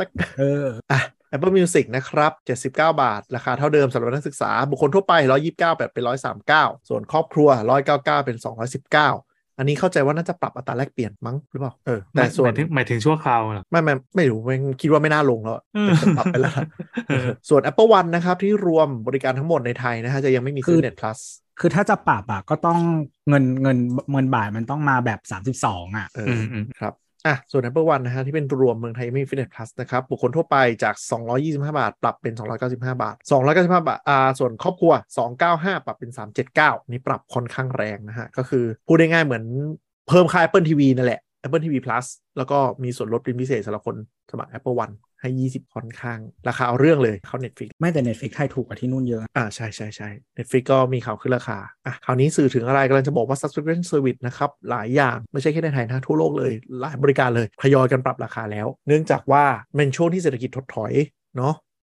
Apple Music นะครับ79 บาทราคาเท่าเดิมสำหรับนักศึกษาบุคคลทั่วไป129แบบเป็น139ส่วนครอบครัว199เป็น219อันนี้เข้าใจว่าน่าจะปรับอัตราแลกเปลี่ยนมั้งหรือเปล่าแต่ส่วนหมายถึงชั่วคราวเหรอไม่รู้คิดว่าไม่น่าลงแล้วจะปรับไปแล้วส่วน Apple One นะครับที่รวมบริการทั้งหมดในไทยนะฮะจะยังไม่มีNet Plus คือถ้าจะปรับก็ต้องเงินบาทมันต้องมาแบบ32 ครับส่วน Apple One นะฮะที่เป็นรวมเมืองไทยไม่มี Fitness Plus นะครับบุคคลทั่วไปจาก225 บาทปรับเป็น295 บาท295 บาทส่วนครอบครัว295ปรับเป็น379นี่ปรับค่อนข้างแรงนะฮะก็คือพูดได้ง่ายเหมือนเพิ่มค่า Apple TV นั่นแหละ Apple TV Plus แล้วก็มีส่วนลดเป็นพิเศษสำหรับคนสมัคร Apple One ให้20ค่อนข้างราคาเอาเรื่องเลยเข้า Netflix ไม่แต่ Netflix ไทยถูกกว่าที่นู่นเยอะใช่ Netflix ก็มีข่าวขึ้นราคาคราวนี้สื่อถึงอะไรกำลังจะบอกว่า Subscription Service นะครับหลายอย่างไม่ใช่แค่ในไทยนะทั่วโลกเลยหลายบริการเลยทยอยกันปรับราคาแล้วเนื่องจากว่าเป็นช่วงที่เศรษฐกิจถดถอยเนาะ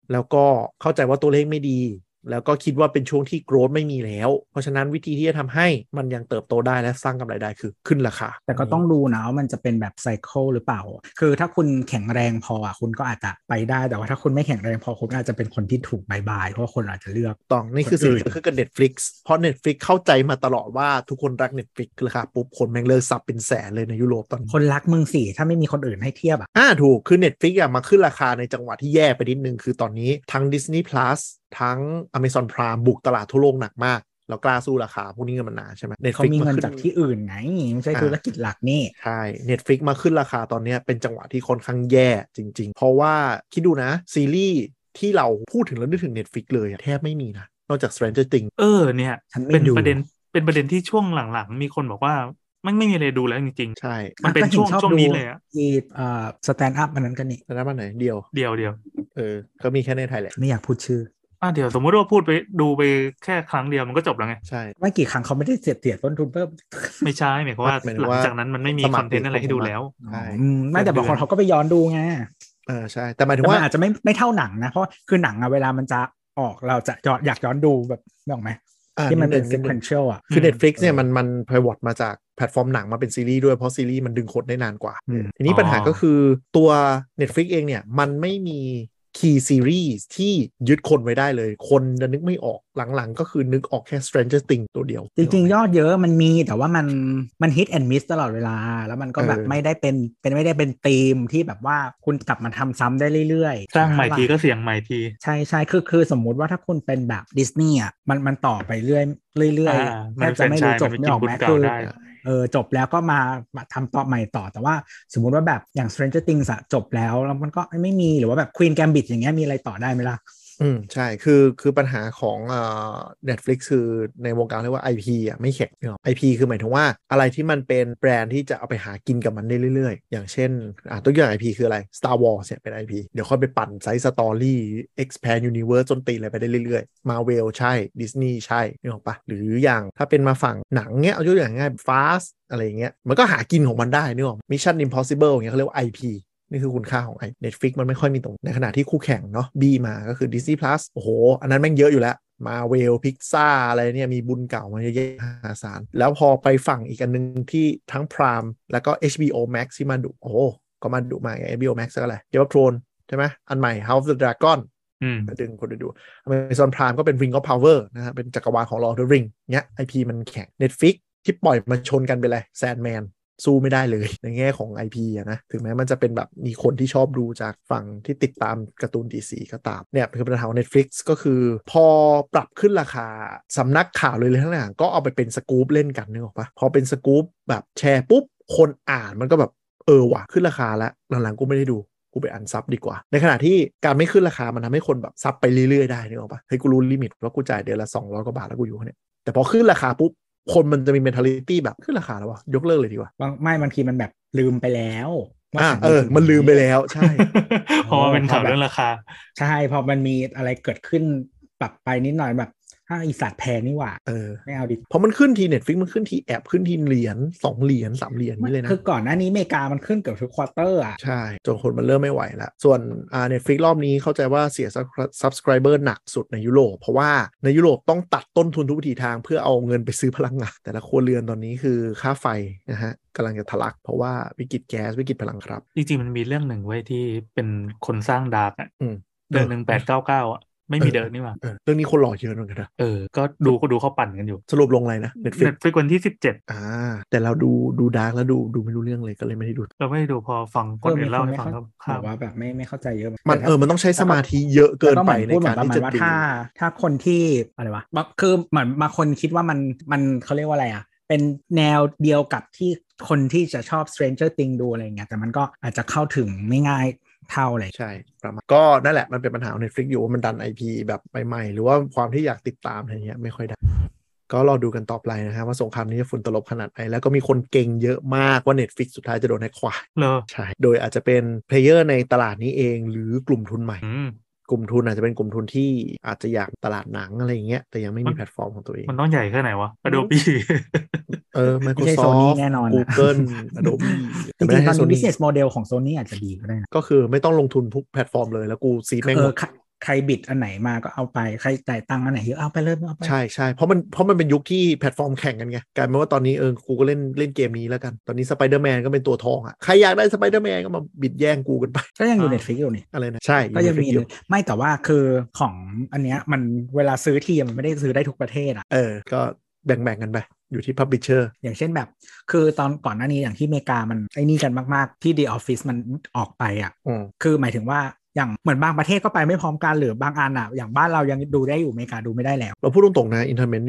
แล้วก็เข้าใจว่าตัวเลขไม่ดีแล้วก็คิดว่าเป็นช่วงที่โกรธไม่มีแล้วเพราะฉะนั้นวิธีที่จะทำให้มันยังเติบโตได้และสร้างกำไรได้คือขึ้นราคาแต่ก็ต้องดูนะว่ามันจะเป็นแบบไซเคิลหรือเปล่าคือถ้าคุณแข็งแรงพอคุณก็อาจจะไปได้แต่ว่าถ้าคุณไม่แข็งแรงพอคุณอาจจะเป็นคนที่ถูกบายเพราะคนอาจจะเลือกต้องนี่คือสิ่งที่เกิดขึ้นกับ Netflix เพราะ Netflix เข้าใจมาตลอดว่าทุกคนรัก Netflix ราคาปุ๊บคนแม่งเลิกซับเป็นแสนเลยในยุโรปตอนนี้คนรักมึงสิถ้าไม่มีคนอื่นให้เทียบถูกคือ Netflix มาขึ้นราคาในจังหวะที่แย่ไปนิดนึงคือตอนนี้ทั้ง Disney Plus ทั้ง Amazon Prime บุกตลาดทั่วโลกหนักมากแล้วกล้าสู้ราคาพวกนี้กันมานานใช่ไหมเขามีเงินจากที่อื่นไงไม่ใช่ธุรกิจหลักนี่ใช่ Netflix มาขึ้นราคาตอนนี้เป็นจังหวะที่ค่อนข้างแย่จริงๆเพราะว่าคิดดูนะซีรีส์ที่เราพูดถึงแล้วนึกถึง Netflix เลยแทบไม่มีนะนอกจาก Stranger Things เนี่ยเป็นประเด็นที่ช่วงหลังๆมีคนบอกว่ามันไม่มีอะไรดูแล้วจริงๆใช่มันเป็นช่วงนี้เลยที่สแตนด์อัพอันนั้นกันนี่สแตนด์อัพอันไหนเดียวก็มีแค่ในไทยแหละไม่อยากพูดชื่อเดี๋ยวสมมติว่าพูดไปดูไปแค่ครั้งเดียวมันก็จบแล้วไงใช่ไม่กี่ครั้งเขาไม่ได้เสียต้นทุนเพิ่มไม่ใช่หมายความว่าหลังจากนั้นมันไม่มีคอนเทนต์อะไรให้ดูแล้วไม่แต่บางคนเขาก็ไปย้อนดูไงใช่แต่หมายถึงว่าอาจจะไม่เท่าหนังนะเพราะคือหนังเวลามันจะออกเราจะอยากย้อนดูแบบนึกออกไหมที่มันเป็น sequential คือ Netflix เนี่ยมัน pivot มาจากแพลตฟอร์มหนังมาเป็นซีรีส์ด้วยเพราะซีรีส์มันดึงคนได้นานกว่าทีนี้ปัญหาก็คือตัว Netflix เองเนี่ยมันไม่มีคีย์ซีรีส์ที่ยึดคนไว้ได้เลยคนจะนึกไม่ออกหลังๆก็คือนึกออกแค่ Stranger Things ตัวเดียวจริงๆยอดเยอะมันมีแต่ว่ามัน hit and miss ตลอดเวลาแล้วมันก็แบบไม่ได้เป็นธีมที่แบบว่าคุณกลับมาทำซ้ำได้เรื่อยๆสร้างใหม่ทีก็เสียงใหม่ทีใช่คือสมมุติว่าถ้าคุณเป็นแบบดิสนีย์มันต่อไปเรื่อยแทบจะไม่รู้จบไม่ออกแม้คือจบแล้วก็มาทำต่อใหม่ต่อแต่ว่าสมมุติว่าแบบอย่าง Stranger Things จบแล้วมันก็ไม่มีหรือว่าแบบ Queen Gambit อย่างเงี้ยมีอะไรต่อได้ไหมล่ะใช่คือปัญหาของNetflix คือในวงการเรียกว่า IP ไม่แข็งเนาะ IP คือหมายถึงว่าอะไรที่มันเป็นแบรนด์ที่จะเอาไปหากินกับมันได้เรื่อยๆอย่างเช่นตัวอย่าง IP คืออะไร Star Wars เนี่ยเป็น IP เดี๋ยวค่อยไปปั่นไซส์สตอรี่ expand universe จนตีอะไรไปได้เรื่อยๆ Marvel ใช่ Disney ใช่นึกออกปะหรืออย่างถ้าเป็นมาฝั่งหนังเงี้ยเอาตัวอย่างง่าย Fast อะไรเงี้ยมันก็หากินของมันได้นึกออก Mission Impossible เงี้ยเขาเรียกว่า IPนี่คือคุณค่าของNetflix มันไม่ค่อยมีตรงในขณะที่คู่แข่งเนาะบีมาก็คือ Disney Plus โอ้โหอันนั้นแม่งเยอะอยู่แล้วมาเวลพิกซ่าอะไรเนี่ยมีบุญเก่ามาเยอะแยะมหาศาลแล้วพอไปฝั่งอีกอันนึงที่ทั้ง Prime แล้วก็ HBO Max ที่มาดุโอ้โหก็มาดุมาอย่าง HBO Max ก็อะไร Game of Thrones ใช่ไหมอันใหม่ House of the Dragon ดึงคนดู Amazon Prime ก็เป็น Ring of Power นะฮะเป็นจักรวาลของ Lord of the Ring เนี้ย IP มันแข็ง Netflix ที่ปล่อยมาชนกันไปเลย Sandmanสู้ไม่ได้เลยในแง่ของ IP นะถึงแม้มันจะเป็นแบบมีคนที่ชอบดูจากฝั่งที่ติดตามการ์ตูน DC ก็ตามเนี่ยคือปัญหาของ Netflix ก็คือพอปรับขึ้นราคาสำนักข่าวเลยทั้งนั้นก็เอาไปเป็นสกู๊ปเล่นกันนึกออกปะพอเป็นสกู๊ปแบบแชร์ปุ๊บคนอ่านมันก็แบบว่ะขึ้นราคาแล้วหลังๆกูไม่ได้ดูกูไปอันซับดีกว่าในขณะที่การไม่ขึ้นราคามันทำให้คนแบบซับไปเรื่อยๆได้นึกออกปะเฮ้ยกูรู้ลิมิตว่ากูจ่ายเดือนละ200 กว่าบาทแล้วกูอยู่เนี่ยแต่พอขึ้นราคาปุ๊บคนมันจะมี mentality แบบขึ้นราคาแล้ววะยกเลิกเลยดีกว่าบางทีมันแบบลืมไปแล้วมันลืมไปแล้วใช่พอเป็นข่าวเรื่องราคาใช่พอมันมีอะไรเกิดขึ้นปรับไปนิดหน่อยแบบอีสัตว์แพงนี่หว่าไม่เอาดิเพราะมันขึ้นที Netflix มันขึ้นทีแอบขึ้นทีเหรียญ2 เหรียญ3 เหรียญนี่เลยนะคือก่อนหน้านี้อเมริกามันขึ้นเกือบทุกควอเตอร์ใช่จนคนมันเริ่มไม่ไหวแล้วส่วนNetflix รอบนี้เข้าใจว่าเสีย subscriber หนักสุดในยุโรปเพราะว่าในยุโรปต้องตัดต้นทุนทุกวิถีทางเพื่อเอาเงินไปซื้อพลังงานแต่ละครัวเรือนตอนนี้คือค่าไฟนะฮะกำลังจะทะลักเพราะว่าวิกฤตแก๊สวิกฤตพลังครับจริงๆมันมีเรื่องหนึ่งไว้ที่เป็นคนสร้างดาร์กเดือน1899ไม่มีเดินนี่หว่าเรื่องนี้คนหล่อเยอะเหมือนกันนะก็ดูเขาปั่นกันอยู่สรุปลงอะไรนะ Netflix วันที่17 แต่เราดูดาร์กแล้วดูไม่รู้เรื่องเลยก็เลยไม่ได้ดูเราไม่ได้ดูพอฟังคนอื่นเล่าให้ฟังแล้วบอกว่าแบบไม่เข้าใจเยอะมันต้องใช้สมาธิเยอะเกินไปในการที่จะดูถ้าคนที่อะไรวะคือเหมือนบางคนคิดว่ามันเขาเรียกว่าอะไรเป็นแนวเดียวกับที่คนที่จะชอบ Stranger Things ดูอะไรเงี้ยแต่มันก็อาจจะเข้าถึงไม่ง่ายเท่าเลยใช่ประมาณก็นั่นแหละมันเป็นปัญหาของ Netflix อยู่ว่ามันดัน IP แบบใหม่ๆหรือว่าความที่อยากติดตามอะไรเงี้ยไม่ค่อยได้ก็รอดูกันต่อไปนะครับว่าสงครามนี้จะฝุ่นตลบขนาดไหนแล้วก็มีคนเก่งเยอะมากว่า Netflix สุดท้ายจะโดนแฮกควายใช่โดยอาจจะเป็นเพลเยอร์ในตลาดนี้เองหรือกลุ่มทุนใหม่กลุ่มทุนอาจจะเป็นกลุ่มทุนที่อาจจะอยากตลาดหนังอะไรอย่างเงี้ยแต่ยังไม่มีแพลตฟอร์มของตัวเองมันต้องใหญ่แค่ไหนวะ Adobe Microsoft แน่นอน Google Adobe จริงๆตอนนี้ business model ของ Sony อาจจะดีก็ได้นะก็คือไม่ต้องลงทุนทุกแพลตฟอร์มเลยแล้วกูซีแม่งหมดใครบิดอันไหนมาก็เอาไปใครจ่ายตังค์อันไหนเยอะเอาไปเลยเอาไปใช่เพราะมันเป็นยุคที่แพลตฟอร์มแข่งกันไงกลายเป็นว่าตอนนี้กูก็เล่นเกมนี้แล้วกันตอนนี้สไปเดอร์แมนก็เป็นตัวทองอ่ะใครอยากได้สไปเดอร์แมนก็มาบิดแย่งกูกันไปก็ยังอยู่ Netflix อยู่นี่อะไรนะใช่ก็ยังมีไม่แต่ว่าคือของอันเนี้ยมันเวลาซื้อทีมันไม่ได้ซื้อได้ทุกประเทศอ่ะก็แบ่งกันไปอยู่ที่ publisher อย่างเช่นแบบคือตอนก่อนหน้านี้อย่างที่อเมริกามันไอ้นี่กันมากๆที่ The Office มันออกไปอ่ะคือหมายถึงว่าอย่างเหมือนบางประเทศก็ไปไม่พร้อมกันหรือบางอันอ่ะอย่างบ้านเรายังดูได้อยู่อเมริกาดูไม่ได้แล้วเราพูดตรงๆนะ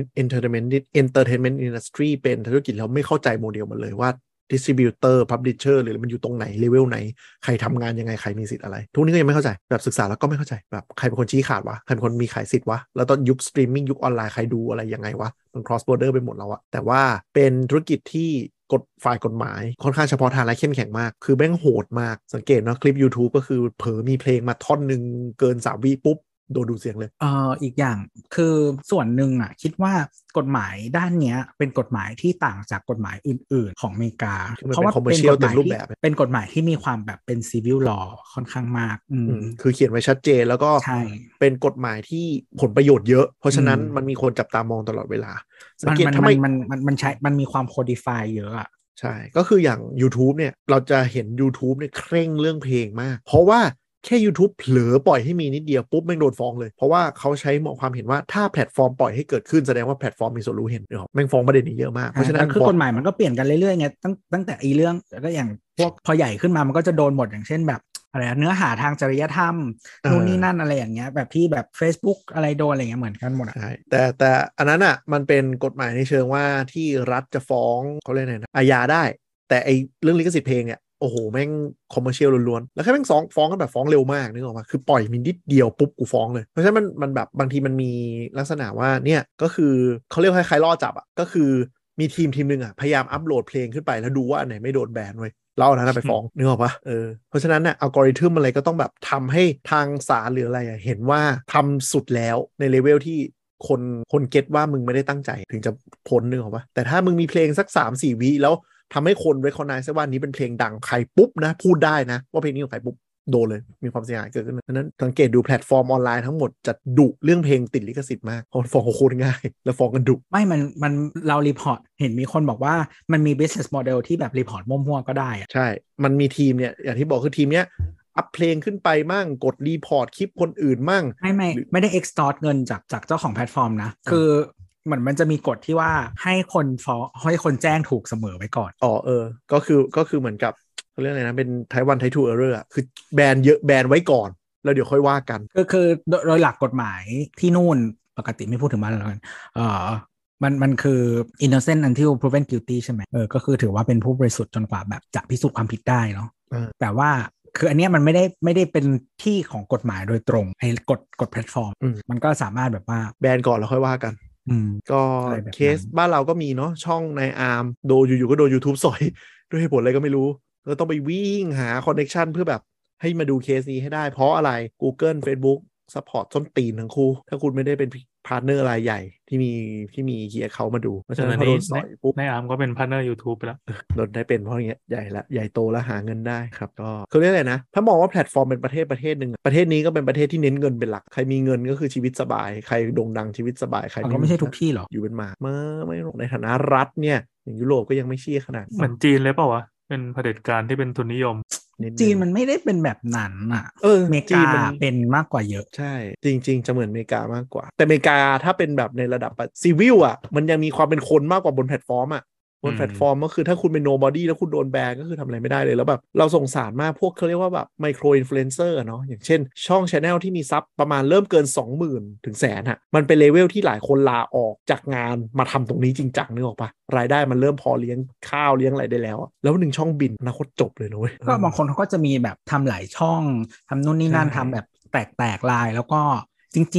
entertainment industry เป็นธุรกิจเราไม่เข้าใจโมเดลมันเลยว่า distributor publisher หรือมันอยู่ตรงไหนเลเวลไหนใครทำงานยังไงใครมีสิทธิ์อะไรทุกนี้ก็ยังไม่เข้าใจแบบศึกษาแล้วก็ไม่เข้าใจแบบใครเป็นคนชี้ขาดวะใครเป็นคนมีขายสิทธิ์วะแล้วตอนยุคสตรีมมิ่งยุคออนไลน์ใครดูอะไรยังไงวะมัน cross border ไปหมดแล้วอะแต่ว่าเป็นธุรกิจที่ฝ่ายกฎหมายค่อนข้างเฉพาะทางและเข้มแข็งมากคือแม่งโหดมากสังเกตนะคลิป YouTube ก็คือเผลอมีเพลงมาท่อนหนึ่งเกิน3 วิปุ๊บโดนดูเสียงเลยอีกอย่างคือส่วนหนึ่งอ่ะคิดว่ากฎหมายด้านเนี้ยเป็นกฎหมายที่ต่างจากกฎหมายอื่นๆของอเมริกาเพราะว่าเป็นกฎหมายที่เป็นกฎหมายที่มีความแบบเป็น civil law ค่อนข้างมากคือเขียนไว้ชัดเจนแล้วก็เป็นกฎหมายที่ผลประโยชน์เยอะเพราะฉะนั้นมันมีคนจับตามองตลอดเวลาสังเกตทำไมมันใช้มันมีความ codify เยอะอ่ะใช่ก็คืออย่าง YouTube เนี่ยเราจะเห็น YouTube เนี่ยเคร่งเรื่องเพลงมากเพราะว่าแค่ YouTube เผลอปล่อยให้มีนิดเดียวปุ๊บแม่งโดนฟ้องเลยเพราะว่าเขาใช้ความเห็นว่าถ้าแพลตฟอร์มปล่อยให้เกิดขึ้นแสดงว่าแพลตฟอร์มมีส่วนรู้เห็นแม่งฟ้องประเด็นนี้เยอะมากเพราะฉะนั้นคือกฎหมายมันก็เปลี่ยนกันเรื่อยๆไงตั้งแต่อีเรื่องก็อย่างพวกพอใหญ่ขึ้นมามันก็จะโดนหมดอย่างเช่นแบบอะไรเนื้อหาทางจริยธรรมนู่นนี่นั่นอะไรอย่างเงี้ยแบบที่แบบ Facebook อะไรโดนอะไรเงี้ยเหมือนกันหมดใช่แต่อันนั้นอ่ะมันเป็นกฎหมายในเชิงว่าที่รัฐจะฟ้องเขาเรียกไงนะอาญาได้แต่ไอเรื่องลิขสิทธิ์เพลงเนี่ยโอ้โหแม่งคอมเมอร์เชียลล้วนๆแล้วแค่แม่งฟ้องกันแบบฟ้องเร็วมากนึกออกมาคือปล่อยมินิดเดียวปุ๊บกูฟ้องเลยเพราะฉะนั้นมันแบบบางทีมันมีลักษณะว่าเนี่ยก็คือเขาเรียกคล้ายๆล่อจับอ่ะก็คือมีทีมนึงอ่ะพยายามอัปโหลดเพลงขึ้นไปแล้วดูว่าอันไหนไม่โดนแบนไว้เราเอานั้นไปฟ้องนึกออกปะเพราะฉะนั้นเนี่ยอัลกอริทึมอะไรก็ต้องแบบทำให้ทางศาลหรืออะไรเห็นว่าทำสุดแล้วในเลเวลที่คนเก็ตว่ามึงไม่ได้ตั้งใจถึงจะพ้นนึกออกปะแต่ถ้ามึงมีเพลงสัก 3-4 วิแล้วทำให้คน recognize ว่านี้เป็นเพลงดังใครปุ๊บนะพูดได้นะว่าเพลงนี้ของใครปุ๊บโดนเลยมีความเสียหายเกิดขึ้นเพราะนั้นสังเกตดูแพลตฟอร์มออนไลน์ทั้งหมดจะดุเรื่องเพลงติดลิขสิทธิ์มากเพราะฟ้องโคตรง่ายแล้วฟ้องกันดุไม่มันเรารีพอร์ตเห็นมีคนบอกว่ามันมี business model ที่แบบรีพอร์ตมั่วๆก็ได้ใช่มันมีทีมเนี่ยอย่างที่บอกคือทีมเนี้ยอัพเพลงขึ้นไปมั่งกดรีพอร์ตคลิปคนอื่นมั่งไม่ได้ extort เงินจากเจ้าของแพลตฟอร์มนะคือเหมือนมันจะมีกฎที่ว่าให้คนฟ้องให้คนแจ้งถูกเสมอไว้ก่อนก็คือเหมือนกับเขาเรียกอะไรนะเป็นไทวันไททูเออร์เรอร์อะคือแบนเยอะแบนไว้ก่อนแล้วเดี๋ยวค่อยว่ากันคือโดยหลักกฎหมายที่นู่นปกติไม่พูดถึงบ้านเรากันมันคือ innocent until proven guilty ใช่ไหมก็คือถือว่าเป็นผู้บริสุทธิ์จนกว่าแบบจะพิสูจน์ความผิดได้เนาะแต่ว่าคืออันเนี้ยมันไม่ได้เป็นที่ของกฎหมายโดยตรงไอ้กฎแพลตฟอร์มมันก็สามารถแบบว่าแบนก่อนแล้วค่อยว่ากันก็เคสบ้านเราก็มีเนาะช่องในอาร์มโดนอยู่ๆก็โดน YouTube สอยด้วยเหตุผลอะไรก็ไม่รู้แล้วต้องไปวิ่งหาคอนเนคชันเพื่อแบบให้มาดูเคสนี้ให้ได้เพราะอะไร Google Facebook ซัพพอร์ตส้นตีนทั้งคู่ถ้าคุณไม่ได้เป็นพาร์ทเนอร์รายใหญ่ที่มีเกียร์เขามาดูเพราะฉะนั้นพอโดนสอยปุ๊บในอาร์มก็เป็นพาร์ทเนอร์ YouTube ไปแล้วโดนได้เป็นเพราะอย่างเงี้ยใหญ่โตแล้วหาเงินได้ครับก็คือเรียกอะไรนะถ้ามองว่าแพลตฟอร์มเป็นประเทศหนึ่งประเทศนี้ก็เป็นประเทศที่เน้นเงินเป็นหลักใครมีเงินก็คือชีวิตสบายใครโด่งดังชีวิตสบายใครไม่ใช่ทุกที่หรออยู่เป็นหมาไม่ในฐานะรัฐเนี่ยอย่างยุโรปก็ยังไม่เชี่ยขนาดเหมือนจีนเลยเปล่าวะเป็นเผด็จการที่เป็นทุนนิยมจีนมันไม่ได้เป็นแบบนั้นอ่ะอเมริกาเป็นมากกว่าเยอะใช่จริงๆจะเหมือนอเมริกามากกว่าแต่อเมริกาถ้าเป็นแบบในระดับซีวิลอ่ะมันยังมีความเป็นคนมากกว่าบนแพลตฟอร์มอ่ะบนแพลตฟอร์มก็คือถ้าคุณเป็น nobody แล้วคุณโดนแบนก็คือทำอะไรไม่ได้เลยแล้วแบบเราสงสารมากพวกเขาเรียกว่าแบบไมโครอินฟลูเอนเซอร์เนาะอย่างเช่นช่อง channel ที่มีซับประมาณเริ่มเกิน 20,000 ถึงแสนอะมันเป็นเลเวลที่หลายคนลาออกจากงานมาทำตรงนี้จริงจังนึกออกปะรายได้มันเริ่มพอเลี้ยงข้าวเลี้ยงอะไรได้แล้วแล้ว1ช่องบินอนาคตจบเลยนะเว้ยก็บางคนเขาก็จะมีแบบทำหลายช่องทำนู่นนี่นั่นทำแบบแตกลายแล้วก็จริงๆอ่ะ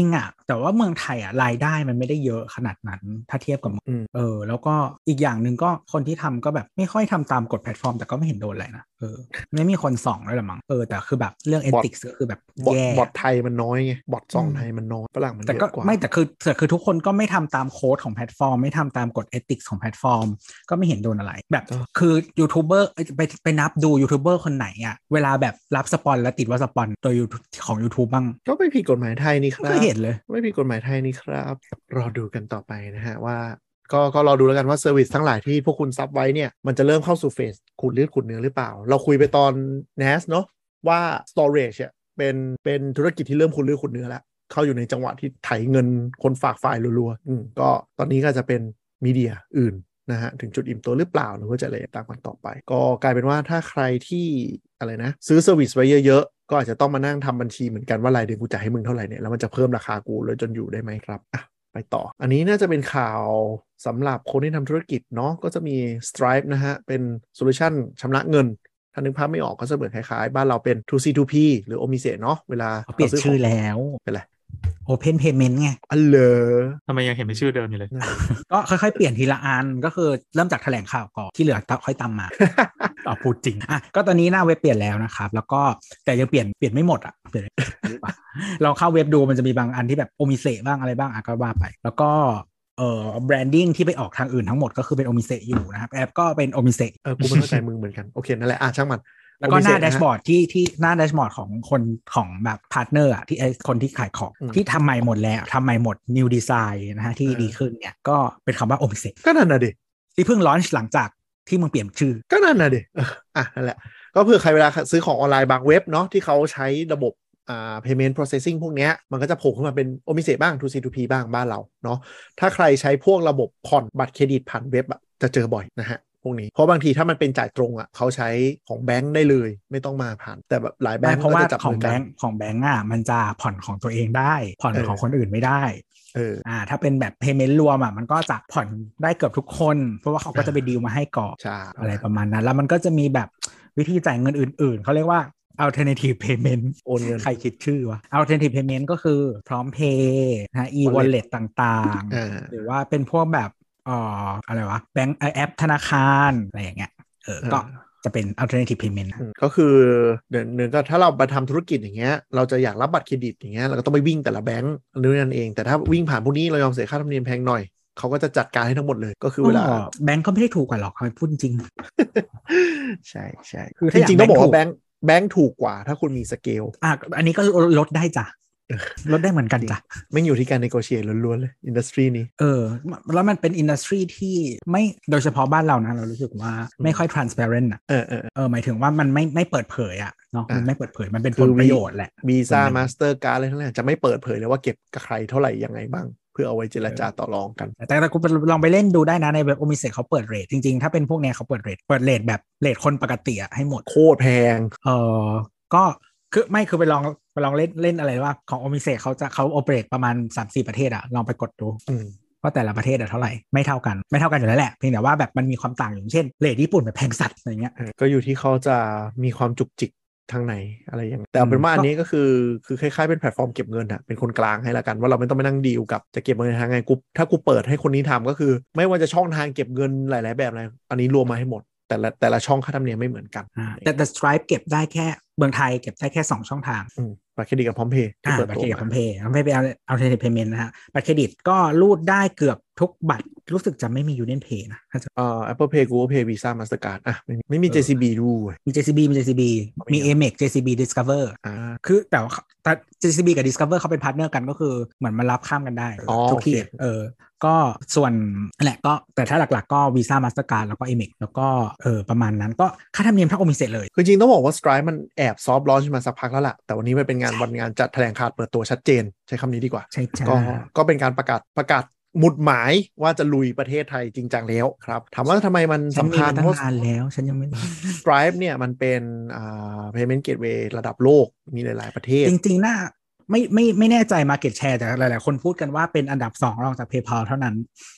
แต่ว่าเมืองไทยอ่ะรายได้มันไม่ได้เยอะขนาดนั้นถ้าเทียบกับแล้วก็อีกอย่างหนึ่งก็คนที่ทำก็แบบไม่ค่อยทำตามกฎแพลตฟอร์มแต่ก็ไม่เห็นโดนอะไรนะไม่มีคนส่องด้วยหรอมั้งแต่คือแบบเรื่องเอติกส์ก็คือแบบแย่บอทไทยมันน้อยไงบอทส่องไทยมันน้อยฝรั่งมันเยอะกว่าแต่คือทุกคนก็ไม่ทำตามโค้ดของแพลตฟอร์มไม่ทำตามกฎเอติกส์ของแพลตฟอร์มก็ไม่เห็นโดนอะไรแบบคือยูทูบเบอร์ไปนับดูยูทูบเบอร์คนไหนอ่ะเวลาแบบรับสปอนแล้วติดว่าสปอนโดยของ YouTube บ้างก็ไม่ผิดกฎหมายไทยนี่ครับก็เห็นเลยไม่ผิดกฎหมายไทยนี่ครับรอดูกันต่อไปนะฮะว่าก็รอดูแล้วกันว่าเซอร์วิสทั้งหลายที่พวกคุณซับไว้เนี่ยมันจะเริ่มเข้าสู่เฟสขุดเลือดขุดเนื้อหรือเปล่าเราคุยไปตอน NAS เนาะว่า storage เนี่ยเป็นธุรกิจที่เริ่มขุดเลือดขุดเนื้อแล้วเข้าอยู่ในจังหวะที่ไถเงินคนฝากฝ่ายรัวๆก็ตอนนี้ก็จะเป็นมีเดียอื่นนะฮะถึงจุดอิ่มตัวหรือเปล่าหรือว่าจะอะไรตามกันต่อไปก็กลายเป็นว่าถ้าใครที่อะไรนะซื้อเซอร์วิสไว้เยอะๆก็อาจจะต้องมานั่งทำบัญชีเหมือนกันว่ารายเดือนกูจ่ายให้มึงเท่าไหร่เนี่ยแล้วมันจะเพิ่มราคากูเลยจนอยู่ได้ไหมครับไปต่ออันนี้น่าจะเป็นข่าวสำหรับคนที่ทำธุรกิจเนาะก็จะมี Stripe นะฮะเป็นโซลูชันชำระเงินถ้านึกภาพไม่ออกก็จะเหมือนคล้ายๆบ้านเราเป็น 2C2P หรือ Omise เนาะเวลาเปลี่ยนชื่อแล้วเป็นไร Open Payment ไงทำไมยังเห็นเป็นชื่อเดิมอยู่เลยก็ค่อยๆเปลี่ยนทีละอันก็คือเริ่มจากแถลงข่าวก่อนที่เหลือค่อยตามมา พูดจริงก็ตอนนี้หน้าเว็บเปลี่ยนแล้วนะครับแล้วก็แต่ยังเปลี่ยนไม่หมดเปลี่ยนเราเข้าเว็บดูมันจะมีบางอันที่แบบโอมิเซบ้างอะไรบ้างก็ว่าไปแล้วก็แบรนดิ้งที่ไปออกทางอื่นทั้งหมดก็คือเป็นโอมิเซอยู่นะครับแอปก็เป็นโอมิเซกูไม่เข้าใจมึงเหมือนกันโอเคนั่นแหละช่างมันแล้วก็หน้าแดชบอร์ดที่หน้าแดชบอร์ดของคนของแบบพาร์ทเนอร์ที่คนที่ขายของที่ทำใหม่หมดแล้วทำใหม่หมด New Design นะฮะที่ดีขึ้นเนี่ยก็เป็นคำว่า Omise ก็นั่นน่ะดิที่เพิ่งลอนช์หลังจากที่มึงเปลี่ยนชื่อก็นั่นน่ะดินั่นแหละก็เผื่อใครเวลาซื้อของออนไลน์บางเว็บเนาะที่เขาใช้ระบบpayment processing พวกเนี้ยมันก็จะโผล่ขึ้นมาเป็น Omise บ้าง 2C2P บ้างบ้านเราเนาะถ้าใครใช้พวกระบบผ่อนบัตรเครดิตผ่านเว็บจะเจอบ่อยนะฮะพวกนี้เพราะบางทีถ้ามันเป็นจ่ายตรงเขาใช้ของแบงค์ได้เลยไม่ต้องมาผ่านแต่แบบหลายแบงค์เพราะว่าของแบงค์มันจะผ่อนของตัวเองได้ผ่อนของคนอื่นไม่ได้ถ้าเป็นแบบ payment รวมมันก็จะผ่อนได้เกือบทุกคนเพราะว่าเขาก็จะไปดีลมาให้ก่อนอะไรประมาณนั้นแล้วมันก็จะมีแบบวิธีจ่ายเงินอื่นๆเขาเรียกว่า alternative payment โอนเงินใครคิดชื่อวะ alternative payment ก็คือพร้อมเพย์นะ e-wallet ต่างๆหรือว่าเป็นพวกแบบอะไรวะแบงก์แอปธนาคารอะไรอย่างเงี้ยก็จะเป็น alternative payment ก็คือเดี๋ยวก็ถ้าเราไปทำธุรกิจอย่างเงี้ยเราจะอยากรับบัตรเครดิตอย่างเงี้ยเราก็ต้องไปวิ่งแต่ละแบงก์นั่นเองแต่ถ้าวิ่งผ่านพวกนี้เรายอมเสียค่าธรรมเนียมแพงหน่อยเขาก็จะจัดการให้ทั้งหมดเลยก็คือเวลาแบงก์ก็ไม่ได้ถูกกว่าหรอกพูดจริงใช่คือจริงๆต้องบอกว่าแบงก์ถูกกว่าถ้าคุณมีสเกลอันนี้ก็ลดได้จ้ะลดได้เหมือนกันจ้ะไม่อยู่ที่การ negotiate ล้วนๆเลยอินดัสทรีนี้แล้วมันเป็นอินดัสทรีที่ไม่โดยเฉพาะบ้านเรานะเรารู้สึกว่าไม่ค่อย transparent หมายถึงว่ามันไม่เปิดเผยเนาะมันไม่เปิดเผยมันเป็นผลประโยชน์แหละ Visa Mastercard อะไรทั้งนั้นจะไม่เปิดเผยเลยว่าเก็บกับใครเท่าไหร่ยังไงบ้างเพื่อเอาไว้เจรจาต่อรองกันแต่กูลองไปเล่นดูได้นะในเว็บโอมิเซเขาเปิดเรทจริงๆถ้าเป็นพวกเนี้ยเขาเปิดเรทแบบเรทคนปกติให้หมดโคตรแพงก็คือไปลองเล่นอะไรว่าของโอมิเซเขาโอเปเรตประมาณ 3-4 ประเทศลองไปกดดูว่าแต่ละประเทศเท่าไหร่ไม่เท่ากันอยู่แล้วแหละเพียงแต่ว่าแบบมันมีความต่างอย่างเช่นเรทญี่ปุ่นแบบแพงสัตว์อะไรเงี้ยก็อยู่ที่เขาจะมีความจุกจิกทางไหนอะไรอย่างแต่เอาเป็นว่าอันนี้ก็คือคล้ายๆเป็นแพลตฟอร์มเก็บเงินเป็นคนกลางให้ละกันว่าเราไม่ต้องไปนั่งดีลกับจะเก็บเงินทางไงถ้ากูเปิดให้คนนี้ทำก็คือไม่ว่าจะช่องทางเก็บเงินหลายๆแบบอะไรอันนี้รวมมาให้หมดแต่ละช่องค่าธรรมเนียมไม่เหมือนกันแต่ Stripe เก็บได้แค่เมืองไทยเก็บได้แค่2ช่องทางบัตรเครดิตกับพร้อมเพย์บัตรเครดิตกับพร้อมเพย์เป็นalternative payment นะฮะบัตรเครดิตก็รูดได้เกือบทุกบัตรรู้สึกจะไม่มี Union Pay นะ Apple Pay Google Pay Visa Mastercard ไม่มี JCB ด้วยมี JCB มี Amex JCB Discover คือแต่ว่า JCB กับ Discover เขาเป็นพาร์ทเนอร์กันก็คือเหมือนมันรับข้ามกันได้ทุกที่ก็ส่วนแหละก็แต่ถ้าหลักๆก็ Visa Mastercard แล้วก็ Amex แล้วก็ประมาณนั้นก็ค่าธรรมเนียมเท่า Omise เลยคือจริงต้องบอกว่า Stripe มันแอบซอฟต์ลอนช์มาสักพักแล้วล่ะแต่วันนี้มันเป็นวันงานจัดแถลงข่าวเปิดตัวชัดเจนใช้คำนี้ดีกว่าก็เป็นการประกาศหมุดหมายว่าจะลุยประเทศไทยจริงจังแล้วครับถามว่าทำไมมันสำคัญเพราะนานแล้วฉันยังไม่ Stripe เนี่ยมันเป็นpayment gateway ระดับโลกมีหลายๆประเทศจริงๆน่าไม่แน่ใจ market share แต่หลายๆคนพูดกันว่าเป็นอันดับ2รองจาก PayPal เท่านั้น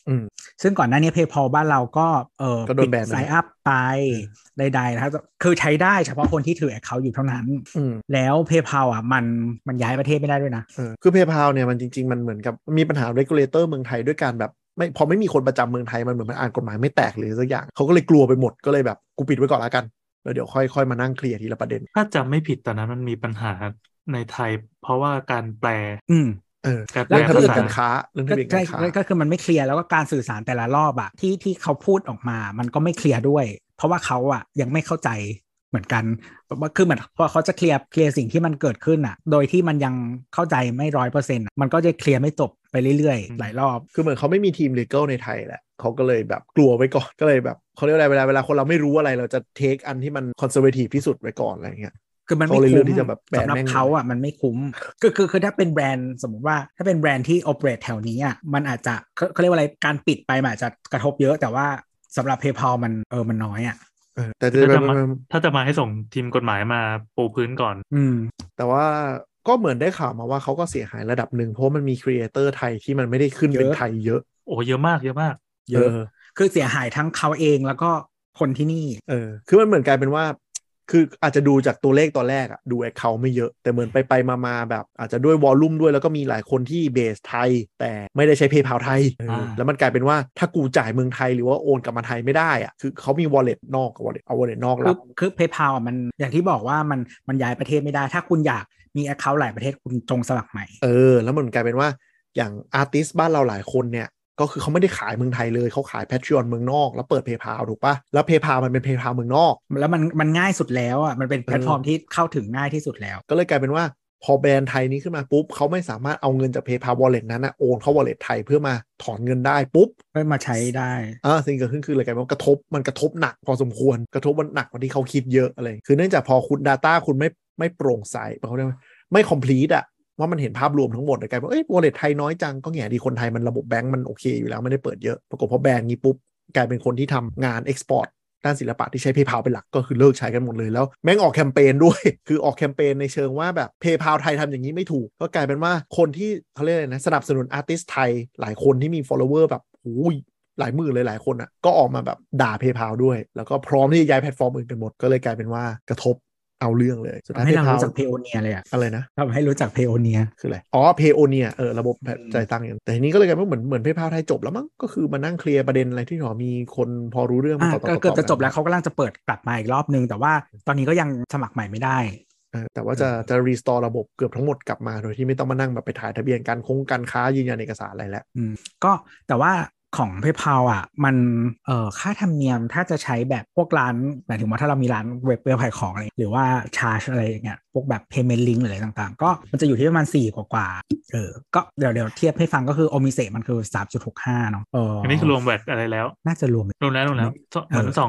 ซึ่งก่อนหน้านี้ PayPal บ้านเราก็ก็โดนแบนไซน์อัพไปใดๆนะครับคือใช้ได้เฉพาะคนที่ถือ account อยู่เท่านั้นแล้ว PayPal อ่ะมันย้ายประเทศไม่ได้ด้วยนะคือ PayPal เนี่ยมันจริงๆมันเหมือนกับมีปัญหา regulator เมืองไทยด้วยการแบบพอไม่มีคนประจำเมืองไทยมันเหมือนมันอ่านกฎหมายไม่แตกหรือสักอย่างเขาก็เลยกลัวไปหมดก็เลยแบบกูปิดไว้ก่อนละกันแล้วเดี๋ยวค่อยมานั่งเคลียร์ทีละประเด็นถ้าจำไม่ผิดตอนนั้นมันมีปัญหาในไทยเพราะว่าการแปลเรื่องทะเบียนการค้าเรื่องทะเบียนการค้าก็คือมันไม่เคลียร์แล้วก็การสื่อสารแต่ละรอบอะที่เขาพูดออกมามันก็ไม่เคลียร์ด้วยเพราะว่าเขาอะยังไม่เข้าใจเหมือนกันคือเหมือนพอเขาจะเคลียร์สิ่งที่มันเกิดขึ้นอะโดยที่มันยังเข้าใจไม่ 100% มันก็จะเคลียร์ไม่จบไปเรื่อยๆหลายรอบคือเหมือนเขาไม่มีทีม legal ในไทยแหละเขาก็เลยแบบกลัวไว้ก่อนก็เลยแบบเขาเรียกอะไรเวลาคนเราไม่รู้อะไรเราจะเทคอันที่มัน conservative ที่สุดไว้ก่อนอะไรเงี้ยคือมันไม่คุ้มสำหรับเขาอ่ะมันไม่คุ้มคือถ้าเป็นแบรนด์สมมติว่าถ้าเป็นแบรนด์ที่ operate แถวนี้อ่ะมันอาจจะเขาเรียกว่าอะไรการปิดไปมันอาจจะกระทบเยอะแต่ว่าสำหรับ PayPal มันน้อยอ่ะแต่ถ้าจะมาให้ส่งทีมกฎหมายมาปูพื้นก่อนแต่ว่าก็เหมือนได้ข่าวมาว่าเขาก็เสียหายระดับหนึ่งเพราะมันมีครีเอเตอร์ไทยที่มันไม่ได้ขึ้นเป็นไทยเยอะโอ้เยอะมากเยอะคือเสียหายทั้งเขาเองแล้วก็คนที่นี่คือมันเหมือนกลายเป็นว่าคืออาจจะดูจากตัวเลขตอนแรกอะดูแอคเคาท์ไม่เยอะแต่เหมือนไปมาแบบอาจจะด้วยวอลลุ่มด้วยแล้วก็มีหลายคนที่เบสไทยแต่ไม่ได้ใช้ PayPal ไทยแล้วมันกลายเป็นว่าถ้ากูจ่ายเมืองไทยหรือว่าโอนกลับมาไทยไม่ได้อะคือเขามี wallet นอกกับ wallet เอา wallet นอกแล้วคือ PayPal อ่ะมันอย่างที่บอกว่ามันย้ายประเทศไม่ได้ถ้าคุณอยากมี account หลายประเทศคุณจงสมัครใหม่แล้วมันกลายเป็นว่าอย่างอาร์ติสต์บ้านเราหลายคนเนี่ยก็คือเขาไม่ได้ขายเมืองไทยเลยเขาขาย Patreon เมืองนอกแล้วเปิด PayPal ถูกปะแล้ว PayPal มันเป็น PayPal เมืองนอกแล้วมันง่ายสุดแล้วอ่ะมันเป็นแพลตฟอร์มที่เข้าถึงง่ายที่สุดแล้วก็เลยกลายเป็นว่าพอแบรนด์ไทยนี้ขึ้นมาปุ๊บเขาไม่สามารถเอาเงินจาก PayPal Wallet นั้นนะโอนเข้า Wallet ไทยเพื่อมาถอนเงินได้ปุ๊บไม่มาใช้ได้สิ่งเกิดขึ้นคือเลยกลายเป็นว่ากระทบหนักพอสมควรกระทบมันหนักกว่าที่เขาคิดเยอะอะไรคือเนื่องจากพอคุณ Data คุณไม่โปร่งใสเขาเรียกว่าไม่ complete อ่ะว่ามันเห็นภาพรวมทั้งหมดเลยกลายเป็นwallet ไทยน้อยจังก็แง่ดีคนไทยมันระบบแบงก์มันโอเคอยู่แล้วไม่ได้เปิดเยอะปรากฏพอแบนงี้ปุ๊บกลายเป็นคนที่ทำงาน export ด้านศิลปะที่ใช้ PayPal เป็นหลักก็คือเลิกใช้กันหมดเลยแล้วแม่งออกแคมเปญด้วยคือออกแคมเปญในเชิงว่าแบบ PayPal ไทยทำอย่างนี้ไม่ถูกก็กลายเป็นว่าคนที่เขาเรียกอะไรนะสนับสนุนอาร์ติสต์ไทยหลายคนที่มี follower แบบหลายหมื่นเลยหลายคนอ่ะก็ออกมาแบบด่า PayPal ด้วยแล้วก็พร้อมที่จะย้ายแพลตฟอร์มอื่นกันหมดก็เลยกลายเป็นว่ากระทบเอาเรื่องเลยสุดท้ายให้เรารู้จัก Payoneer เลยอะไรนะทำให้รู้จัก Payoneer คืออะไรPayoneer ระบบจ่ายตังค์อย่างแต่ทีนี้ก็เลยกลายเป็นเหมือน PayPal ไทยจบแล้วมั้งก็คือมานั่งเคลียร์ประเด็นอะไรที่หรอมีคนพอรู้เรื่องมาต่อเกือบจะจบแล้วเขากำลังจะเปิดกลับมาอีกรอบนึงแต่ว่าตอนนี้ก็ยังสมัครใหม่ไม่ได้แต่ว่าจะ restore ระบบเกือบทั้งหมดกลับมาโดยที่ไม่ต้องมานั่งแบบไปถ่ายทะเบียนการค้ายืนยันเอกสารอะไรแล้วก็แต่ว่าของ PayPal อ่ะมันค่าธรรมเนียมถ้าจะใช้แบบพวกร้านหมายถึงว่าถ้าเรามีร้านเว็บขายของอะไรหรือว่าชาร์จอะไรอย่างเงี้ยพวกแบบ payment link อะไรต่างๆก็มันจะอยู่ที่ประมาณ4กว่าก็เดี๋ยวเทียบให้ฟังก็คือโอมิเซมันคือ 3.65 เนาะอันนี้คือรวมแวตอะไรแล้วน่าจะรวมแล้วเหมือน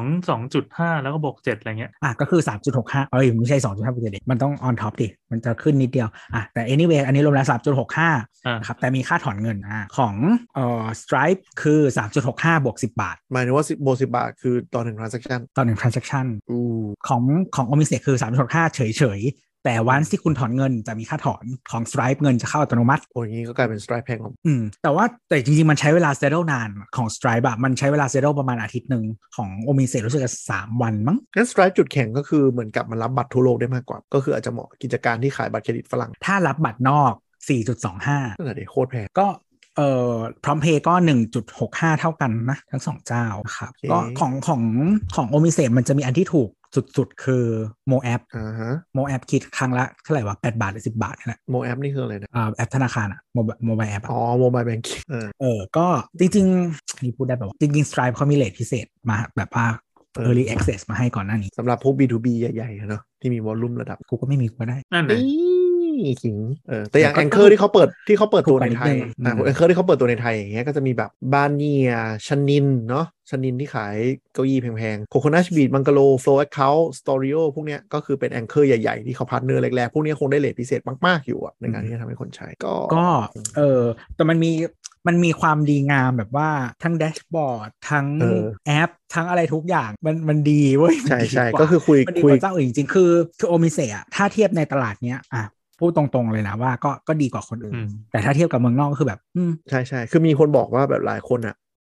2.5แล้วก็บวก7อะไรเงี้ยก็คือ 3.65 ไม่ใช่ 2.5 เด็กมันต้อง on top ดิมันจะขึ้นนิดเดียวแต่ anyway อันนี้รวมแล้ว 3.65 นะครับแต่มีค่าถอนเงินของStripe คือ 3.65 บวก10 บาทหมายถึงว่าบวก10 บาทคือต่อ1 transaction ต่อ1 transaction ของ Omise คือ 3.65 เฉยแต่วันที่คุณถอนเงินจะมีค่าถอนของ Stripe เงินจะเข้าอัตโนมัติอย่างนี้ก็กลายเป็น Stripe แพงแต่จริงๆมันใช้เวลา settle นานของ Stripe มันใช้เวลา settle ประมาณอาทิตย์นึงของ Omise รู้สึกจะ3 วันมั้งงั้น Stripe จุดแข็งก็คือเหมือนกับมันรับบัตรทั่วโลกได้มากกว่าก็คืออาจจะเหมาะกิจการที่ขายบัตรเครดิตฝรั่งถ้ารับบัตรนอก 4.25 นั่นแหละโคตรแพงก็พร้อมเพย์ก็ 1.65 เท่ากันนะทั้ง2เจ้าครับก็ของโอมิเซมันจะมีอันที่ถูกสุดๆคือโมแอปโมแอปคิดครั้งละเท่าไหร่วะ8 บาทหรือ10 บาทนี่แหละโมแอปนี่คืออะไรนะแอปธนาคารโมบายแอปโมบายแบงกิ้งก็จริงๆนี่พูดได้แบบว่าจริงๆ Stripe เขามีเรทพิเศษมาแบบว่าearly access มาให้ก่อนหน้านี้สำหรับพวก B2B ใหญ่ๆเนาะที่มีวอลลุ่มระดับกูก็ไม่มีก็ได้นั่นแหละขิงแต่อย่าง Anchor ที่เขาเปิดตัวในไทยAnchor ที่เขาเปิดตัวในไทยอย่างเงี้ยก็จะมีแบบบานเนียชนินเนาะชนินที่ขายเก้าอี้แพงๆ Coconut Beach Bungalow Flow Account Storio พวกเนี้ยก็คือเป็น Anchor ใหญ่ๆที่เขาพาร์ทเนอร์แรกๆพวกนี้คงได้เรทพิเศษมากๆอยู่ในการที่จะทำให้คนใช้ก็แต่มันมีความดีงามแบบว่าทั้งแดชบอร์ดทั้งแอปทั้งอะไรทุกอย่างมันดีเว้ยใช่ๆก็คือคุยเจ้าอื่นจริงๆคือโอมิเซะถ้าเทียบในตลาดเนี้ยพูดตรงๆเลยนะว่าก็ดีกว่าคนอื่นแต่ถ้าเทียบกับเมืองนอกก็คือแบบใช่ๆคือมีคนบอกว่าแบบหลายคน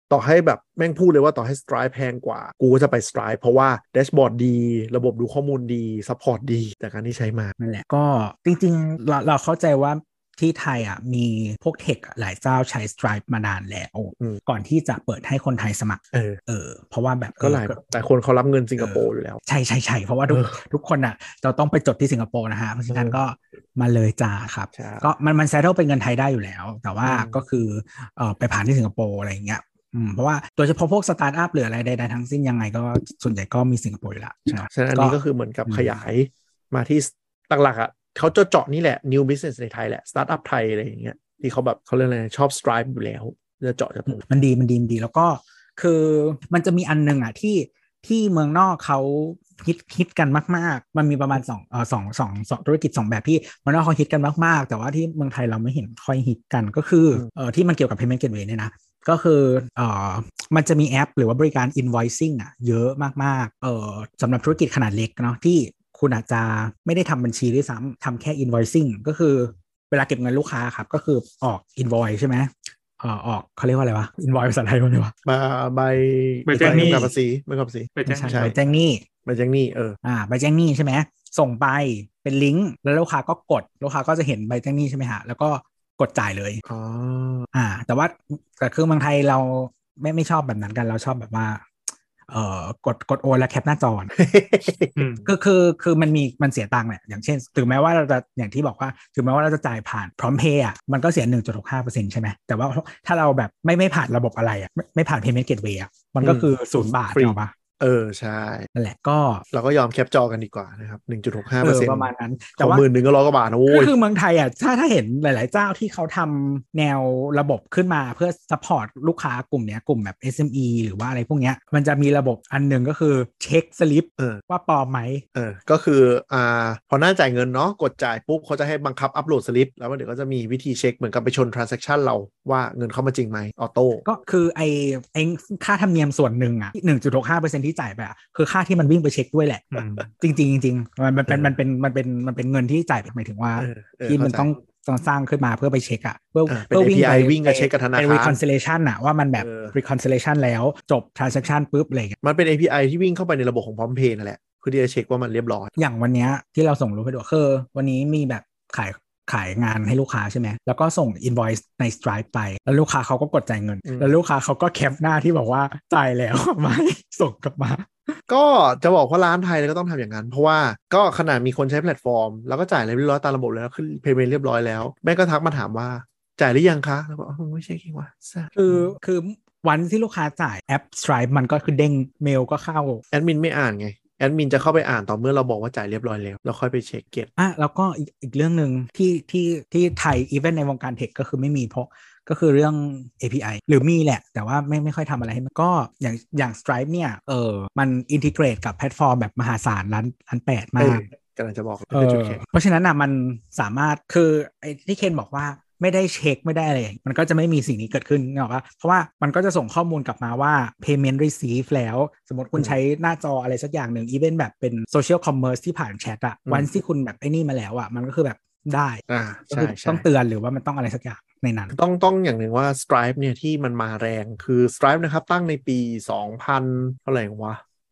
ต่อให้แบบแม่งพูดเลยว่าต่อให้ Stripe แพงกว่ากูก็จะไป Stripe เพราะว่าแดชบอร์ดดีระบบดูข้อมูลดีซัพพอร์ตดีจากการที่ใช้มานั่นแหละก็จริงๆเราเข้าใจว่าที่ไทยมีพวกเทคหลายเจ้าใช้ Stripe มานานแล้วก่อนที่จะเปิดให้คนไทยสมัครเพราะว่าแบบก็หลายคนเขารับเงินสิงคโปร์อยู่แล้วใช่เพราะว่าทุกคนเราต้องไปจดที่สิงคโปร์นะฮะเพราะฉะนั้นก็มาเลยจ้าครับก็มันแซทเทิลเป็นเงินไทยได้อยู่แล้วแต่ว่าก็คือไปผ่านที่สิงคโปร์อะไรอย่างเงี้ยเพราะว่าโดยเฉพาะพวกสตาร์ทอัพหรืออะไรใดๆทั้งสิ้นยังไงก็ส่วนใหญ่ก็มีสิงคโปร์อยู่แล้วฉะนั้นอันนี้ก็คือเหมือนกับขยายมาที่หลักๆเขาจะเจาะนี่แหละ new business ในไทยแหละสตาร์ทอัพไทยอะไรอย่างเงี้ยที่เขาแบบเขาเรียกอะไรชอบ Stripe อยู่แล้วจะเจาะจะตรงมันดีแล้วก็คือมันจะมีอันนึงที่เมืองนอกเขาฮิตกันมากๆมันมีประมาณสองธุรกิจ2แบบที่เมืองนอกเขาฮิตกันมากๆแต่ว่าที่เมืองไทยเราไม่เห็นค่อยฮิตกันก็คือที่มันเกี่ยวกับ payment gateway เนี่ยนะก็คือมันจะมีแอปหรือว่าบริการ invoicing เยอะมากๆสำหรับธุรกิจขนาดเล็กเนาะที่คุณอาจจะไม่ได้ทำบัญชีด้วยซ้ำทำแค่ invoicing ก็คือเวลาเก็บเงินลูกค้าครับก็คือออก invoice ใช่ไหมออกเขาเรียกว่าอะไรวะ invoice ภาษาไทยว่าอะไรวะใบแจ้งหนี้ภาษีไม่ภาษีใช่ใบแจ้งหนี้ใบแจ้งหนี้ใบแจ้งหนี้ใช่ไหมส่งไปเป็นลิงก์แล้วลูกค้าก็กดลูกค้าก็จะเห็นใบแจ้งหนี้ใช่ไหมฮะแล้วก็กดจ่ายเลยแต่ว่าแต่คือเมืองไทยเราไม่ชอบแบบนั้นกันเราชอบแบบว่ากดโอนแล้วแคปหน้าจอคือมันเสียตังค์แหละอย่างเช่นถึงแม้ว่าเราจะอย่างที่บอกว่าถึงแม้ว่าเราจะจ่ายผ่านพร้อมเพย์มันก็เสีย 1.65% ใช่ไหมแต่ว่าถ้าเราแบบไม่ผ่านระบบอะไรไม่ผ่าน payment gateway มันก็คือ0 บาทถูกปะใช่นั่นแหละก็เราก็ยอมแคปจอกันดีกว่านะครับ 1.65% ประมาณนั้นแต่ว่า10,000ก็100 กว่าบาทนะโว้ยคือเมืองไทยถ้าเห็นหลายๆเจ้าที่เขาทำแนวระบบขึ้นมาเพื่อซัพพอร์ตลูกค้ากลุ่มเนี้ยกลุ่มแบบ SME หรือว่าอะไรพวกเนี้ยมันจะมีระบบอันหนึ่งก็คือเช็คสลิปว่าปลอมไหมก็คือพอหน้าจ่ายเงินเนาะกดจ่ายปุ๊บเขาจะให้บังคับอัปโหลดสลิปแล้วเดี๋ยวก็จะมีวิธีเช็คเหมือนกับไปชน transaction เราว่าเงินเข้ามาจริงไหมออโต้ก็คือไอ้ค่าธรรมเนียมส่วนหนึ่ง1.65% ที่จ่ายไปคือค่าที่มันวิ่งไปเช็คด้วยแหละจริงมันเป็นเงินที่จ่ายหมายถึงว่าที่มันต้องสร้างขึ้นมาเพื่อไปเช็คเพื่อวิ่งไปวิ่งกับเช็คกับธนาคารเป็น reconciliation ว่ามันแบบ reconciliation แล้วจบ transaction ปุ๊บอะไรเงี้ยมันเป็น API ที่วิ่งเข้าไปในระบบของ PromptPay นั่นแหละคือที่จะเช็คว่ามันเรียบร้อยอย่างวันนี้ที่เราส่งรูปไปดูคือวันนี้มีแบบขายงานให้ลูกค้าใช่ไหมแล้วก็ส่ง invoice ใน Stripe ไปแล้วลูกค้าเขาก็กดจ่ายเงินแล้วลูกค้าเขาก็แคปหน้าที่บอกว่าจ่ายแล้วไม่ส่งกลับมาก็จะบอกว่าร้านไทยก็ต้องทำอย่างนั้นเพราะว่าก็ขนาดมีคนใช้แพลตฟอร์มแล้วก็จ่ายเรียบร้อยตามระบบแล้วขึ้น payment เรียบร้อยแล้วแม่ก็ทักมาถามว่าจ่ายหรือยังคะแล้วบอกไม่ใช่คิดว่าคือวันที่ลูกค้าจ่ายแอป Stripe มันก็คือเด้งเมลก็เข้าแอดมินไม่อ่านไงแอดมินจะเข้าไปอ่านต่อเมื่อเราบอกว่าจ่ายเรียบร้อยแล้วค่อยไปเช็คเก็ตแล้วก็อีกเรื่องหนึ่งที่ไทยอีเวนต์ในวงการเทคก็คือไม่มีเพราะก็คือเรื่อง API หรือมีแหละแต่ว่าไม่ค่อยทำอะไรให้มันก็อย่าง Stripe เนี่ยมันอินทิเกรตกับแพลตฟอร์มแบบมหาศาลล้าน8มากกำลังจะบอกเพราะฉะนั้นมันสามารถคือไอ้ที่เคนบอกว่าไม่ได้เช็คไม่ได้อะไรมันก็จะไม่มีสิ่งนี้เกิดขึ้นเนอะเพราะว่ามันก็จะส่งข้อมูลกลับมาว่า payment receive แล้วสมมติคุณใช้หน้าจออะไรสักอย่างหนึ่ง even แบบเป็น social commerce ที่ผ่านแชทวันที่คุณแบบไอ้นี่มาแล้วมันก็คือแบบได้ใช่ต้องเตือนหรือว่ามันต้องอะไรสักอย่างในนั้นต้องอย่างหนึ่งว่า Stripe เนี่ยที่มันมาแรงคือ Stripe นะครับตั้งในปี 2000 เท่าไหร่วะ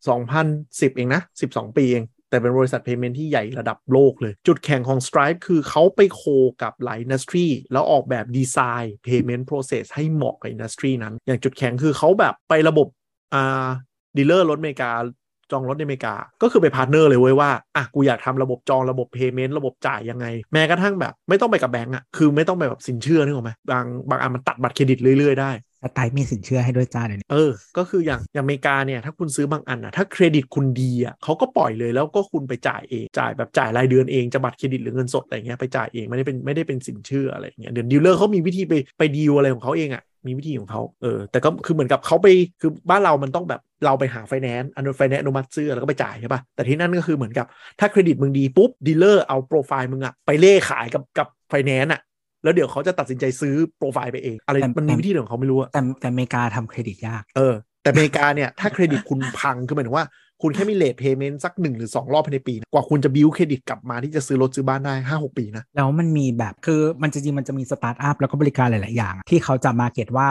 2010 เองนะ12 ปีเองแต่เป็นบริษัท payment ที่ใหญ่ระดับโลกเลยจุดแข่งของ Stripe คือเขาไปโคกับหลายอินดัสทรีแล้วออกแบบดีไซน์ payment process ให้เหมาะกับอินดัสทรีนั้นอย่างจุดแข็งคือเขาแบบไประบบดีลเลอร์รถอเมริกาจองรถในอเมริกาก็คือไปพาร์ทเนอร์เลยเว้ยว่ากูอยากทำระบบจองระบบ payment ระบบจ่ายยังไงแม้กระทั่งแบบไม่ต้องไปกับแบงก์คือไม่ต้องไปแบบสินเชื่อนึกออกไหมบางอันมันตัดบัตรเครดิตเรื่อยๆได้ไทยมีสินเชื่อให้ด้วยจ้าเดี๋ยวนี้ก็คืออย่างอเมริกาเนี่ยถ้าคุณซื้อบางอันถ้าเครดิตคุณดีเขาก็ปล่อยเลยแล้วก็คุณไปจ่ายเองจ่ายแบบจ่ายรายเดือนเองจะบัตรเครดิตหรือเงินสดอะไรเงี้ยไปจ่ายเองไม่ได้เป็นสินเชื่ออะไรเงี้ยเดี๋ยวดีลเลอร์เขามีวิธีไปดีลอะไรของเขาเองมีวิธีของเขาแต่ก็คือเหมือนกับเขาไปคือบ้านเรามันต้องแบบเราไปหาไฟแนนซ์ไฟแนนซ์อนุมัติซื้อแล้วก็ไปจ่ายใช่ป่ะแต่ที่นั่นก็คือเหมือนกับถ้าเครดิตมึงดีปุ๊บดีลเลอร์เอาโปรไฟล์มึงไปเล่ขายกับไฟแนนซ์แล้วเดี๋ยวเขาจะตัดสินใจซื้อโปรไฟล์ไปเองอะไรมันมีวิธีของเขาไม่รู้แต่อเมริกาทำเครดิตยากแต่อเมริกาเนี่ยถ้าเครดิตคุณพังคือหมายถึงว่าคุณแค่มีเลทเพย์เมนต์สัก1 หรือ 2 รอบภายในปีกว่าคุณจะบิวเครดิตกลับมาที่จะซื้อรถซื้อบ้านได้ 5-6 ปีนะแล้วมันมีแบบคือมันจะมีสตาร์ทอัพแล้วก็บริการหลายๆอย่างที่เขาจะมาเก็ตว่า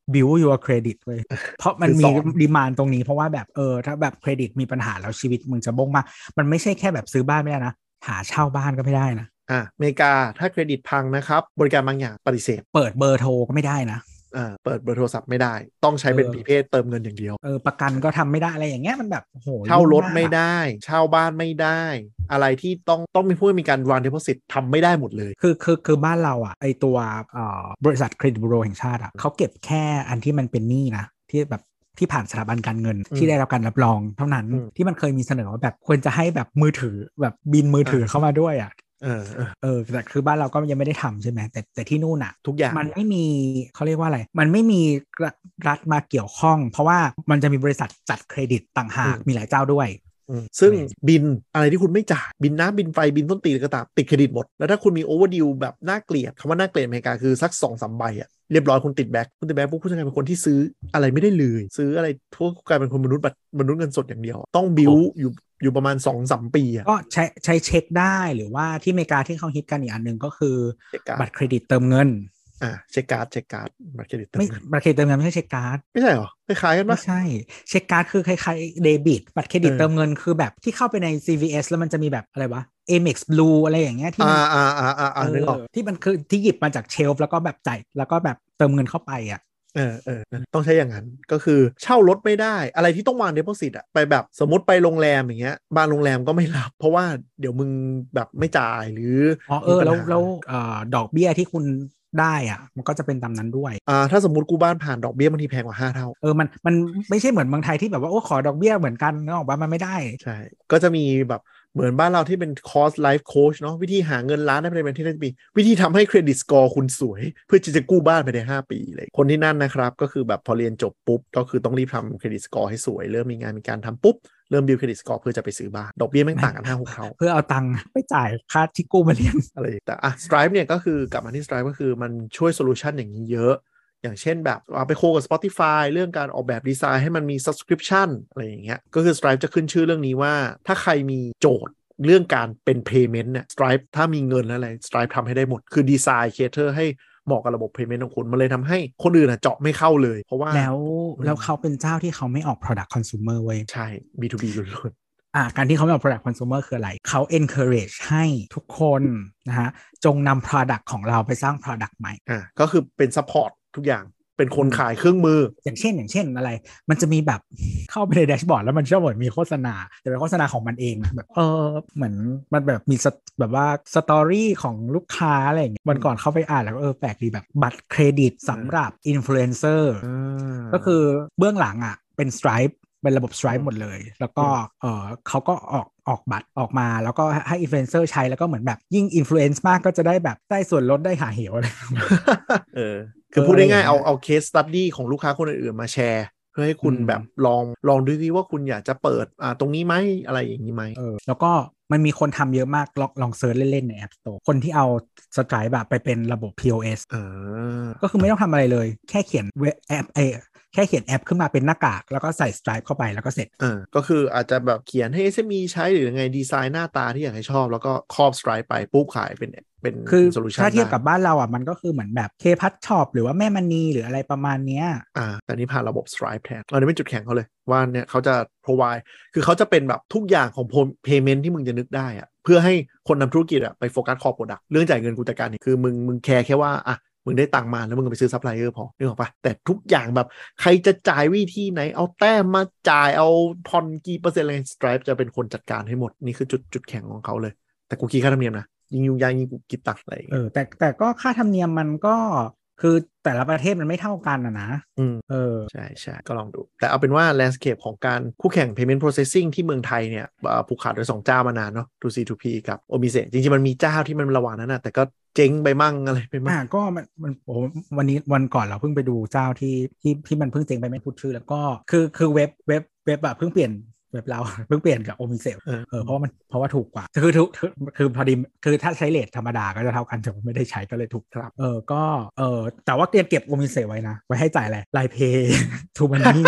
build your credit เว้ยเพราะมันมีดีมานด์ตรงนี้เพราะว่าแบบถ้าแบบเครดิตมีปัญหาแล้วชีวิตมึงจะบ้งมากมันไม่ใช่แค่แบบซื้อบ้านไม่ได้นะหาเช่าบ้านก็ไม่ได้นะอเมริกาถ้าเครดิตพังนะครับบริการบางอย่างปฏิเสธเปิดเบอร์โทรก็ไม่ได้นะเปิดเบอร์โทรศัพท์ไม่ได้ต้องใช้เป็นประเภทเติมเงินอย่างเดียวประกันก็ทำไม่ได้อะไรอย่างเงี้ยมันแบบโอ้โหเช่ารถไม่ได้เช่าบ้านไม่ได้อะไรที่ต้องมีผู้มีการวาง deposit ทำไม่ได้หมดเลยคือบ้านเราอ่ะไอตัวบริษัทเครดิตบูโรแห่งชาติอ่ะเขาเก็บแค่อันที่มันเป็นหนี้นะที่แบบที่ผ่านสถาบันการเงินที่ได้รับการรับรองเท่านั้นที่มันเคยมีเสนอว่าแบบควรจะให้แบบมือถือแบบบินมือถือเข้ามาด้วยอ่ะแต่คือบ้านเราก็ยังไม่ได้ทำใช่ไหมแต่ที่นู่นอ่ะทุกอย่างมันไม่มีเขาเรียกว่าอะไรมันไม่มีรัฐมาเกี่ยวข้องเพราะว่ามันจะมีบริษัทจัดเครดิตต่างหากมีหลายเจ้าด้วยซึ่งบินอะไรที่คุณไม่จ่ายบินน้ำบินไฟบินต้นตีก็ตามติดเครดิตหมดแล้วถ้าคุณมีโอเวอร์ดิวแบบน่าเกลียดคำว่าน่าเกลียดอเมริกาคือสัก 2-3 ใบอ่ะเรียบร้อยคุณติดแบ็คปุ๊บคุณจะกลายเป็นคนที่ซื้ออะไรไม่ได้เลยซื้ออะไรทั่วกลายเป็นคนมนุษย์เงินสดอย่างเดียวต้องบิวอยู่ประมาณ 2-3 ปีอ่ะก็ใช้เช็คได้หรือว่าที่อเมริกาที่เขาฮิตกันอีกอันนึงก็คือบัตรเครดิตเติมเงินเช็คการ์ดบัตรเครดิตไม่บัตรเครดิตเติมเงินไม่ใช่เช็คการ์ดไม่ใช่หรอคล้ายๆกันปะไม่ใช่เช็คการ์ดคือคล้ายๆเดบิตบัตรเครดิตเติมเงินคือแบบที่เข้าไปใน CVS แล้วมันจะมีแบบอะไรวะ Amex Blue อะไรอย่างเงี้ยที่นึกออกที่มันคือที่หยิบมาจากเชลฟ์แล้วก็แบบจ่ายแล้วก็แบบเติมเงินเข้าไปอ่ะต้องใช้อย่างนั้นก็คือเช่ารถไม่ได้อะไรที่ต้องวาง deposit อ่ะไปแบบสมมติไปโรงแรมอย่างเงี้ยบางโรงแรมก็ไม่รับเพราะว่าเดี๋ยวมึงแบบไม่จ่ายหรือแล้วดอกเบี้ยที่คุณได้อ่ะมันก็จะเป็นตามนั้นด้วยถ้าสมมติกูบ้านผ่านดอกเบี้ยบางทีแพงกว่า5 เท่ามันไม่ใช่เหมือนเมืองไทยที่แบบว่าขอดอกเบี้ยเหมือนกันนึกออกป่ะมันไม่ได้ใช่ก็จะมีแบบเหมือนบ้านเราที่เป็นคอร์สไลฟ์โค้ชเนาะวิธีหาเงินล้านได้ภายในที่นั่นปีวิธีทำให้เครดิตสกอร์คุณสวยเพื่อจะกู้บ้านภายใน5 ปีเลยคนที่นั่นนะครับก็คือแบบพอเรียนจบปุ๊บก็คือต้องรีบทำเครดิตสกอร์ให้สวยเริ่มมีงานมีการทำปุ๊บเริ่มบิลเครดิตสกอร์เพื่อจะไปซื้อบ้านดอกเบี้ยแม่งต่างกัน 5-6 เท่าเพื่อเอาตังค์ไปจ่ายค่าที่กู้มาเรียนอะไรแต่Stripe เนี่ยก็คือกลับมาที่ Stripe ก็คือมันช่วยโซลูชันอย่างนี้เยอะอย่างเช่นแบบเอาไปโคกับ Spotify เรื่องการออกแบบดีไซน์ให้มันมี subscription อะไรอย่างเงี้ยก็คือ Stripe จะขึ้นชื่อเรื่องนี้ว่าถ้าใครมีโจทย์เรื่องการเป็น payment เนี่ย Stripe ถ้ามีเงินแล้วอะไร Stripe ทำให้ได้หมดคือดีไซน์ cater ให้เหมาะกับระบบ payment ของคุณมันเลยทำให้คนอื่นเจาะไม่เข้าเลยเพราะว่าแล้วเขาเป็นเจ้าที่เขาไม่ออก product consumer เว้ยใช่ B2B ล้วนการที่เขาไม่ออก product consumer คืออะไรเขา encourage ให้ทุกคนนะฮะจงนำ product ของเราไปสร้าง product ใหม่ก็คือเป็น support ทุกอย่างเป็นคนขายเครื่องมืออย่างเช่นอะไรมันจะมีแบบเข้าไปในแดชบอร์ดแล้วมันชอบเหมือนมีโฆษณาแต่เป็นโฆษณาของมันเองแบบเหมือนมันแบบมีแบบว่าสตอรี่ของลูกค้าอะไรอย่างเงี้ยวันก่อนเข้าไปอ่านแล้วแปลกดีแบบบัตรเครดิตสำหรับอินฟลูเอนเซอร์ก็คือเบื้องหลังเป็น Stripe เป็นระบบ Stripe หมดเลยแล้วก็เขาก็ออกบัตรออกมาแล้วก็ให้อินฟลูเอนเซอร์ใช้แล้วก็เหมือนแบบยิ่งอินฟลูเอนซ์มากก็จะได้แบบได้ส่วนลดได้หาเหวอะไรคือพูดง่ายๆเอาเคสสตั๊ดดี้ของลูกค้าคนอื่นๆมาแชร์เพื่อให้คุณแบบลองดูซิว่าคุณอยากจะเปิดตรงนี้ไหมอะไรอย่างนี้ไหมแล้วก็มันมีคนทำเยอะมากลองเซิร์ชเล่นๆใน App Store คนที่เอา Stripe แบบไปเป็นระบบ POS ก็คือไม่ต้องทำอะไรเลยแค่เขียนเว็บแอปแค่เขียนแอปขึ้นมาเป็นหน้ากากแล้วก็ใส่ Stripe เข้าไปแล้วก็เสร็จก็คืออาจจะแบบเขียนให้ SME ใช้หรือยังไงดีไซน์หน้าตาที่อยากให้ชอบแล้วก็ครอบ Stripe ไปปุ๊บขายเป็นคือถ้าเทียบกับบ้านเรามันก็คือเหมือนแบบเคพัทช็อปหรือว่าแม่มณีหรืออะไรประมาณเนี้ยแต่นี้ผ่านระบบ Stripe แทนอันนี้เป็นจุดแข็งเขาเลยว่าเนี่ยเขาจะ provide คือเขาจะเป็นแบบทุกอย่างของ payment ที่มึงจะนึกได้เพื่อให้คนทำธุรกิจไปโฟกัส core product เรื่องจ่ายเงินกูจัดการนี่คือมึงแคร์แค่ว่ามึงได้ตังค์มาแล้วมึงไปซื้อซัพพลายเออร์พอนึกออกปะแต่ทุกอย่างแบบใครจะจ่ายวิธีไหนเอาแต้มมาจ่ายเอาผ่อนกี่เปอร์เซ็นต์อะไร Stripe จะเป็นคนจัดการให้หมดนี่คือจุดแข็งของเขาเลยแต่กูคิดค่าธรรมเนียมนะยิ่งยุ่งยากยิ่งกูคิดตักอะไรแต่ก็ค่าธรรมเนียมมันก็คือแต่ละประเทศมันไม่เท่ากันนะใช่ก็ลองดูแต่เอาเป็นว่า landscape ของการคู่แข่ง payment processing ที่เมืองไทยเนี่ยผูกขาดโดย2 เจ้ามานานเนาะ 2C2P กับ Omise จริงๆมันมีเจ้าที่มันระหว่างนั้นแต่ก็เจ๊งไปมั่งอะไรไปมั่งก็มันวันก่อนเราเพิ่งไปดูเจ้าที่มันเพิ่งเจ๊งไปไม่พูดชื่อแล้วก็คือเว็บเพิ่งเปลี่ยนเว็บเราเพิ่งเปลี่ยนกับโอมิเซลเพราะว่าถูกกว่าคือพอดีคือถ้าใช้เรทธรรมดาก็จะเท่ากันแต่ไม่ได้ใช้ก็เลยถูกครับก็แต่ว่าเก็บโอมิเซลไว้นะไว้ให้จ่ายอะไรไลน์เพย์ทูมันนี่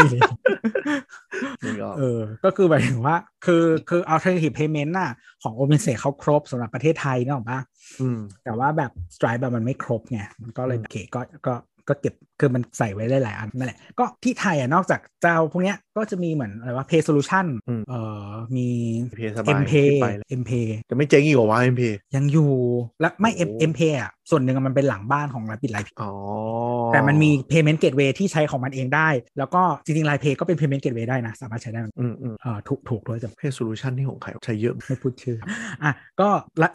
ก็คือหมายถึงว่าคือ alternative payment น่ะของโอมิเซลเขาครบสำหรับประเทศไทยนึกออกปะแต่ว่าแบบ Stripe แบบมันไม่ครบไงมันก็เลยเก๋ก็ก็เก็บคือมันใส่ไว้หลายๆอันนั่นแหละก็ที่ไทยนอกจากเจ้าพวกเนี้ยก็จะมีเหมือนอะไรว่า Pay Solution มี MPay จะไม่เจ๊งอีกเหรอวะ MPay ยังอยู่และไม่ MPay ส่วนหนึ่งมันเป็นหลังบ้านของRapid Line Pay แต่มันมี Payment Gateway ที่ใช้ของมันเองได้แล้วก็จริงๆ Line Pay ก็เป็น Payment Gateway ได้นะสามารถใช้ได้ถูกด้วยจ้ะ Pay Solution ที่ของใครใช้เยอะไม่พูดชื่อก็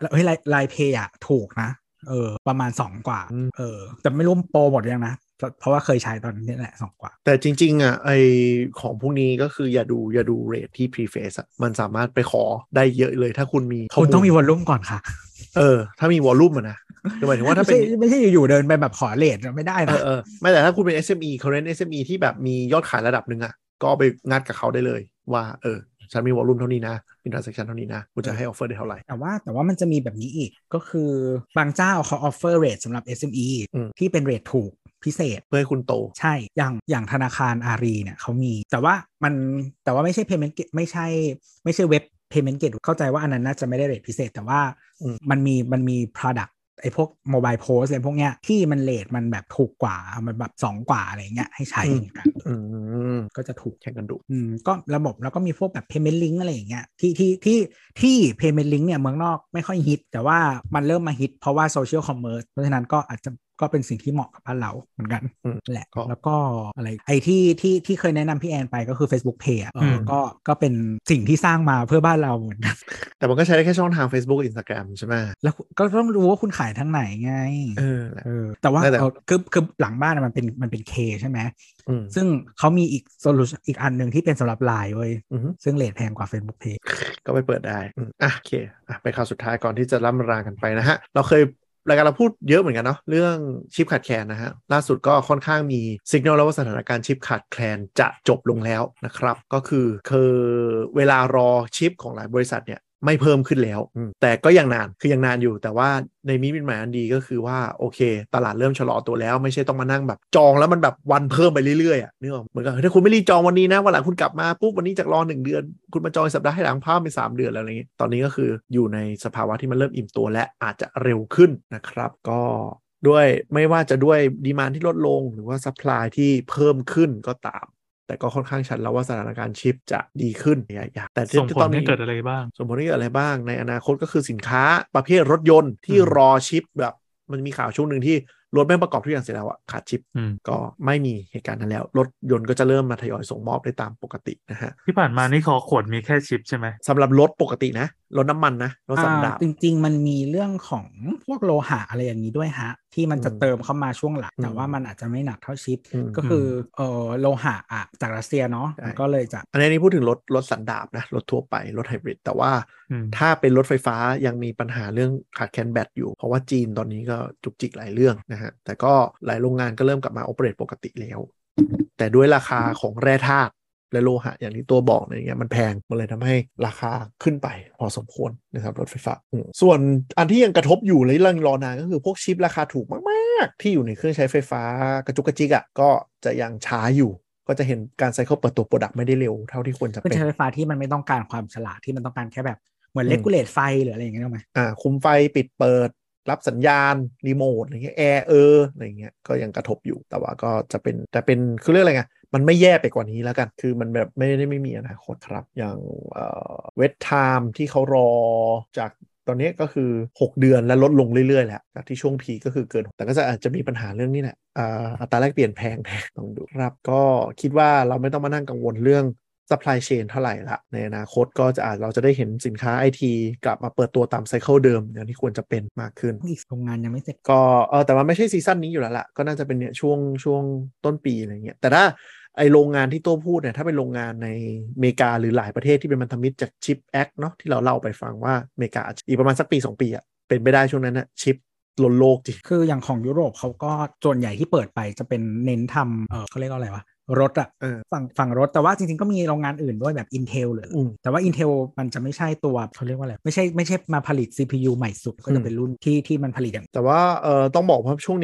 Line Pay ถูกนะประมาณ2กว่าแต่ไม่รู้โปรหมดยังนะเพราะว่าเคยใช้ตอนนี้แหละ2กว่าแต่จริงๆไอของพวกนี้ก็คืออย่าดูเรทที่ Preface มันสามารถไปขอได้เยอะเลยถ้าคุณมีคุณต้องมีวอลลุ่มก่อนค่ะถ้ามีวอลลุ่มนะคือหมายถึงว่าถ้าเป็นไม่ใช่อยู่ๆเดินไปแบบขอเรทไม่ได้นะไม่แต่ถ้าคุณเป็น SME current SME ที่แบบมียอดขายระดับหนึ่งก็ไปงัดกับเขาได้เลยว่าฉันมีวอลลุ่มเท่านี้นะมี transaction เท่านี้นะคุณจะให้ offer ได้เท่าไหร่แต่ว่ามันจะมีแบบนี้อีกก็คือบางเจ้าเขา offer rate สำหรับ SME ที่เป็นเรทถูกพิเศษเพื่อให้คุณโตใช่อย่างธนาคารอารีเนี่ยเขามีแต่ว่าไม่ใช่ payment ไม่ใช่เว็บ payment gateway เข้าใจว่าอันนั้นน่าจะไม่ได้เรทพิเศษแต่ว่ามันมี productไอ้พวกโมบายโพสอะไรพวกเนี้ยที่มันเรทมันแบบถูกกว่ามันแบบ2กว่าอะไรเงี้ยให้ใช้กันก็จะถูกแข่งกันดุก็ระบบแล้วก็มีพวกแบบ payment link อะไรอย่างเงี้ยที่ payment link เนี่ยเมืองนอกไม่ค่อยฮิตแต่ว่ามันเริ่มมาฮิตเพราะว่า social commerce เพราะฉะนั้นก็อาจจะก็เป็นสิ่งที่เหมาะกับบ้านเราเหมือนกันแหละแล้วก็อะไรไอ้ที่เคยแนะนำพี่แอนไปก็คือ Facebook Pay ก็เป็นสิ่งที่สร้างมาเพื่อบ้านเราเหมือนกันแต่มันก็ใช้ได้แค่ช่องทาง Facebook Instagram ใช่ไหมแล้วก็ต้องรู้ว่าคุณขายทางไหนไงแต่ว่าคือหลังบ้านมันเป็นเคใช่ไหมซึ่งเขามีอีกโซลูชันอีกอันหนึ่งที่เป็นสำหรับไลน์เว้ยซึ่งเรทแพงกว่า Facebook Pay ก็ไปเปิดได้โอเคไปข่าวสุดท้ายก่อนที่จะล่ำลากันไปนะฮะเราเคยรายการเราพูดเยอะเหมือนกันเนาะเรื่องชิปขาดแคลนนะฮะล่าสุดก็ค่อนข้างมีสัญญาณแล้วว่าสถานการณ์ชิปขาดแคลนจะจบลงแล้วนะครับก็คือเวลารอชิปของหลายบริษัทเนี่ยไม่เพิ่มขึ้นแล้วแต่ก็ยังนานอยู่แต่ว่าในมิติหมายอันดีก็คือว่าโอเคตลาดเริ่มชะลอตัวแล้วไม่ใช่ต้องมานั่งแบบจองแล้วมันแบบวันเพิ่มไปเรื่อยๆนึกออกเหมือนกับถ้าคุณไม่รีจองวันนี้นะวันหลังคุณกลับมาปุ๊บวันนี้จากรอ1 เดือนคุณมาจองสัปดาห์ให้หลังเพิ่มเป็น3 เดือนแล้วอะไรเงี้ยตอนนี้ก็คืออยู่ในสภาวะที่มันเริ่มอิ่มตัวและอาจจะเร็วขึ้นนะครับก็ด้วยไม่ว่าจะด้วยดีมานด์ที่ลดลงหรือว่าซัพพลายที่เพิ่มขึ้นก็ตามแต่ก็ค่อนข้างชัดแล้วว่าสถานการณ์ชิปจะดีขึ้นแต่ส่งผลให้เกิดอะไรบ้างในอนาคตก็คือสินค้าประเภทรถยนต์ที่รอชิปแบบมันมีข่าวช่วงหนึ่งที่รถไม่ประกอบทุกอย่างเสร็จแล้วขาดชิปก็ไม่มีเหตุการณ์นั้นแล้วรถยนต์ก็จะเริ่มมาทยอยส่งมอบได้ตามปกตินะฮะที่ผ่านมานี่ขวดมีแค่ชิปใช่ไหมสำหรับรถปกตินะรถน้ำมันนะรถสันดาปจริงๆมันมีเรื่องของพวกโลหะอะไรอย่างนี้ด้วยฮะที่มันจะเติมเข้ามาช่วงหลังแต่ว่ามันอาจจะไม่หนักเท่าชิปก็คือโลหะจากรัสเซียเนาะก็เลยจะอันนี้พูดถึงรถสันดาปนะรถทั่วไปรถไฮบริดแต่ว่าถ้าเป็นรถไฟฟ้ายังมีปัญหาเรื่องขาดแคลนแบตอยู่เพราะว่าจีนตอนนี้ก็จุกจิกหลายเรื่องนะฮะแต่ก็หลายโรงงานก็เริ่มกลับมาโอเปเรตปกติแล้วแต่ด้วยราคาของแร่ธาตุและโลหะอย่างที่ตัวบอกอะไรเงี้ยมันแพงมันเลยทำให้ราคาขึ้นไปพอสมควรนะครับรถไฟฟ้าส่วนอันที่ยังกระทบอยู่และยังรอนานก็คือพวกชิปราคาถูกมากๆที่อยู่ในเครื่องใช้ไฟฟ้ากระจุกกระจิกก็จะยังช้าอยู่ก็จะเห็นการไซเคิลเปิดตัวโปรดักต์ไม่ได้เร็วเท่าที่ควรจะเป็นเครื่องใช้ไฟฟ้าที่มันไม่ต้องการความฉลาดที่มันต้องการแค่แบบเหมือนเลกูเลตไฟหรืออะไรอย่างเงี้ยได้ไหมคุมไฟปิดเปิดรับสัญญาณรีโมทอะไรเงี้ยแอร์อะไรเงี้ยก็ยังกระทบอยู่แต่ว่าก็จะเป็นแต่เป็นคือเรื่องอะไรไงมันไม่แย่ไปกว่านี้แล้วกันคือมันแบบไม่มีอนาคตครับอย่างเวทไทม์ที่เขารอจากตอนนี้ก็คือ6 เดือนและลดลงเรื่อยๆแหละจากที่ช่วงพีก็คือเกินแต่ก็อาจจะมีปัญหาเรื่องนี้แหละอัตราแลกเปลี่ยนแพงต้องดูครับก็คิดว่าเราไม่ต้องมานั่งกังวลเรื่องsupply chain เท่าไหร่ละในอนาคตก็เราจะได้เห็นสินค้า IT กลับมาเปิดตัวตามไซเคิลเดิมอย่างที่ควรจะเป็นมากขึ้นโรงงานยังไม่เสร็จก็แต่มันไม่ใช่ซีซั่นนี้อยู่แล้วล่ะก็น่าจะเป็นเนี่ยช่วงต้นปีอะไรเงี้ยแต่ถ้าไอโรงงานที่ตัวพูดเนี่ยถ้าเป็นโรงงานในอเมริกาหรือหลายประเทศที่เป็นพันธมิตรจากชิปแอคเนาะที่เราเล่าไปฟังว่าอเมริกาอีกประมาณสักปี2 ปีเป็นไปได้ช่วงนั้นนะชิปล้นโลกจริงคืออย่างของยุโรปเขาก็ส่วนใหญ่ที่เปิดไปจะเป็นเน้นทำเขาเรียกว่าอะไรวะรถฝั่งรถแต่ว่าจริงๆก็มีโรงงานอื่นด้วยแบบ Intel หรือแต่ว่า Intel มันจะไม่ใช่ตัวเขาเรียกว่าอะไรไม่ใช่มาผลิต CPU ใหม่สุดก็จะเป็นรุ่นที่มันผลิตอย่างแต่ว่าต้องบอกว่าช่วงนี้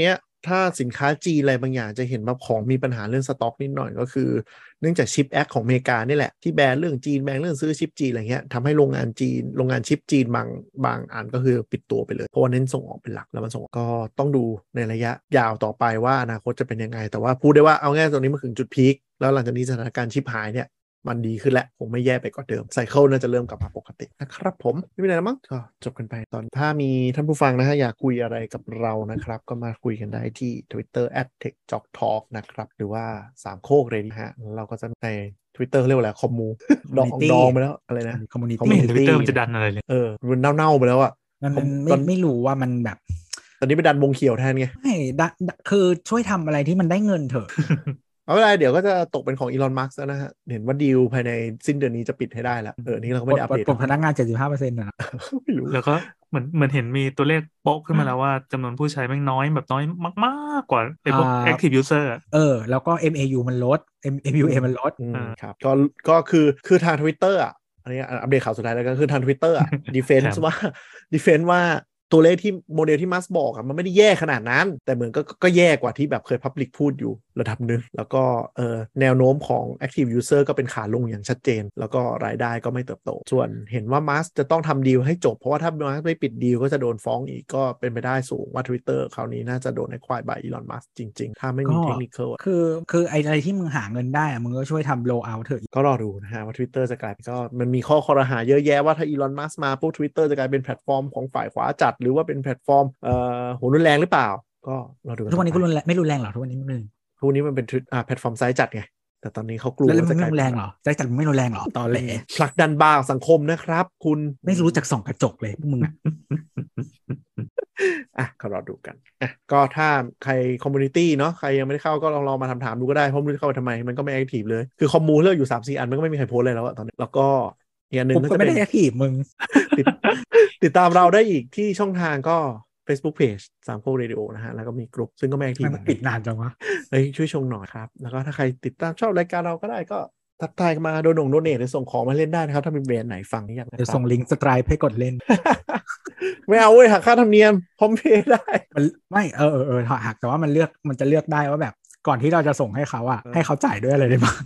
ถ้าสินค้าจีนอะไรบางอย่างจะเห็นแบบของมีปัญหาเรื่องสต็อกนิดหน่อยก็คือเนื่องจากชิปแอคของอเมริกานี่แหละที่แบนเรื่องจีนแบนเรื่องซื้อชิปจีนอะไรเงี้ยทำให้โรงงานชิปจีนบางอันก็คือปิดตัวไปเลยเพราะว่าเน้นส่งออกเป็นหลักแล้วมันส่งก็ต้องดูในระยะยาวต่อไปว่าอนาคตจะเป็นยังไงแต่ว่าพูดได้ว่าเอาง่ายตรงนี้มันถึงจุดพีคแล้วหลังจากนี้สถานการณ์ชิปหายเนี่ยมันดีขึ้นแล้วคงไม่แย่ไปกว่าเดิมไซเคิลน่าจะเริ่มกลับมาปกตินะครับผมไม่มีอะไรแล้วมั้งก็จบกันไปตอนถ้ามีท่านผู้ฟังนะฮะอยากคุยอะไรกับเรานะครับก็มาคุยกันได้ที่ Twitter @techjocktalk นะครับหรือว่าสามโคกเลยนะฮะเราก็จะใน Twitter เรียกว่าอะไรคอมมูดองไปแล้วอะไรนะ community ไม่เห็น Twitter มันจะดันอะไรเลยมันเน่าไปแล้วอ่ะมันไม่รู้ว่ามันแบบตอนนี้ไปดันวงเขียวแทนไงไม่คือช่วยทำอะไรที่มันได้เงินเถอะเอาเวลาเดี๋ยวก็จะตกเป็นของอีลอน มัสก์แล้วนะฮะเห็นว่าดีลภายในสิ้นเดือนนี้จะปิดให้ได้แล้วนี่เราก็ไม่ได้อัปเดตพนักงาน 75% นะไม่รู้แล้วก็เหมือนเห็นมีตัวเลขโป๊ะขึ้นมาแล้วว่าจำนวนผู้ใช้แม่งน้อยแบบน้อยมากๆกว่าไอ้พวก active user แล้วก็ MAU มันลด MUA มันลดครับก็คือทาง Twitter อ่ะอันนี้อัปเดตข่าวสุดท้ายแล้วก็คือทาง Twitter อ่ะ defense ว่าตัวเลขที่โมเดลที่มัสบอกอะมันไม่ได้แย่ขนาดนั้นแต่เหมือนก็แย่กว่าที่แบบเคย Public พูดอยู่ระดับหนึ่งแล้วก็แนวโน้มของ Active User ก็เป็นขาลงอย่างชัดเจนแล้วก็รายได้ก็ไม่เติบโตส่วนเห็นว่ามัสจะต้องทำดีลให้จบเพราะว่าถ้ามัสไม่ปิดดีลก็จะโดนฟ้องอีกก็เป็นไปได้สูงว่า Twitter คราวนี้น่าจะโดนไอ้ควายบายอีลอนมัสจริงๆถ้าไม่มีเทคนิคคืออะไรที่มึงหาเงินได้มึงก็ช่วยทำ blow out เถอะก็รอดูนะฮะว่า Twitter จะกลายก็มันมีข้อคอรหาเยอะแยะว่าถ้าอีลอนมัสมาพวก Twitter จะกลายเป็นแพลตฟอร์มของฝ่ายขวาจัดหรือว่าเป็นแพลตฟอร์มโหรุนแรงหรือเปล่าก็เราดูทุกวันนี้ก็ไม่รุนแรงหรอทุกวันนี้ไม่รุนทุกวันนี้มันเป็นแพลตฟอร์มไซส์จัดไงแต่ตอนนี้เขากลัวว่าจะกลายเป็นรุนแรงหรอไซส์จัดไม่รุนแรงหรอตอนแหลผลักดันบาร์สังคมนะครับคุณไม่รู้จักส่องกระจกเลยพวกมึงก็รอดูกันก็ถ้าใครคอมมูนิตี้เนาะใครยังไม่ได้เข้าก็ลองมาถามดูก็ได้เพราะไม่รู้เข้าไปทำไมมันก็ไม่แอคทีฟเลยคือคอมมูเลือกอยู่ 3-4 อันมันก็ไม่มีใครโพสเลยแล้วตอนนี้แล้วก็อีกอันนึงก็จะไม่ได้แอคทีฟมึงติดตามเราได้อีกที่ช่องทางก็ Facebook Page สามโคกเรดิโอนะฮะแล้วก็มีกลุ่มซึ่งก็ไม่แอคทีฟมันปิดนานจังวะช่วยชงหน่อยครับแล้วก็ถ้าใครติดตามชอบรายการเราก็ได้ก็ทักทายมาโดนเนทหรือส่งของมาเล่นได้นะครับถ้ามีแบรนด์ไหนฟังนี่อยากจะส่งลิงก์สไตร์ให้กดเล่นไม่เอาเว้ยหักค่าธรรมเนียมพร้อมเพย์ได้ไม่หักแต่ว่ามันจะเลือกได้ว่าแบบก่อนที่เราจะส่งให้เขาให้เขาจ่ายด้วยอะไรได้บ้าง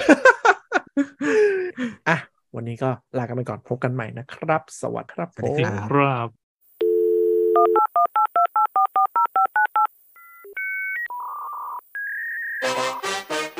วันนี้ก็ลากันไปก่อนพบกันใหม่นะครับสวัสดีครับ